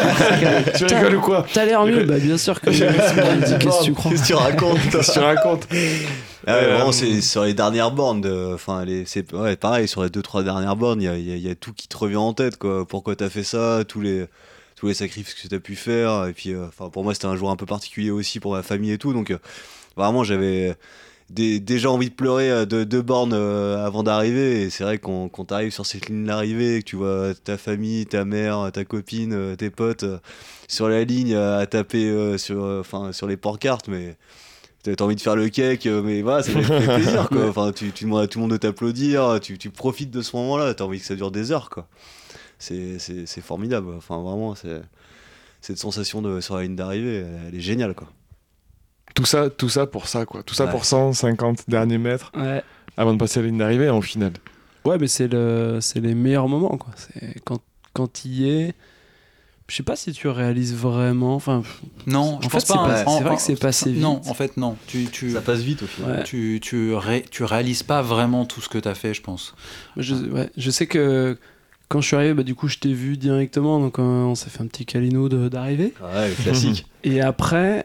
Speaker 4: Ah oui.
Speaker 1: Tu rigoles ou quoi
Speaker 5: T'as l'air mieux, bah bien sûr que. Qu'est-ce que tu crois?
Speaker 6: Qu'est-ce que tu racontes
Speaker 1: Qu'est-ce que tu racontes
Speaker 6: Ah ouais,
Speaker 1: Euh,
Speaker 6: vraiment, c'est sur les dernières bornes. Enfin, les, c'est ouais, pareil, sur les deux trois dernières bornes, il y a, y, a, y a tout qui te revient en tête, quoi. Pourquoi t'as fait ça, tous les, tous les sacrifices que t'as pu faire. Et puis, enfin, euh, pour moi, c'était un jour un peu particulier aussi pour ma famille et tout. Donc, euh, vraiment, j'avais des, déjà envie de pleurer euh, deux, deux bornes euh, avant d'arriver. Et c'est vrai qu'on, quand t'arrives sur cette ligne d'arrivée, que tu vois ta famille, ta mère, ta copine, euh, tes potes euh, sur la ligne euh, à taper euh, sur, enfin, euh, sur les pancartes, mais. T'as envie de faire le cake, mais voilà, ça fait plaisir, quoi. Enfin, tu, tu demandes à tout le monde de t'applaudir, tu, tu profites de ce moment-là, t'as envie que ça dure des heures, quoi. C'est, c'est, c'est formidable, enfin, vraiment, c'est, cette sensation de, sur la ligne d'arrivée, elle, elle est géniale, quoi.
Speaker 1: Tout ça, tout ça pour ça, quoi. Tout ça
Speaker 6: Ouais.
Speaker 1: pour cent cinquante derniers mètres
Speaker 5: Ouais.
Speaker 1: avant de passer la ligne d'arrivée, en finale.
Speaker 5: Ouais, mais c'est, le, c'est les meilleurs moments, quoi. C'est quand, quand il y est. Je sais pas si tu réalises vraiment. Enfin,
Speaker 4: Non,
Speaker 5: en
Speaker 4: je
Speaker 5: fait,
Speaker 4: pense
Speaker 5: c'est,
Speaker 4: pas.
Speaker 5: pas,
Speaker 4: hein.
Speaker 5: c'est
Speaker 4: En-
Speaker 5: vrai
Speaker 4: en-
Speaker 5: que c'est passé vite.
Speaker 4: Non, en fait, non. Tu, tu,
Speaker 6: Ça passe vite au final.
Speaker 5: Ouais.
Speaker 4: tu, tu, ré, tu réalises pas vraiment tout ce que t'as fait, je pense.
Speaker 5: Je, ouais, je sais que quand je suis arrivé, bah, du coup, je t'ai vu directement, donc euh, on s'est fait un petit câlino de, d'arrivée.
Speaker 6: Ouais, le classique.
Speaker 5: Et après,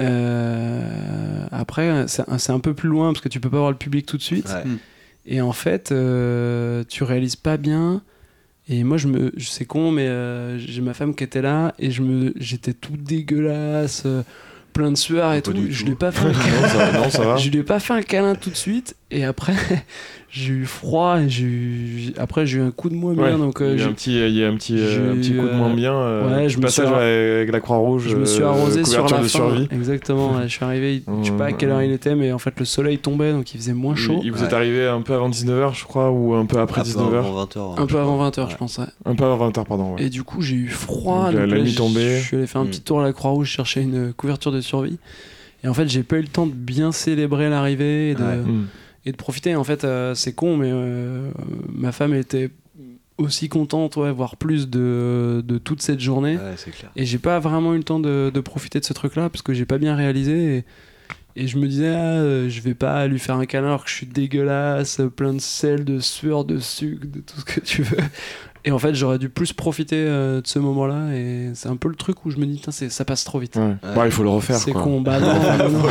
Speaker 5: euh, après c'est, c'est un peu plus loin parce que tu peux pas voir le public tout de suite.
Speaker 6: Ouais.
Speaker 5: Et en fait, euh, tu réalises pas bien. Et moi, je me, je- c'est con, mais euh, j'ai ma femme qui était là et je me, j'étais tout dégueulasse, euh, plein de sueur et
Speaker 6: Pas
Speaker 5: tout.
Speaker 6: du
Speaker 5: Je
Speaker 6: tout.
Speaker 5: lui ai pas fait un
Speaker 1: non,
Speaker 5: câlin.
Speaker 1: ça, non, ça va.
Speaker 5: Je lui ai pas fait un câlin tout de suite. Et après, j'ai eu froid. Et j'ai eu, après, j'ai eu un coup de moins bien.
Speaker 1: Ouais,
Speaker 5: Donc, euh,
Speaker 1: il y a
Speaker 5: j'ai-
Speaker 1: un petit, il y a un petit, euh,
Speaker 5: j'ai
Speaker 1: un petit coup de
Speaker 5: eu,
Speaker 1: moins
Speaker 5: euh,
Speaker 1: bien. euh,
Speaker 5: ouais,
Speaker 1: petit
Speaker 5: je me
Speaker 1: passage
Speaker 5: suis ar-
Speaker 1: avec la Croix-Rouge.
Speaker 5: je me suis
Speaker 1: euh,
Speaker 5: arrosé sur
Speaker 1: couverture
Speaker 5: la
Speaker 1: de
Speaker 5: fin.
Speaker 1: survie.
Speaker 5: Exactement. Ouais, je suis arrivé. Je sais pas à quelle heure il était, mais en fait, le soleil tombait, donc il faisait moins chaud.
Speaker 1: Il, il vous
Speaker 6: Ouais.
Speaker 1: est arrivé un peu avant dix-neuf heures, je crois, ou un peu après
Speaker 6: Un peu
Speaker 1: dix-neuf heures.
Speaker 6: avant vingt heures.
Speaker 5: Un peu avant vingt heures,
Speaker 6: Ouais.
Speaker 5: je pense. Ouais.
Speaker 1: Un peu avant vingt heures, pardon. Ouais.
Speaker 5: Et du coup, j'ai eu froid.
Speaker 1: Donc, la-
Speaker 5: donc
Speaker 1: la
Speaker 5: là,
Speaker 1: nuit
Speaker 5: je-
Speaker 1: tombée.
Speaker 5: Je suis allé faire un
Speaker 6: Mm.
Speaker 5: petit tour à la Croix-Rouge, chercher une couverture de survie. Et en fait, j'ai pas eu le temps de bien célébrer l'arrivée et de,
Speaker 6: Ouais.
Speaker 1: Mm.
Speaker 5: et de profiter. En fait, euh, c'est con, mais euh, ma femme était aussi contente, ouais, voire plus de, de toute cette journée.
Speaker 6: Ouais, c'est clair.
Speaker 5: Et j'ai pas vraiment eu le temps de, de profiter de ce truc-là parce que j'ai pas bien réalisé. Et, et je me disais, ah, euh, je vais pas lui faire un câlin alors que je suis dégueulasse, plein de sel, de sueur, de sucre, de tout ce que tu veux. Et en fait, j'aurais dû plus profiter euh, de ce moment-là. Et c'est un peu le truc où je me dis, Tain, c'est, ça passe trop vite.
Speaker 1: Ouais.
Speaker 6: Ouais.
Speaker 1: Bon, il faut le refaire.
Speaker 5: c'est
Speaker 1: quoi.
Speaker 5: con, bah non, non, non.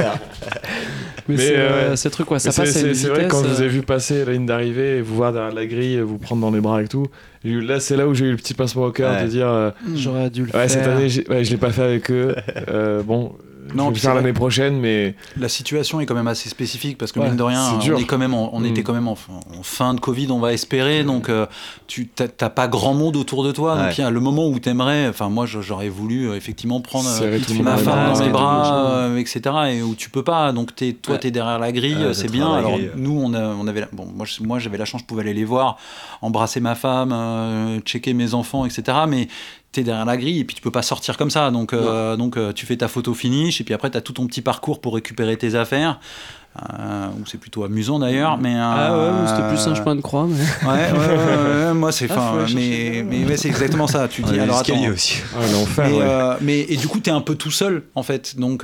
Speaker 5: Mais,
Speaker 1: Mais,
Speaker 5: c'est,
Speaker 1: euh,
Speaker 5: euh, c'est le truc, ouais, ça
Speaker 1: Mais c'est,
Speaker 5: passe à une
Speaker 1: c'est, c'est vrai que quand
Speaker 5: vitesse,
Speaker 1: je vous ai
Speaker 5: euh,
Speaker 1: vu passer la ligne d'arrivée et vous voir derrière la grille, vous prendre dans les bras et tout, j'ai eu- là c'est là où j'ai eu le petit pincement au cœur
Speaker 6: Ouais.
Speaker 1: de dire euh,
Speaker 5: J'aurais dû le
Speaker 1: ouais,
Speaker 5: faire.
Speaker 1: cette année j'ai- ouais, je l'ai pas fait avec eux. Euh, bon,
Speaker 4: Non,
Speaker 1: je vais le
Speaker 4: puis
Speaker 1: faire
Speaker 4: c'est
Speaker 1: l'année
Speaker 4: vrai.
Speaker 1: prochaine, mais
Speaker 4: La situation est quand même assez spécifique parce que
Speaker 1: Ouais,
Speaker 4: mine de rien,
Speaker 1: c'est
Speaker 4: on,
Speaker 1: dur.
Speaker 4: est quand même en- on
Speaker 1: Mm.
Speaker 4: était quand même en, en fin de Covid, on va espérer. Donc, euh, tu t'as, t'as pas grand monde autour de toi.
Speaker 6: Ouais.
Speaker 4: Donc, il y a le moment où t'aimerais. Enfin, moi, je- j'aurais voulu euh, effectivement prendre euh,
Speaker 1: serrer tout le monde
Speaker 4: ma
Speaker 1: dans les
Speaker 4: femme
Speaker 1: bras,
Speaker 4: dans mes
Speaker 1: ouais.
Speaker 4: bras, euh, et cetera. Et où tu peux pas. Donc, t'es, toi,
Speaker 5: Ouais.
Speaker 4: t'es derrière la grille,
Speaker 6: Ouais,
Speaker 4: euh,
Speaker 6: t'es
Speaker 4: c'est
Speaker 6: derrière
Speaker 4: bien.
Speaker 6: la
Speaker 4: Alors,
Speaker 6: grille.
Speaker 4: nous, on, a- on avait, la- bon, moi, je- moi, j'avais la chance, je pouvais aller les voir, embrasser ma femme, euh, checker mes enfants, et cetera. Mais t'es derrière la grille et puis tu peux pas sortir comme ça. Donc, euh, donc euh, tu fais ta photo finish et puis après, t'as tout ton petit parcours pour récupérer tes affaires. Euh, ou c'est plutôt amusant d'ailleurs. Mais,
Speaker 5: Ah ouais,
Speaker 4: euh,
Speaker 5: mais c'était plus un chemin de croix. Mais...
Speaker 4: Ouais, ouais, ouais, ouais, moi c'est
Speaker 5: Ah,
Speaker 4: fin,
Speaker 5: faut aller
Speaker 4: mais,
Speaker 5: chercher.
Speaker 4: mais ouais, c'est exactement ça. Tu
Speaker 6: On
Speaker 4: dis
Speaker 6: a
Speaker 4: alors
Speaker 6: l'escalier
Speaker 4: attends.
Speaker 6: aussi.
Speaker 1: ah, l'enfer.
Speaker 4: Mais,
Speaker 1: ouais.
Speaker 4: euh, mais et du coup t'es un peu tout seul en fait, donc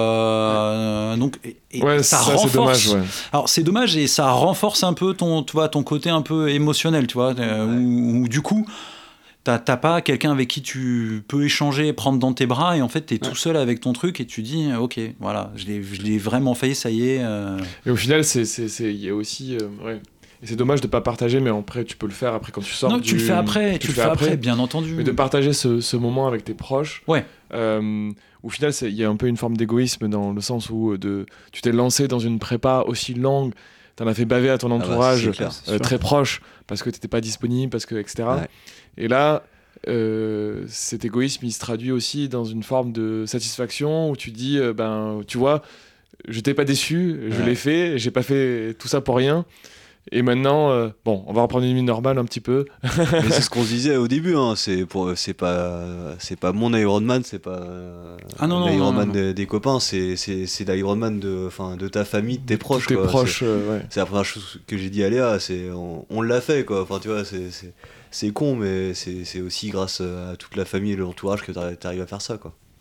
Speaker 4: euh, donc et, et
Speaker 1: Ouais,
Speaker 4: ça,
Speaker 1: ça,
Speaker 4: renforce.
Speaker 1: c'est dommage. Ouais.
Speaker 4: Alors c'est dommage et ça renforce un peu ton, tu vois, ton côté un peu émotionnel, tu vois, euh, où, où du coup t'as, t'as pas quelqu'un avec qui tu peux échanger, prendre dans tes bras et en fait t'es tout seul avec ton truc et tu dis ok voilà je l'ai, je l'ai vraiment fait, ça y est. euh.
Speaker 1: Et au final, c'est, c'est, c'est, il y a aussi, euh, ouais. Et c'est dommage de pas partager, mais après tu peux le faire après quand tu sors.
Speaker 4: Non,
Speaker 1: du-
Speaker 4: tu le fais après, tu, le fais après, bien entendu.
Speaker 1: Mais de partager ce, ce moment avec tes proches.
Speaker 4: Ouais.
Speaker 1: Euh, au final, c'est- il y a un peu une forme d'égoïsme dans le sens où euh, de, tu t'es lancé dans une prépa aussi longue, t'en as fait baver à ton
Speaker 6: bah,
Speaker 1: entourage
Speaker 6: c'est clair.
Speaker 1: euh, très proche parce que t'étais pas disponible, parce que et cetera.
Speaker 6: Ouais.
Speaker 1: Et là, euh, cet égoïsme, il se traduit aussi dans une forme de satisfaction où tu dis, euh, ben, tu vois, je t'ai pas déçu, je
Speaker 6: Ouais.
Speaker 1: l'ai fait, j'ai pas fait tout ça pour rien. Et maintenant, euh, bon, on va reprendre une vie normale un petit peu.
Speaker 6: Mais c'est ce qu'on se disait au début, hein. c'est, pour, c'est, pas, c'est pas mon Ironman, c'est pas euh,
Speaker 4: Ah non, non,
Speaker 6: l'Ironman
Speaker 4: non, non.
Speaker 6: des, des copains, c'est, c'est, c'est l'Ironman de, enfin, de ta famille, de tes proches.
Speaker 1: Tes
Speaker 6: quoi.
Speaker 1: proches,
Speaker 6: C'est,
Speaker 1: euh, ouais.
Speaker 6: c'est la première chose que j'ai dit à Léa, c'est, on, on l'a fait, quoi. Enfin, tu vois, c'est, c'est, c'est con, mais c'est, c'est aussi grâce à toute la famille et l'entourage que t'arri- t'arrives à faire ça, quoi.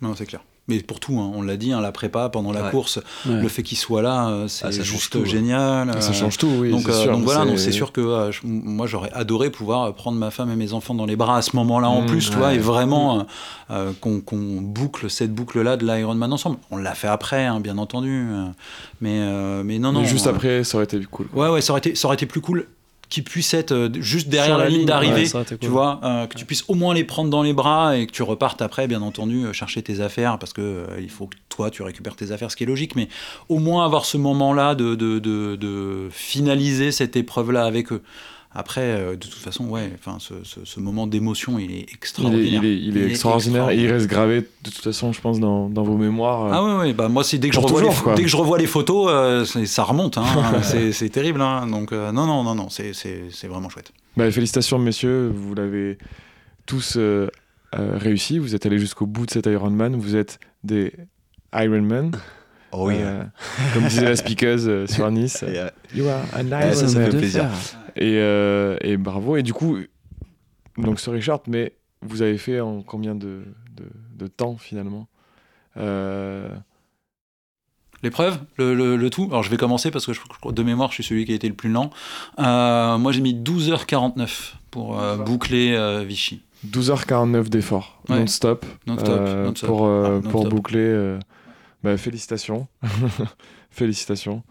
Speaker 4: Non, c'est clair. Mais pour tout, hein, on l'a dit, hein, la prépa, pendant la
Speaker 6: Ouais.
Speaker 4: course,
Speaker 5: Ouais.
Speaker 4: le fait qu'il soit là, euh, c'est
Speaker 6: Ah, ça change
Speaker 4: juste
Speaker 6: tout, ouais.
Speaker 4: génial.
Speaker 1: Ça
Speaker 4: euh,
Speaker 1: change tout, oui.
Speaker 4: donc,
Speaker 1: c'est
Speaker 4: euh,
Speaker 1: sûr,
Speaker 4: donc voilà,
Speaker 1: c'est-
Speaker 4: donc c'est sûr que euh, je- moi j'aurais adoré pouvoir prendre ma femme et mes enfants dans les bras à ce moment-là en
Speaker 1: Mmh,
Speaker 4: plus, tu
Speaker 6: ouais.
Speaker 4: vois, et vraiment euh, euh, qu'on, qu'on boucle cette boucle-là de l'Ironman ensemble. On l'a fait après, hein, bien entendu, euh, mais, euh, mais non, non.
Speaker 1: Mais juste
Speaker 4: euh,
Speaker 1: après, ça aurait été cool.
Speaker 4: Ouais, ouais, ça aurait été, ça aurait été plus cool qu'ils puissent être euh, juste derrière
Speaker 5: Sur
Speaker 4: la,
Speaker 5: la
Speaker 4: ligne
Speaker 5: ligne,
Speaker 4: d'arrivée,
Speaker 5: ouais, ça aurait été
Speaker 4: tu
Speaker 5: cool.
Speaker 4: vois, euh, que tu puisses au moins les prendre dans les bras et que tu repartes après, bien entendu, euh, chercher tes affaires parce que euh, il faut que toi tu récupères tes affaires, ce qui est logique, mais au moins avoir ce moment-là de, de, de, de finaliser cette épreuve-là avec eux. Après, euh, de toute façon, ouais, enfin, ce, ce, ce moment d'émotion, il est
Speaker 1: Il est,
Speaker 4: extraordinaire.
Speaker 1: il est, il est extraordinaire et il reste gravé de toute façon, je pense, dans, dans vos mémoires. euh.
Speaker 4: Ah ouais, ouais, bah moi c'est dès que je
Speaker 1: Pour
Speaker 4: revois
Speaker 1: toujours,
Speaker 4: les,
Speaker 1: quoi.
Speaker 4: dès que je revois les photos, euh, c'est- ça remonte, hein, c'est, c'est terrible, hein, donc euh, non non non non, c'est, c'est, c'est vraiment chouette.
Speaker 1: Bah, félicitations, messieurs, vous l'avez tous euh, euh, réussi. Vous êtes allés jusqu'au bout de cet Ironman. Vous êtes des Ironman.
Speaker 6: Oh oui.
Speaker 1: Euh, comme disait la speakeuse euh, sur Nice.
Speaker 6: Et, euh,
Speaker 1: You are an
Speaker 6: Ouais, ça, ça
Speaker 1: Ironman.
Speaker 6: fait plaisir.
Speaker 1: Et, euh, et bravo. Et du coup, donc sorry short, mais vous avez fait en combien de, de, de temps finalement euh...
Speaker 4: L'épreuve, le, le, le tout. Alors je vais commencer parce que je, je- de mémoire, je suis celui qui a été le plus lent. Euh, moi, j'ai mis douze heures quarante-neuf pour euh, boucler euh, Vichy.
Speaker 1: douze heures quarante-neuf d'efforts,
Speaker 4: Ouais.
Speaker 1: non-stop,
Speaker 4: Non-stop,
Speaker 1: euh,
Speaker 4: non-stop.
Speaker 1: pour, euh,
Speaker 4: Ah, non-stop.
Speaker 1: pour boucler. euh, bah, félicitations. félicitations.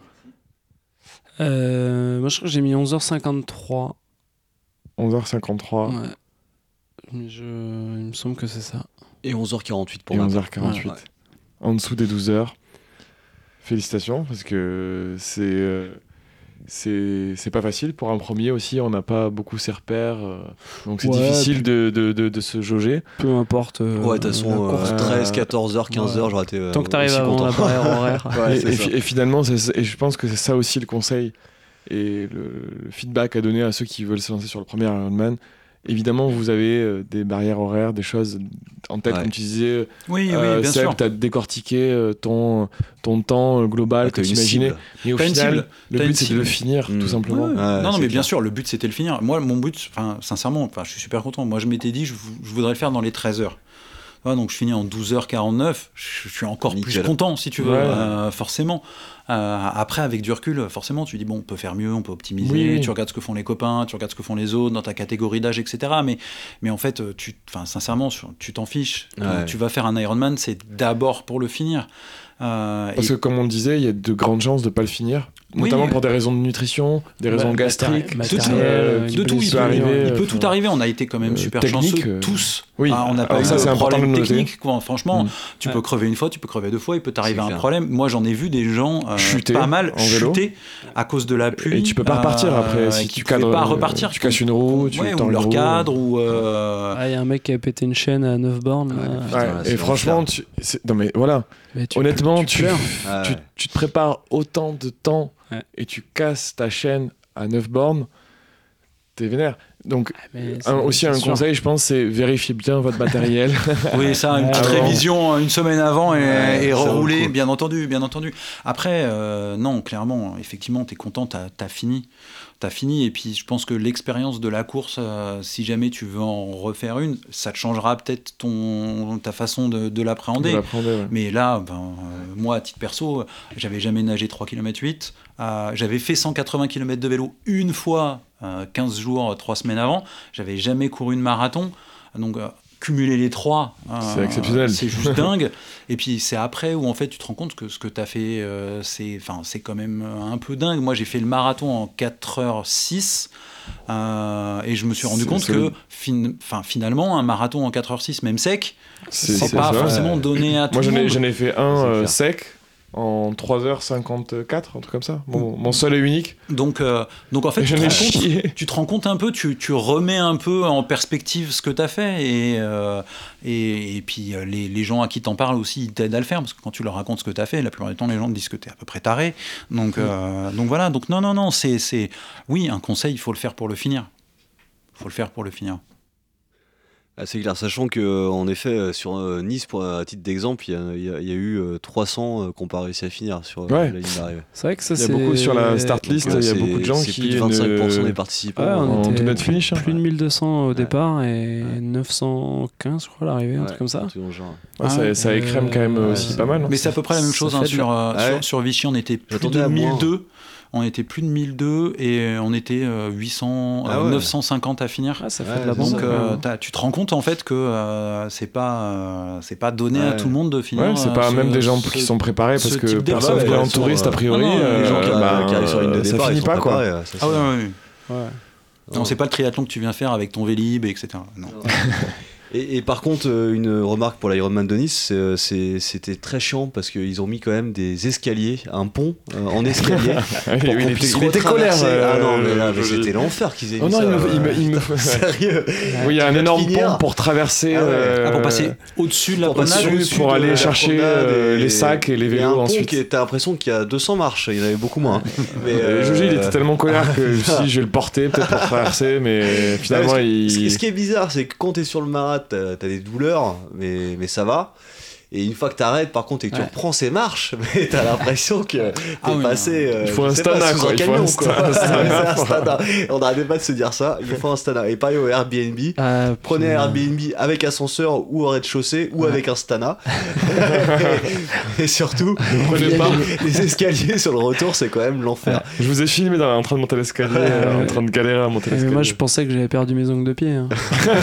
Speaker 5: Euh, moi, je crois que j'ai mis onze heures cinquante-trois.
Speaker 1: onze heures cinquante-trois
Speaker 5: Ouais. Mais je... Il me semble que c'est ça.
Speaker 6: et onze heures quarante-huit pour
Speaker 1: et
Speaker 6: ma
Speaker 1: onze
Speaker 6: part.
Speaker 1: heures quarante-huit.
Speaker 6: Ouais.
Speaker 1: En dessous des douze heures. Félicitations, parce que c'est, euh, c'est, c'est pas facile. Pour un premier aussi, on n'a pas beaucoup ses repères. euh, donc c'est
Speaker 5: Ouais,
Speaker 1: difficile
Speaker 5: puis-
Speaker 1: de, de, de, de se jauger.
Speaker 5: Peu importe. euh,
Speaker 6: Ouais, de toute façon,
Speaker 5: la course.
Speaker 6: euh, treize, quatorze heures, quinze heures,
Speaker 5: Ouais.
Speaker 6: j'aurais été euh,
Speaker 5: Tant que t'arrives
Speaker 6: aussi
Speaker 5: avant
Speaker 6: content.
Speaker 5: la barrière horaire.
Speaker 6: Ouais,
Speaker 1: et,
Speaker 6: c'est
Speaker 1: et
Speaker 6: ça.
Speaker 1: fi- et finalement, c'est- et je pense que c'est ça aussi le conseil et le, le feedback à donner à ceux qui veulent se lancer sur le premier Ironman. Évidemment, vous avez euh, des barrières horaires, des choses en tête,
Speaker 6: Ouais.
Speaker 1: comme tu disais.
Speaker 4: Oui,
Speaker 1: euh,
Speaker 4: oui, bien
Speaker 1: Seb,
Speaker 4: sûr.
Speaker 1: tu as décortiqué euh, ton, ton temps euh, global
Speaker 6: Ah,
Speaker 1: que
Speaker 6: t'as
Speaker 1: tu
Speaker 6: une
Speaker 1: imaginais.
Speaker 6: cible.
Speaker 1: Mais au
Speaker 4: T'as une
Speaker 1: final,
Speaker 4: cible.
Speaker 1: le
Speaker 4: T'as
Speaker 1: but,
Speaker 4: une
Speaker 1: c'est de
Speaker 4: cible.
Speaker 1: le finir,
Speaker 6: Mm.
Speaker 1: tout simplement.
Speaker 4: Ouais, ouais.
Speaker 6: Ouais,
Speaker 4: non, non,
Speaker 6: c'est
Speaker 4: mais
Speaker 6: clair.
Speaker 4: bien sûr, le but c'était le finir. Moi, mon but, enfin, sincèrement, enfin, je suis super content. Moi, je m'étais dit, je, vou- je voudrais le faire dans les treize heures. Ouais, donc je finis en douze heures quarante-neuf. Je, je suis encore plus
Speaker 6: Nickel.
Speaker 4: content, si tu veux,
Speaker 1: Ouais.
Speaker 4: euh, forcément. Euh, après, avec du recul, forcément, tu dis, bon, on peut faire mieux, on peut optimiser.
Speaker 1: Oui, oui.
Speaker 4: Tu regardes ce que font les copains, tu regardes ce que font les autres dans ta catégorie d'âge, et cetera. Mais, mais en fait, tu, enfin, sincèrement, sur- tu t'en fiches.
Speaker 6: Ouais.
Speaker 4: Tu vas faire un Ironman, c'est d'abord pour le finir. Euh,
Speaker 1: Parce
Speaker 4: et-
Speaker 1: que, comme on le disait, il y a de grandes chances de ne pas le finir.
Speaker 4: Oui.
Speaker 1: Notamment pour des raisons de nutrition, des raisons
Speaker 5: Bah,
Speaker 1: gastriques.
Speaker 5: matéri-
Speaker 4: de tout,
Speaker 5: matériel,
Speaker 1: euh,
Speaker 5: qui
Speaker 4: de tout,
Speaker 5: peut
Speaker 4: il
Speaker 1: peut
Speaker 4: peut,
Speaker 1: arriver,
Speaker 4: il peut
Speaker 1: enfin,
Speaker 4: tout arriver. On a été quand même
Speaker 1: euh,
Speaker 4: super
Speaker 1: technique,
Speaker 4: chanceux
Speaker 1: euh,
Speaker 4: tous.
Speaker 1: oui.
Speaker 4: Ah, on n'a pas
Speaker 1: Alors
Speaker 4: eu
Speaker 1: ça,
Speaker 4: de
Speaker 1: c'est important
Speaker 4: problème
Speaker 1: de le noter.
Speaker 4: technique. Quoi. Franchement,
Speaker 1: Mm.
Speaker 4: tu
Speaker 5: Ouais.
Speaker 4: peux crever une fois, tu peux crever deux fois, il peut t'arriver
Speaker 6: C'est
Speaker 4: un
Speaker 6: clair.
Speaker 4: problème. Moi, j'en ai vu des gens euh,
Speaker 1: Chuter
Speaker 4: pas mal
Speaker 1: en vélo.
Speaker 4: chuter à cause de la pluie.
Speaker 1: Et tu peux pas repartir après.
Speaker 4: euh,
Speaker 1: Si
Speaker 4: et
Speaker 1: tu
Speaker 4: qui pouvaient
Speaker 1: cadres,
Speaker 4: pas
Speaker 1: euh,
Speaker 4: repartir.
Speaker 1: tu casses une roue, tu
Speaker 4: Ouais,
Speaker 1: tords
Speaker 4: ou
Speaker 1: une
Speaker 4: leur
Speaker 1: roue.
Speaker 4: cadre, ou. euh,
Speaker 5: Ah, il y a un mec qui a pété une chaîne à neuf bornes.
Speaker 6: Ouais,
Speaker 5: là.
Speaker 6: putain,
Speaker 1: Ouais,
Speaker 6: là, c'est
Speaker 1: et franchement, tu... c'est- non mais voilà.
Speaker 5: Mais tu-
Speaker 1: Honnêtement, tu,
Speaker 5: pleures.
Speaker 6: Ah,
Speaker 1: tu,
Speaker 6: ouais.
Speaker 1: tu te prépares autant de temps
Speaker 5: Ouais.
Speaker 1: et tu casses ta chaîne à neuf bornes, t'es vénère. Donc,
Speaker 5: Mais
Speaker 1: un-
Speaker 5: c'est-
Speaker 1: aussi
Speaker 5: c'est
Speaker 1: un
Speaker 5: sûr.
Speaker 1: conseil, je pense, c'est vérifier bien votre matériel.
Speaker 4: Oui, ça, une petite
Speaker 1: Avant.
Speaker 4: révision une semaine avant et,
Speaker 6: Ouais,
Speaker 4: et
Speaker 6: ça vaut le
Speaker 4: rerouler,
Speaker 6: coup.
Speaker 4: bien entendu, bien entendu. Après, euh, non, clairement, effectivement, t'es content, t'as as fini. T'as fini, et puis je pense que l'expérience de la course, euh, si jamais tu veux en refaire une, ça te changera peut-être ton, ta façon de, de l'appréhender.
Speaker 1: De l'appréhender, ouais.
Speaker 4: Mais là, ben, euh, moi, à titre perso, j'avais jamais nagé trois kilomètres huit. Euh, j'avais fait cent quatre-vingts kilomètres de vélo une fois, euh, quinze jours, trois semaines avant. J'avais jamais couru de marathon. Donc, euh, cumuler les trois, euh,
Speaker 1: C'est exceptionnel.
Speaker 4: c'est juste dingue. Et puis, c'est après où, en fait, tu te rends compte que ce que tu as fait, euh, c'est, enfin, c'est quand même un peu dingue. Moi, j'ai fait le marathon en quatre heures six. Euh, et je me suis rendu
Speaker 1: C'est-
Speaker 4: compte
Speaker 1: c'est
Speaker 4: que
Speaker 1: le-
Speaker 4: fin, fin, finalement, un marathon en quatre heures six, même sec,
Speaker 1: C'est
Speaker 4: c'est
Speaker 1: c'est
Speaker 4: pas
Speaker 1: ça.
Speaker 4: forcément donné à tout
Speaker 1: Moi,
Speaker 4: le
Speaker 1: j'en ai,
Speaker 4: monde.
Speaker 1: j'en ai fait un
Speaker 6: C'est
Speaker 1: euh,
Speaker 6: clair.
Speaker 1: sec en trois heures cinquante-quatre, un truc comme ça. Mon, mon seul et unique.
Speaker 4: Donc, euh, donc en fait,
Speaker 1: Et
Speaker 4: tu
Speaker 1: j'en
Speaker 4: te,
Speaker 1: ai
Speaker 4: rends compte,
Speaker 1: chié.
Speaker 4: tu te rends compte un peu, tu, tu remets un peu en perspective ce que tu as fait. Et, euh, et, et puis, euh, les, les gens à qui t'en parles aussi, ils t'aident à le faire. Parce que quand tu leur racontes ce que tu as fait, la plupart du temps, les gens te disent que tu es à peu près taré. Donc, euh, donc voilà. Donc, non, non, non. C'est, c'est... Oui, un conseil, il faut le faire pour le finir. Il faut le faire pour le finir.
Speaker 6: Ah, c'est clair, sachant qu'en effet, sur euh, Nice, pour, à titre d'exemple, il y a, y a- y a eu euh, trois cents euh, qui n'ont pas réussi à finir sur euh,
Speaker 1: Ouais.
Speaker 6: la ligne d'arrivée.
Speaker 5: C'est vrai que ça,
Speaker 1: Il y a
Speaker 5: c'est.
Speaker 1: beaucoup sur la start list,
Speaker 6: Donc,
Speaker 1: il y a
Speaker 6: c'est-
Speaker 1: beaucoup de gens
Speaker 6: c'est
Speaker 1: qui.
Speaker 6: plus de vingt-cinq pour cent
Speaker 1: ne-
Speaker 6: des participants.
Speaker 5: Ouais, on
Speaker 1: en
Speaker 5: était
Speaker 1: do not finish, hein.
Speaker 5: plus de mille deux cents au
Speaker 6: Ouais.
Speaker 5: départ et
Speaker 6: Ouais.
Speaker 5: neuf cent quinze, je crois, à l'arrivée, un
Speaker 6: Ouais,
Speaker 5: truc comme ça.
Speaker 6: un truc dans le genre.
Speaker 1: Ouais, ça, ça écrème quand même
Speaker 5: Euh,
Speaker 1: aussi pas mal. hein.
Speaker 4: Mais c'est à peu près la même
Speaker 5: Ça
Speaker 4: chose
Speaker 5: fait
Speaker 4: hein,
Speaker 5: de
Speaker 4: sur, euh,
Speaker 6: Ah ouais.
Speaker 4: sur, sur Vichy, on était plus
Speaker 6: J'attendais
Speaker 4: de
Speaker 6: à moins.
Speaker 4: mille deux. On était plus de mille deux et on était euh, huit cents,
Speaker 6: Ah
Speaker 4: euh,
Speaker 6: ouais.
Speaker 4: neuf cent cinquante à finir.
Speaker 5: Ah, ça fait
Speaker 6: Ouais,
Speaker 5: de la
Speaker 6: c'est
Speaker 5: bande.
Speaker 4: Donc
Speaker 6: ça.
Speaker 4: euh, t'as- tu te rends compte en fait que euh, c'est pas euh, c'est pas donné à
Speaker 6: Ouais.
Speaker 4: tout le monde de finir.
Speaker 1: Ouais, c'est
Speaker 4: euh,
Speaker 1: pas
Speaker 4: ce-
Speaker 1: même des gens
Speaker 4: ce-
Speaker 1: qui sont préparés parce
Speaker 4: ce
Speaker 1: que
Speaker 4: type
Speaker 1: personne
Speaker 6: d'épreuve,
Speaker 1: vient en
Speaker 6: ouais, ils sont,
Speaker 1: touriste a
Speaker 6: euh,
Speaker 1: priori.
Speaker 4: non, non,
Speaker 1: euh,
Speaker 6: Les gens qui,
Speaker 1: bah,
Speaker 6: qui arrivent sur la ligne de
Speaker 1: ça
Speaker 6: départ,
Speaker 1: finit
Speaker 6: ils sont
Speaker 1: pas quoi.
Speaker 6: préparés, ça,
Speaker 4: Ah ouais,
Speaker 6: c'est-
Speaker 4: ouais, ouais.
Speaker 5: Ouais.
Speaker 4: Non, c'est pas le triathlon que tu viens faire avec ton Vélib, et cetera. Non.
Speaker 6: Et, et par contre, euh, une remarque pour l'Ironman de Nice, c'est, euh, c'est- c'était très chiant parce qu'ils ont mis quand même des escaliers, un pont euh, en escalier.
Speaker 1: Oui,
Speaker 6: pour
Speaker 1: oui,
Speaker 6: qu'on
Speaker 1: il
Speaker 6: puisse
Speaker 1: était il était colère.
Speaker 6: retraverser.
Speaker 1: euh,
Speaker 6: Ah non, mais là, mais
Speaker 1: je-
Speaker 6: c'était l'enfer qu'ils aient
Speaker 1: Oh
Speaker 6: mis
Speaker 1: non,
Speaker 6: ça.
Speaker 1: il me- il me-
Speaker 6: euh,
Speaker 1: il me-
Speaker 6: Sérieux.
Speaker 1: Oui, il y a un
Speaker 6: Tu vas
Speaker 1: énorme
Speaker 6: finir.
Speaker 1: pont pour traverser.
Speaker 6: Ah ouais.
Speaker 1: euh,
Speaker 4: Ah, pour passer au-dessus de la
Speaker 6: pour passer
Speaker 4: promenade.
Speaker 1: au-dessus,
Speaker 6: au-dessus
Speaker 1: pour
Speaker 6: de
Speaker 1: aller
Speaker 6: la
Speaker 1: chercher,
Speaker 6: promenade
Speaker 1: euh,
Speaker 6: et-
Speaker 1: les sacs et les
Speaker 6: Il y a
Speaker 1: vélos
Speaker 6: un pont
Speaker 1: ensuite.
Speaker 6: qui est- t'as l'impression qu'il y a deux cents marches, il y en avait beaucoup moins. Mais
Speaker 1: Euh,
Speaker 6: euh,
Speaker 1: Joji, il était tellement colère que je me suis dit, je vais le porter peut-être pour traverser, mais finalement,
Speaker 6: Ouais, ce, qui- ce qui-
Speaker 1: il.
Speaker 6: ce qui est bizarre, c'est que quand t'es sur le marat, t'as, t'as des douleurs, mais, mais ça va. Et une fois que t'arrêtes, par contre, et que tu
Speaker 5: Ouais.
Speaker 6: reprends ces marches, mais t'as l'impression que t'es
Speaker 4: Ah oui,
Speaker 6: passé. euh,
Speaker 1: Il faut
Speaker 6: je
Speaker 1: un
Speaker 6: sais pas,
Speaker 1: Stana,
Speaker 6: sous
Speaker 1: quoi,
Speaker 6: un
Speaker 1: il faut
Speaker 6: camion,
Speaker 1: un
Speaker 6: quoi.
Speaker 1: Stana,
Speaker 6: Ouais, c'est un
Speaker 1: Stana.
Speaker 6: Stana. On n'arrêtait pas de se dire ça. Il faut un Stana. Et pareil au Airbnb.
Speaker 5: Ah,
Speaker 6: Prenez
Speaker 5: puis,
Speaker 6: un Airbnb avec ascenseur ou au rez-de-chaussée ou
Speaker 5: Ouais.
Speaker 6: avec un Stana. et, et surtout,
Speaker 1: Prenez
Speaker 6: les,
Speaker 1: pas.
Speaker 6: les escaliers sur le retour, c'est quand même l'enfer.
Speaker 1: Je vous ai filmé dans- en train de monter l'escalier, euh, en train de galérer à monter
Speaker 5: euh,
Speaker 1: l'escalier.
Speaker 5: moi, je pensais que j'avais perdu mes ongles de pied. hein.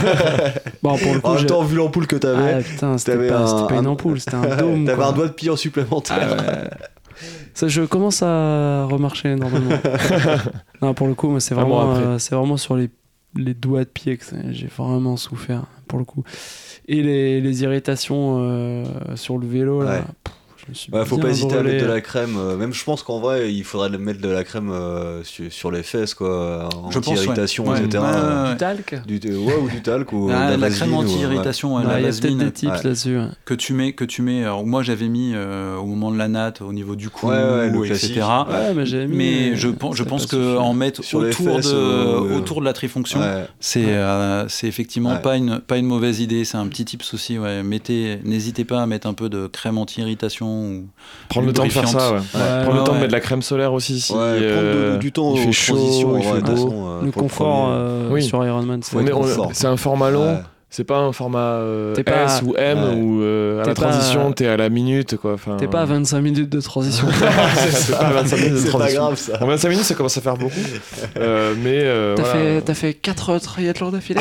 Speaker 5: Bon, pour le coup,
Speaker 6: En même
Speaker 5: j'ai-
Speaker 6: temps, vu l'ampoule que t'avais,
Speaker 5: Ah putain, c'était
Speaker 6: t'avais
Speaker 5: pas,
Speaker 6: un-
Speaker 5: c'était pas une
Speaker 6: un-
Speaker 5: ampoule, c'était un dôme.
Speaker 6: t'avais
Speaker 5: quoi.
Speaker 6: un doigt de pied en supplémentaire.
Speaker 5: Ah ouais. Ça, je commence à remarcher normalement. Non, pour le coup, moi, c'est
Speaker 1: Ah bon,
Speaker 5: vraiment,
Speaker 1: après.
Speaker 5: euh, c'est vraiment sur les, les doigts de pied que c'est- j'ai vraiment souffert, pour le coup. Et les, les irritations euh, sur le vélo, là.
Speaker 6: Ouais.
Speaker 5: pff, je me suis
Speaker 6: Ouais, faut
Speaker 5: bien
Speaker 6: pas hésiter à
Speaker 5: brûlé.
Speaker 6: mettre de la crème. euh, Même je pense qu'en vrai, il faudrait mettre de la crème euh, sur, sur les fesses, quoi.
Speaker 4: Je pense,
Speaker 6: Anti-irritation,
Speaker 4: ouais.
Speaker 6: et cetera.
Speaker 4: Ouais, ouais,
Speaker 6: euh,
Speaker 4: ouais.
Speaker 5: Du talc.
Speaker 6: Du, ouais, ou du talc ou
Speaker 4: Ah,
Speaker 6: de
Speaker 4: la
Speaker 6: vaseline,
Speaker 4: crème
Speaker 6: ou,
Speaker 4: anti-irritation, ouais,
Speaker 5: Ouais,
Speaker 4: la
Speaker 5: il y a peut-être
Speaker 4: vaseline
Speaker 5: des tips
Speaker 6: ouais.
Speaker 5: là-dessus. ouais.
Speaker 4: que tu mets, que tu mets. Alors moi j'avais mis euh, au moment de la natte, au niveau du cou,
Speaker 6: Ouais, ouais, le
Speaker 4: et
Speaker 6: classique.
Speaker 4: cetera.
Speaker 5: Ouais, mais j'ai mis.
Speaker 4: Mais
Speaker 5: euh,
Speaker 4: je, pense- je
Speaker 5: ça a
Speaker 4: pense
Speaker 5: pas
Speaker 4: que
Speaker 5: suffi.
Speaker 4: en mettre
Speaker 6: Sur les
Speaker 4: autour
Speaker 6: fesses,
Speaker 4: de
Speaker 6: euh,
Speaker 4: autour de la trifonction,
Speaker 6: Ouais.
Speaker 4: c'est euh, c'est effectivement
Speaker 6: Ouais.
Speaker 4: pas une pas une mauvaise idée. C'est un petit tips aussi. Ouais. Mettez, n'hésitez pas à mettre un peu de crème anti-irritation. Ou
Speaker 1: Prendre le temps de faire ça, ouais.
Speaker 5: Ouais,
Speaker 1: Prendre le
Speaker 4: ouais,
Speaker 1: temps de
Speaker 4: ouais.
Speaker 1: mettre de la crème solaire aussi. Si,
Speaker 6: Ouais,
Speaker 1: euh,
Speaker 6: prendre de- du temps
Speaker 1: il
Speaker 6: aux
Speaker 1: fait chaud,
Speaker 6: transitions,
Speaker 1: il
Speaker 6: ouais,
Speaker 1: fait
Speaker 6: de toute
Speaker 1: beau.
Speaker 6: façon, euh,
Speaker 5: Le
Speaker 6: pour
Speaker 5: confort
Speaker 6: premier.
Speaker 5: euh,
Speaker 1: Oui.
Speaker 5: sur Ironman, c'est
Speaker 6: Faut
Speaker 1: On est-
Speaker 6: être
Speaker 1: on-
Speaker 6: confort.
Speaker 1: c'est un format long.
Speaker 6: Ouais.
Speaker 1: C'est pas un format euh,
Speaker 5: T'es pas-
Speaker 1: S ou M
Speaker 6: Ouais.
Speaker 1: où euh, à
Speaker 5: T'es
Speaker 1: la
Speaker 5: pas-
Speaker 1: transition t'es à la minute quoi. Enfin,
Speaker 5: T'es pas à vingt-cinq minutes de transition.
Speaker 1: c'est pas à vingt-cinq minutes de
Speaker 6: C'est pas
Speaker 1: transition.
Speaker 6: grave ça.
Speaker 1: En vingt-cinq minutes ça commence à faire beaucoup. Euh, mais euh,
Speaker 5: T'as
Speaker 1: voilà.
Speaker 5: fait, t'as fait quatre triathlons d'affilée.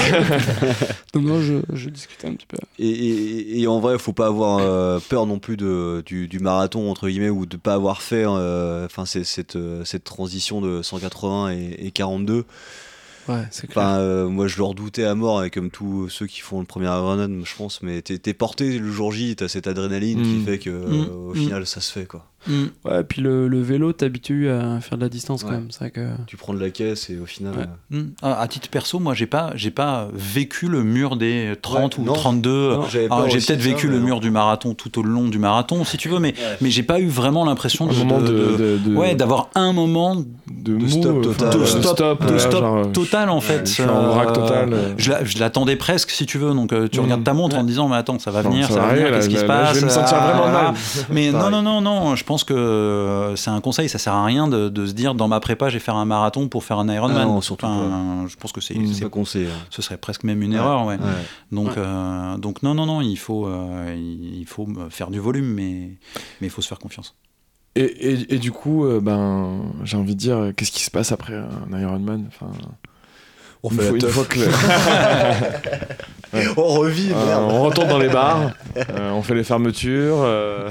Speaker 5: Non, non, je, je discutais un petit peu.
Speaker 6: Et, et- et en vrai, faut pas avoir euh, peur non plus de, du, du marathon entre guillemets ou de pas avoir fait euh, enfin c'est- cette, euh, cette transition de cent quatre-vingts et, et quarante-deux.
Speaker 5: Ouais, c'est clair.
Speaker 6: Enfin, euh, moi je le redoutais à mort, et comme tous ceux qui font le premier Ironman, je pense. Mais t'es, t'es porté le jour J, t'as cette adrénaline qui
Speaker 1: Mm.
Speaker 6: fait que euh,
Speaker 4: Mm.
Speaker 6: au
Speaker 4: Mm.
Speaker 6: final ça se fait quoi.
Speaker 4: Mm.
Speaker 5: Ouais, puis le, le vélo t'habitue à faire de la distance quand
Speaker 6: Ouais.
Speaker 5: même. C'est vrai que.
Speaker 6: Tu prends de la caisse et au final.
Speaker 5: Ouais.
Speaker 6: euh,
Speaker 4: Mm. À, à titre perso, moi j'ai pas j'ai pas vécu le mur des trente
Speaker 6: Ouais,
Speaker 4: ou
Speaker 6: non.
Speaker 4: trente-deux.
Speaker 6: Non, j'avais
Speaker 4: Alors,
Speaker 6: peur
Speaker 4: j'ai
Speaker 6: aussi
Speaker 4: peut-être
Speaker 6: de ça,
Speaker 4: vécu
Speaker 6: mais
Speaker 4: le
Speaker 6: non.
Speaker 4: mur du marathon tout au long du marathon si tu veux, mais
Speaker 6: Ouais.
Speaker 4: mais j'ai pas eu vraiment l'impression
Speaker 1: Un
Speaker 4: de,
Speaker 1: moment
Speaker 4: de-
Speaker 1: de,
Speaker 4: de-
Speaker 1: de- de-
Speaker 4: ouais d'avoir un moment
Speaker 1: de,
Speaker 6: de
Speaker 1: mou,
Speaker 6: stop
Speaker 1: enfin,
Speaker 6: total.
Speaker 1: de
Speaker 6: De
Speaker 1: stop,
Speaker 4: stop, de
Speaker 1: voilà,
Speaker 4: stop
Speaker 1: genre, euh,
Speaker 4: total en
Speaker 6: Ouais,
Speaker 4: fait.
Speaker 1: je suis en vrac
Speaker 4: Euh,
Speaker 1: total. euh.
Speaker 4: Je, la- je l'attendais presque si tu veux, donc euh, tu
Speaker 1: Mm.
Speaker 4: regardes ta montre en
Speaker 5: Ouais.
Speaker 4: te disant mais attends ça va
Speaker 1: Non,
Speaker 4: venir,
Speaker 1: ça
Speaker 4: ça,
Speaker 1: va
Speaker 4: va
Speaker 1: arriver,
Speaker 4: venir, qu'est-ce
Speaker 1: là,
Speaker 4: qui se
Speaker 1: là,
Speaker 4: passe
Speaker 1: je vais me sentir
Speaker 4: Ah,
Speaker 1: vraiment
Speaker 4: voilà.
Speaker 1: mal.
Speaker 4: Mais non
Speaker 6: Pareil.
Speaker 4: non non non, je pense que euh, c'est un conseil, ça sert à rien de, de se dire dans ma prépa je vais faire un marathon pour faire un Ironman.
Speaker 6: Ah non, surtout
Speaker 4: Enfin, je pense que c'est,
Speaker 1: Mm.
Speaker 6: C'est
Speaker 4: c'est-
Speaker 6: pas conseillé. hein.
Speaker 4: ce serait presque même une erreur, ouais.
Speaker 6: Ouais.
Speaker 4: Donc,
Speaker 5: Ouais.
Speaker 4: euh, donc non, non, non, il faut, euh, il faut faire du volume, mais, mais il faut se faire confiance.
Speaker 1: Et, et, et du coup, euh, ben, j'ai envie de dire, euh, qu'est-ce qui se passe après un Ironman enfin,
Speaker 6: On
Speaker 1: une
Speaker 6: fait
Speaker 1: fois-
Speaker 6: la
Speaker 1: une
Speaker 6: teuf.
Speaker 1: fois que le-
Speaker 6: On revit,
Speaker 1: Euh,
Speaker 6: merde.
Speaker 1: on retourne dans les bars, euh, on fait les fermetures. euh,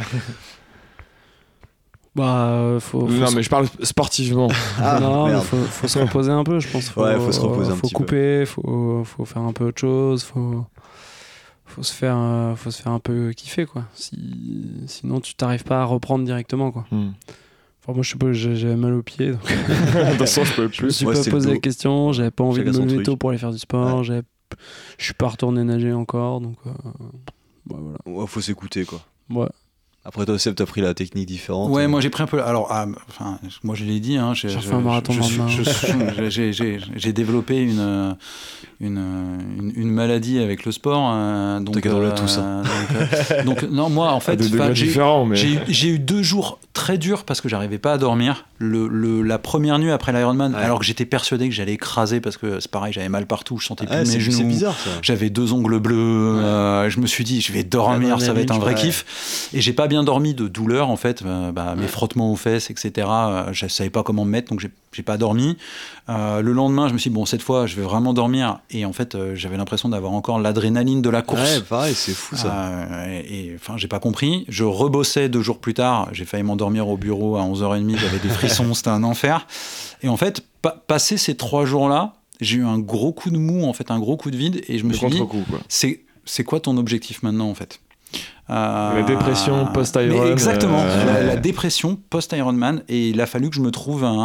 Speaker 5: Bah, euh, faut. faut
Speaker 1: Non,
Speaker 5: se-
Speaker 1: mais je parle sportivement.
Speaker 6: Ah,
Speaker 5: non, mais
Speaker 6: merde.
Speaker 5: faut, faut se reposer un peu, je pense. Faut,
Speaker 6: Ouais, faut se reposer un
Speaker 5: faut
Speaker 6: petit peu.
Speaker 5: couper, faut, faut faire un peu autre chose, faut, faut se faire, euh, faut se faire un peu kiffer, quoi. Si, sinon, tu t'arrives pas à reprendre directement, quoi.
Speaker 1: Hmm.
Speaker 5: Enfin, moi, je sais pas, j'ai- j'avais mal aux pieds, donc
Speaker 1: De toute façon, je pouvais
Speaker 5: je me
Speaker 1: plus.
Speaker 5: suis
Speaker 6: Ouais,
Speaker 5: pas
Speaker 6: c'est le
Speaker 5: posé la
Speaker 6: dos.
Speaker 5: question, j'avais pas envie
Speaker 6: Chacun
Speaker 5: de
Speaker 6: son
Speaker 5: me lever
Speaker 6: truc.
Speaker 5: tôt pour aller faire du sport, j'avais- je suis pas retourné nager encore, donc euh, bah, voilà.
Speaker 6: Ouais, faut s'écouter quoi.
Speaker 5: Ouais.
Speaker 6: Après toi, Seb, t'as pris la technique différente.
Speaker 4: Ouais, moi j'ai pris un peu. Alors, ah, enfin, moi je l'ai dit, hein, j'ai,
Speaker 5: J'ai
Speaker 4: je,
Speaker 5: fait un marathon
Speaker 4: je,
Speaker 5: le
Speaker 4: je,
Speaker 5: lendemain.
Speaker 4: je, je- j'ai, j'ai, j'ai développé une, une, une, une maladie avec le sport. euh, donc,
Speaker 6: T'inquiète, on l'a tous, hein.
Speaker 4: donc, euh, donc, non, moi en
Speaker 1: À
Speaker 4: fait,
Speaker 1: des
Speaker 4: enfin,
Speaker 1: degrés
Speaker 4: j'ai,
Speaker 1: différents, mais.
Speaker 4: j'ai, eu- j'ai eu deux jours très durs parce que j'arrivais pas à dormir. Le, le, la première nuit après l'Ironman,
Speaker 6: Ouais.
Speaker 4: alors que j'étais persuadé que j'allais écraser parce que c'est pareil, j'avais mal partout, je sentais plus
Speaker 6: Ah,
Speaker 4: mes
Speaker 6: c'est,
Speaker 4: genoux.
Speaker 6: c'est bizarre ça.
Speaker 4: J'avais deux ongles bleus, euh, je me suis dit je vais dormir, ça va être un vrai
Speaker 6: Ouais.
Speaker 4: kiff. Et j'ai pas bien dormi de douleur en fait, euh, bah, mes frottements aux fesses, et cetera. Euh, je savais pas comment me mettre, donc j'ai, j'ai pas dormi. Euh, le lendemain, je me suis dit bon cette fois je vais vraiment dormir. Et en fait euh, j'avais l'impression d'avoir encore l'adrénaline de la course.
Speaker 6: Ouais, pareil, c'est fou ça.
Speaker 4: Euh, et enfin, j'ai pas compris. Je rebossais deux jours plus tard. J'ai failli m'endormir au bureau à onze heures trente. J'avais des frissons, c'était un enfer. Et en fait, pa- passé ces trois jours-là, j'ai eu un gros coup de mou, en fait, un gros coup de vide. Et je me
Speaker 1: Le
Speaker 4: suis dit,
Speaker 1: contre-coup, quoi.
Speaker 4: c'est, c'est quoi ton objectif maintenant, en fait Euh,
Speaker 1: La dépression post-Iron,
Speaker 4: mais Exactement,
Speaker 1: euh,
Speaker 4: la, la dépression post-Ironman. Et il a fallu que je me trouve un,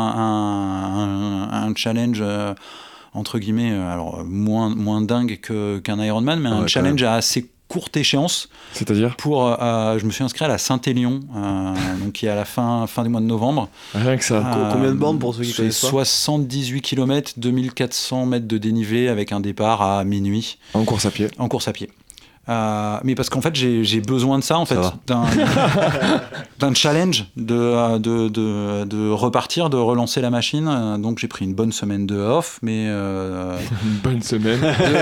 Speaker 4: un, un, un challenge. euh, entre guillemets, euh, alors moins, moins dingue que, qu'un Ironman, mais
Speaker 6: Ouais,
Speaker 4: un
Speaker 6: quand
Speaker 4: challenge à assez courte échéance.
Speaker 1: C'est-à-dire
Speaker 4: Pour, euh, je me suis inscrit à la Saint-Élion, euh, donc qui est à la fin, fin du mois de novembre.
Speaker 1: Rien que ça.
Speaker 6: Co- combien de bornes pour ceux qui
Speaker 4: c'est
Speaker 6: connaissent pas
Speaker 4: soixante-dix-huit kilomètres, deux mille quatre cents mètres de dénivelé avec un départ à minuit
Speaker 1: En course à pied.
Speaker 4: en course à pied. Euh, mais parce qu'en fait j'ai, j'ai besoin de ça en
Speaker 6: Ça
Speaker 4: fait,
Speaker 6: va.
Speaker 4: d'un, d'un challenge de, de, de, de repartir, de relancer la machine. Euh, Donc j'ai pris une bonne semaine de off, mais euh,
Speaker 1: Une bonne semaine.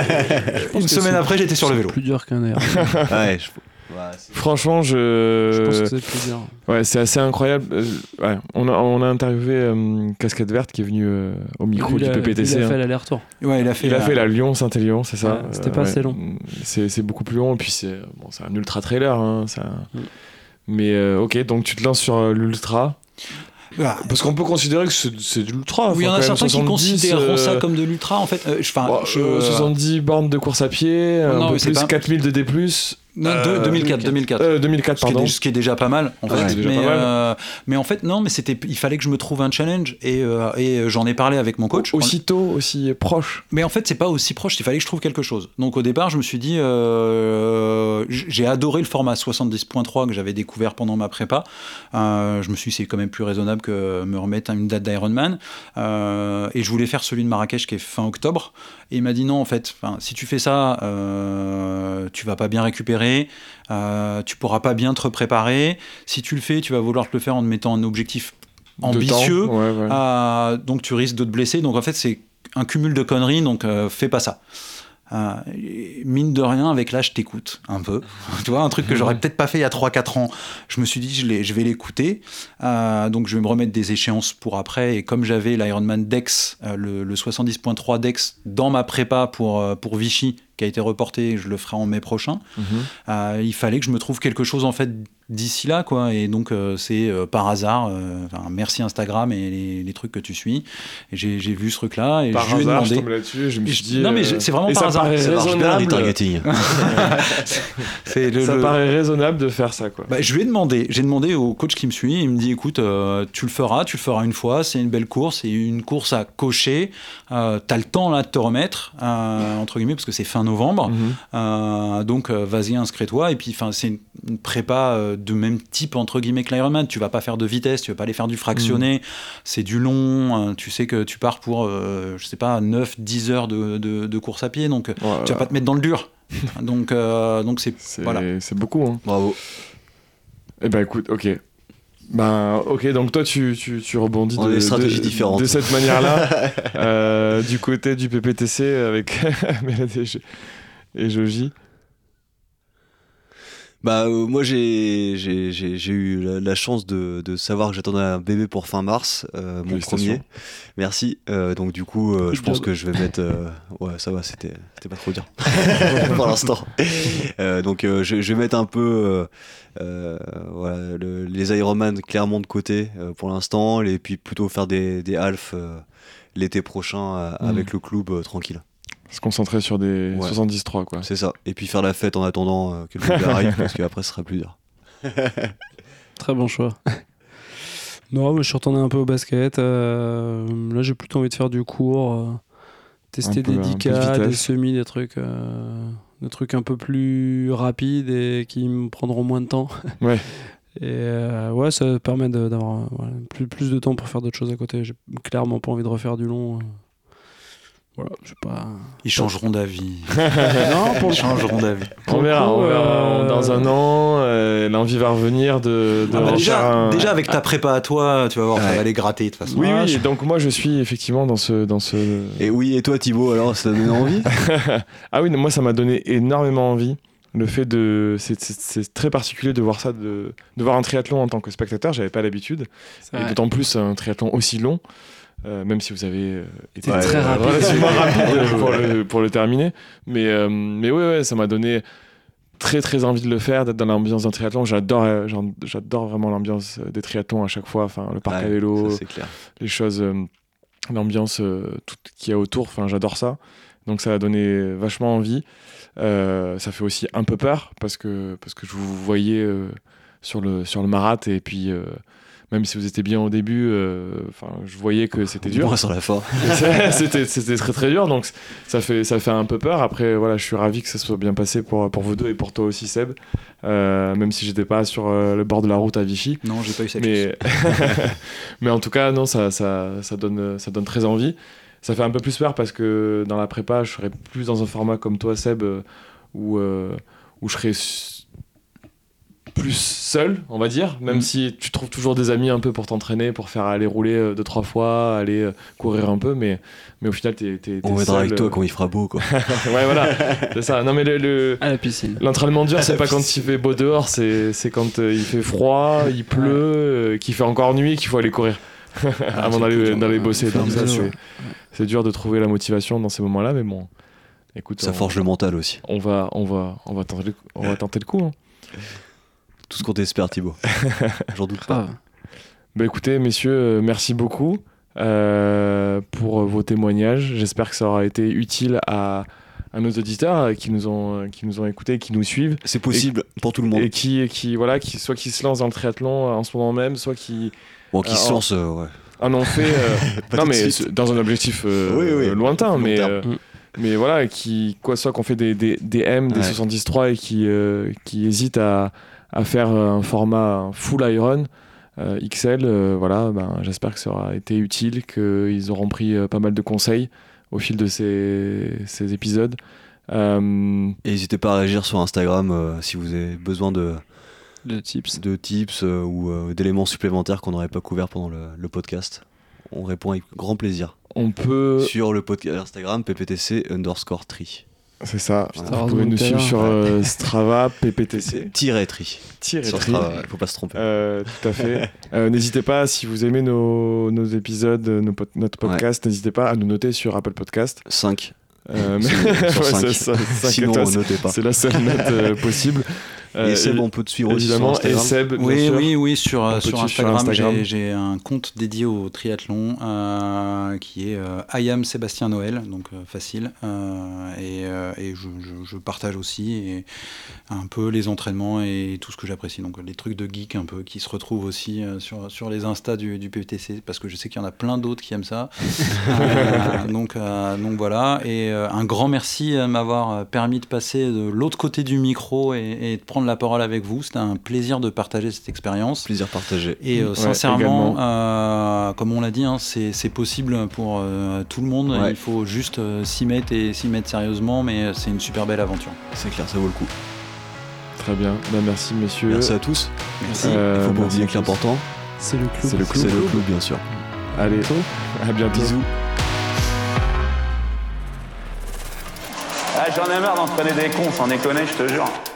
Speaker 4: une
Speaker 5: que
Speaker 4: semaine
Speaker 5: c'est-
Speaker 4: après j'étais sur le vélo.
Speaker 5: Plus dur qu'un air.
Speaker 6: Ouais, je... ouais, c'est-
Speaker 1: Franchement, je.
Speaker 5: Je pense que c'est plus dur.
Speaker 1: Ouais, c'est assez incroyable. Euh, ouais, on, a, on a interviewé euh, Casquette Verte qui est venu euh, au micro
Speaker 5: Lui,
Speaker 1: du
Speaker 5: il a-
Speaker 1: P P T C.
Speaker 5: Il a
Speaker 1: hein.
Speaker 5: fait l'aller-retour.
Speaker 4: Ouais, il a fait,
Speaker 1: Il a
Speaker 4: euh,
Speaker 1: fait la Lyon-Saint-Élion, c'est ça.
Speaker 5: Ouais, c'était pas assez long.
Speaker 1: C'est, c'est beaucoup plus long, et puis c'est, bon, c'est un ultra trailer. Hein, ça...
Speaker 5: Mm.
Speaker 1: Mais euh, ok, donc tu te lances sur euh, l'ultra.
Speaker 4: Ah,
Speaker 1: Parce qu'on peut considérer que c'est, c'est de l'ultra.
Speaker 4: oui, il y en
Speaker 1: Enfin,
Speaker 4: a
Speaker 1: quand même
Speaker 4: certains qui
Speaker 1: soixante-dix,
Speaker 4: considèrent
Speaker 1: euh,
Speaker 4: ça comme de l'ultra en fait. Euh, je- enfin,
Speaker 1: bon,
Speaker 4: je-
Speaker 1: euh, soixante-dix bornes de course à pied,
Speaker 4: non,
Speaker 1: un peu
Speaker 4: mais c'est
Speaker 1: plus
Speaker 4: pas-
Speaker 1: quatre mille de D plus.
Speaker 4: Non,
Speaker 1: Euh,
Speaker 4: deux- deux mille quatre, deux mille quatre.
Speaker 1: Euh, deux mille quatre,
Speaker 4: Ce qui, est
Speaker 1: pardon.
Speaker 4: dé- ce qui est déjà pas mal en
Speaker 1: Ah,
Speaker 4: fait,
Speaker 1: c'est déjà
Speaker 4: mais,
Speaker 1: pas mal.
Speaker 4: euh, mais en fait non, mais c'était, il fallait que je me trouve un challenge et, euh, et j'en ai parlé avec mon coach.
Speaker 1: Aussitôt, aussi proche.
Speaker 4: Mais en fait c'est pas aussi proche, il fallait que je trouve quelque chose. Donc au départ je me suis dit, euh, j'ai adoré le format soixante-dix point trois que j'avais découvert pendant ma prépa. Euh, je me suis dit c'est quand même plus raisonnable que me remettre à une date d'Ironman. Euh, et je voulais faire celui de Marrakech qui est fin octobre. Et il m'a dit non en fait, si tu fais ça, euh, tu vas pas bien récupérer. Euh, tu pourras pas bien te préparer. Si tu le fais, tu vas vouloir te le faire en te mettant un objectif
Speaker 1: De
Speaker 4: ambitieux.
Speaker 1: temps, ouais, ouais.
Speaker 4: Euh, donc tu risques de te blesser. Donc en fait, c'est un cumul de conneries. Donc euh, fais pas ça. Euh, et mine de rien, avec l'âge, t'écoutes un peu. Tu vois, un truc que j'aurais peut-être pas fait il y a trois quatre ans. Je me suis dit, je, l'ai- je vais l'écouter. Euh, donc je vais me remettre des échéances pour après. Et comme j'avais l'Ironman Dex, euh, le, le soixante-dix point trois Dex dans ma prépa pour, euh, pour Vichy, qui a été reporté, je le ferai en mai prochain.
Speaker 1: Mhm.
Speaker 4: Euh, il fallait que je me trouve quelque chose en fait d'ici là, quoi. Et donc euh, c'est euh, par hasard. euh, enfin, merci Instagram et les, les trucs que tu suis. Et j'ai, j'ai vu ce truc-là et
Speaker 1: Par
Speaker 4: je lui ai
Speaker 1: hasard, je
Speaker 4: demandé.
Speaker 1: tombe là-dessus et je me
Speaker 4: Et
Speaker 1: suis
Speaker 4: je-
Speaker 1: dit.
Speaker 4: non, mais
Speaker 1: euh,
Speaker 4: c'est vraiment
Speaker 1: et
Speaker 4: par
Speaker 1: ça
Speaker 4: hasard.
Speaker 1: paraît
Speaker 6: Ça marche bien le
Speaker 1: raisonnable.
Speaker 6: retargeting.
Speaker 4: C'est le-
Speaker 1: Ça
Speaker 4: le-
Speaker 1: paraît raisonnable de faire ça, quoi.
Speaker 4: Bah, je lui ai demandé, j'ai demandé au coach qui me suit, il me dit écoute, euh, tu le feras, tu le feras une fois, c'est une belle course, c'est une course à cocher, euh, t'as le temps là de te remettre, euh, entre guillemets, parce que c'est fin novembre,
Speaker 1: Mhm.
Speaker 4: euh, donc euh, vas-y, inscris-toi, et puis c'est une, une prépa euh, de même type, entre guillemets, que l'Ironman, tu vas pas faire de vitesse, tu vas pas aller faire du fractionné, c'est du long, euh, tu sais que tu pars pour, euh, je sais pas, neuf dix heures de, de, de course à pied, donc euh,
Speaker 1: Voilà.
Speaker 4: tu vas pas te mettre dans le dur. donc euh, donc c'est,
Speaker 1: C'est,
Speaker 4: voilà.
Speaker 1: c'est beaucoup, hein.
Speaker 6: Bravo.
Speaker 1: Eh ben écoute, ok. Ben ok, donc toi tu, tu, tu rebondis
Speaker 6: On a
Speaker 1: de,
Speaker 6: des stratégies
Speaker 1: de-
Speaker 6: différentes.
Speaker 1: de cette manière-là, euh, du côté du P P T C avec Mélanie et Jo- et Joji.
Speaker 6: Bah euh, moi j'ai, j'ai, j'ai, j'ai eu la, la chance de, de savoir que j'attendais un bébé pour fin mars, euh, mon
Speaker 1: Félicitations.
Speaker 6: premier. Merci. Euh, donc du coup euh, je
Speaker 5: Good
Speaker 6: pense
Speaker 5: job.
Speaker 6: que je vais mettre... euh, ouais ça va, c'était, c'était pas trop dur pour l'instant. Euh, donc euh, je, je vais mettre un peu euh, euh, voilà, le- les Ironman clairement de côté euh, pour l'instant, et puis plutôt faire des, des halfs euh, l'été prochain euh,
Speaker 1: Mhm.
Speaker 6: avec le club euh, tranquille.
Speaker 1: Se concentrer sur des
Speaker 6: Ouais.
Speaker 1: soixante-dix trois, quoi.
Speaker 6: C'est ça. Et puis faire la fête en attendant euh, que le bébé arrive, parce qu'après ce sera plus dur.
Speaker 5: Très bon choix. Non, mais je suis retourné un peu au basket. euh, là, j'ai plutôt envie de faire du court, euh, tester
Speaker 1: Un peu-
Speaker 5: des
Speaker 1: un peu de
Speaker 5: dix K, des
Speaker 1: vitesse.
Speaker 5: semis, des trucs, euh, des trucs un peu plus rapides et qui me prendront moins de temps.
Speaker 1: Ouais.
Speaker 5: Et euh, ouais, ça permet de, d'avoir voilà, plus, plus de temps pour faire d'autres choses à côté. J'ai clairement pas envie de refaire du long. Voilà, je sais pas.
Speaker 4: Ils changeront d'avis.
Speaker 5: Non, pour
Speaker 4: Ils changeront d'avis.
Speaker 1: On verra, on verra.
Speaker 5: Euh,
Speaker 1: Dans un an, euh, l'envie va revenir de, de
Speaker 4: Ah bah déjà,
Speaker 1: un...
Speaker 4: déjà avec ta prépa à toi, tu vas voir, ça
Speaker 1: Ouais.
Speaker 4: va aller gratter de toute façon.
Speaker 1: Oui,
Speaker 5: Ah,
Speaker 1: oui,
Speaker 5: je-
Speaker 1: donc moi je suis effectivement dans ce... Dans ce...
Speaker 6: Et oui, et toi Thibaut, alors ça t'a donné envie?
Speaker 1: Ah oui, moi ça m'a donné énormément envie. Le fait de... C'est, c'est, c'est très particulier de voir ça, de, de voir un triathlon en tant que spectateur, j'avais pas l'habitude. Et
Speaker 5: Ouais.
Speaker 1: d'autant plus un triathlon aussi long, euh, même si vous avez euh, été
Speaker 5: C'était très rapide.
Speaker 1: relativement rapide pour, le, pour le terminer. Mais, euh, mais ouais, ouais, ça m'a donné très très envie de le faire, d'être dans l'ambiance d'un triathlon. J'adore, euh, j'en- j'adore vraiment l'ambiance des triathlons à chaque fois, enfin, le parc
Speaker 6: Ouais,
Speaker 1: à vélo,
Speaker 6: ça, c'est clair.
Speaker 1: les choses, euh, l'ambiance euh, tout qu'il y a autour, enfin, j'adore ça. Donc ça a donné vachement envie. Euh, ça fait aussi un peu peur parce que, parce que je vous voyais euh, sur, le, sur le marat et puis euh, même si vous étiez bien au début, euh, enfin, je voyais que c'était dur.
Speaker 6: Moi sur la fin.
Speaker 1: c'était, c'était très très dur, donc ça fait, ça fait un peu peur. Après, voilà, je suis ravi que ça soit bien passé pour, pour vous deux et pour toi aussi, Seb. Euh, même si j'étais pas sur euh, le bord de la route à Vichy.
Speaker 4: Non, j'ai pas eu cette chance.
Speaker 1: Mais, mais en tout cas, non, ça, ça, ça, donne, ça donne très envie. Ça fait un peu plus peur parce que dans la prépa, je serais plus dans un format comme toi, Seb, euh, où, euh, où je serais s- plus seul, on va dire, même
Speaker 4: Mm.
Speaker 1: si tu trouves toujours des amis un peu pour t'entraîner, pour faire aller rouler euh, deux, trois fois, aller euh, courir un peu, mais, mais au final, t'es, t'es, t'es
Speaker 6: On viendra
Speaker 1: seul,
Speaker 6: avec toi
Speaker 1: euh.
Speaker 6: quand il fera beau, quoi.
Speaker 1: Ouais, voilà, c'est ça. Non, mais le... le...
Speaker 5: À la piscine.
Speaker 1: L'entraînement dur, c'est
Speaker 6: À la
Speaker 1: pas quand
Speaker 6: piscine.
Speaker 1: il fait beau dehors, c'est, c'est quand euh, il fait froid, il pleut, euh, qu'il fait encore nuit, qu'il faut aller courir avant
Speaker 5: c'est
Speaker 1: d'aller,
Speaker 5: plus dur,
Speaker 1: d'aller
Speaker 5: ouais.
Speaker 1: bosser.
Speaker 5: Faire
Speaker 1: Donc
Speaker 5: du
Speaker 1: ça,
Speaker 5: vélo,
Speaker 1: c'est,
Speaker 5: ouais.
Speaker 1: c'est dur de trouver la motivation dans ces moments-là, mais bon, écoute,
Speaker 6: Ça
Speaker 1: on,
Speaker 6: forge le mental aussi.
Speaker 1: on va, on va, on va tenter le, on va tenter le coup. Hein.
Speaker 6: Tout ce qu'on t'espère, Thibaut. J'en doute pas.
Speaker 5: Grave.
Speaker 1: Bah écoutez, messieurs, euh, merci beaucoup euh, pour vos témoignages. J'espère que ça aura été utile à, à nos auditeurs euh, qui nous ont, euh, qui nous ont écoutés, qui nous suivent.
Speaker 6: C'est possible pour tout le monde.
Speaker 1: Et qui, et qui, voilà, qui, soit qui se lancent dans le triathlon euh, en ce moment même, soit qui
Speaker 6: Bon, qui
Speaker 1: Ah,
Speaker 6: se
Speaker 1: oh.
Speaker 6: lance, euh, ouais.
Speaker 1: en ont fait. euh,
Speaker 6: Pas
Speaker 1: non,
Speaker 6: tout de
Speaker 1: mais
Speaker 6: suite.
Speaker 1: c'est- dans un objectif euh,
Speaker 6: Oui, oui.
Speaker 1: euh, lointain,
Speaker 6: Long
Speaker 1: mais,
Speaker 6: terme.
Speaker 1: euh,
Speaker 5: Mm.
Speaker 1: mais voilà, qui, quoi, soit qu'on fait des, des, des M, des
Speaker 6: Ouais.
Speaker 1: soixante-dix trois et qui, euh, qui hésitent à, à faire un format full iron. euh, X L, euh, voilà, ben, j'espère que ça aura été utile, qu'ils auront pris euh, pas mal de conseils au fil de ces, ces épisodes. Euh,
Speaker 6: Et n'hésitez pas à réagir sur Instagram euh, si vous avez besoin de,
Speaker 5: De tips.
Speaker 6: de tips euh, ou euh, d'éléments supplémentaires qu'on n'aurait pas couverts pendant le, le podcast. On répond avec grand plaisir.
Speaker 1: on peut.
Speaker 6: Sur le podcast Instagram, P P T C underscore tri.
Speaker 1: C'est ça.
Speaker 6: Putain,
Speaker 1: Vous
Speaker 5: heureusement
Speaker 1: pouvez nous
Speaker 5: que t'es
Speaker 1: suivre
Speaker 5: là.
Speaker 1: sur euh, Strava, P P T C.
Speaker 6: Tiret tri.
Speaker 1: Tiré
Speaker 6: Sur
Speaker 1: tri.
Speaker 6: Strava, faut pas se tromper.
Speaker 1: Euh, tout à fait. Euh, n'hésitez pas, si vous aimez nos, nos épisodes, nos pod- notre podcast, n'hésitez pas à nous noter sur Apple Podcast.
Speaker 6: cinq.
Speaker 1: Euh,
Speaker 6: Sur
Speaker 1: ouais,
Speaker 6: cinq.
Speaker 1: c'est ça, cinq
Speaker 6: Sinon,
Speaker 1: étoiles,
Speaker 6: notez pas.
Speaker 1: c'est la seule note euh, possible. Euh,
Speaker 6: Et Seb, on peut te suivre aussi sur
Speaker 1: évidemment, et
Speaker 6: Instagram.
Speaker 1: Seb, bien
Speaker 4: Oui,
Speaker 1: sûr.
Speaker 4: oui, oui, sur, euh,
Speaker 1: peut
Speaker 4: sur
Speaker 1: te suivre sur
Speaker 4: Instagram,
Speaker 1: Instagram.
Speaker 4: j'ai, j'ai un compte dédié au triathlon euh, qui est euh, I am Sébastien Noël, donc euh, facile. Euh, et euh, et je, je- je partage aussi et un peu les entraînements et tout ce que j'apprécie. Donc les trucs de geek un peu qui se retrouvent aussi euh, sur, sur les Insta du, du P T C parce que je sais qu'il y en a plein d'autres qui aiment ça. Euh, donc, euh, donc voilà. Et euh, un grand merci de m'avoir permis de passer de l'autre côté du micro et, et de prendre la parole avec vous. C'était un plaisir de partager cette expérience.
Speaker 6: Plaisir partagé.
Speaker 4: Et euh,
Speaker 1: Ouais,
Speaker 4: sincèrement,
Speaker 1: également.
Speaker 4: euh, comme on l'a dit, hein, c'est, c'est possible pour euh, tout le monde.
Speaker 6: Ouais.
Speaker 4: Il faut juste euh, s'y mettre et s'y mettre sérieusement, mais c'est une super belle aventure.
Speaker 6: C'est clair, ça vaut le coup.
Speaker 1: Très bien. Ben, merci, messieurs.
Speaker 6: Merci à tous.
Speaker 4: Merci.
Speaker 1: Euh,
Speaker 6: Il faut pas
Speaker 1: merci
Speaker 6: oublier
Speaker 1: à
Speaker 6: que
Speaker 1: tous.
Speaker 6: l'important,
Speaker 5: C'est le clou.
Speaker 1: C'est le clou.
Speaker 6: c'est le clou, bien sûr.
Speaker 1: Allez, à bientôt.
Speaker 6: Bisous.
Speaker 2: Ah, j'en ai marre d'entraîner des cons, sans déconner, je te jure.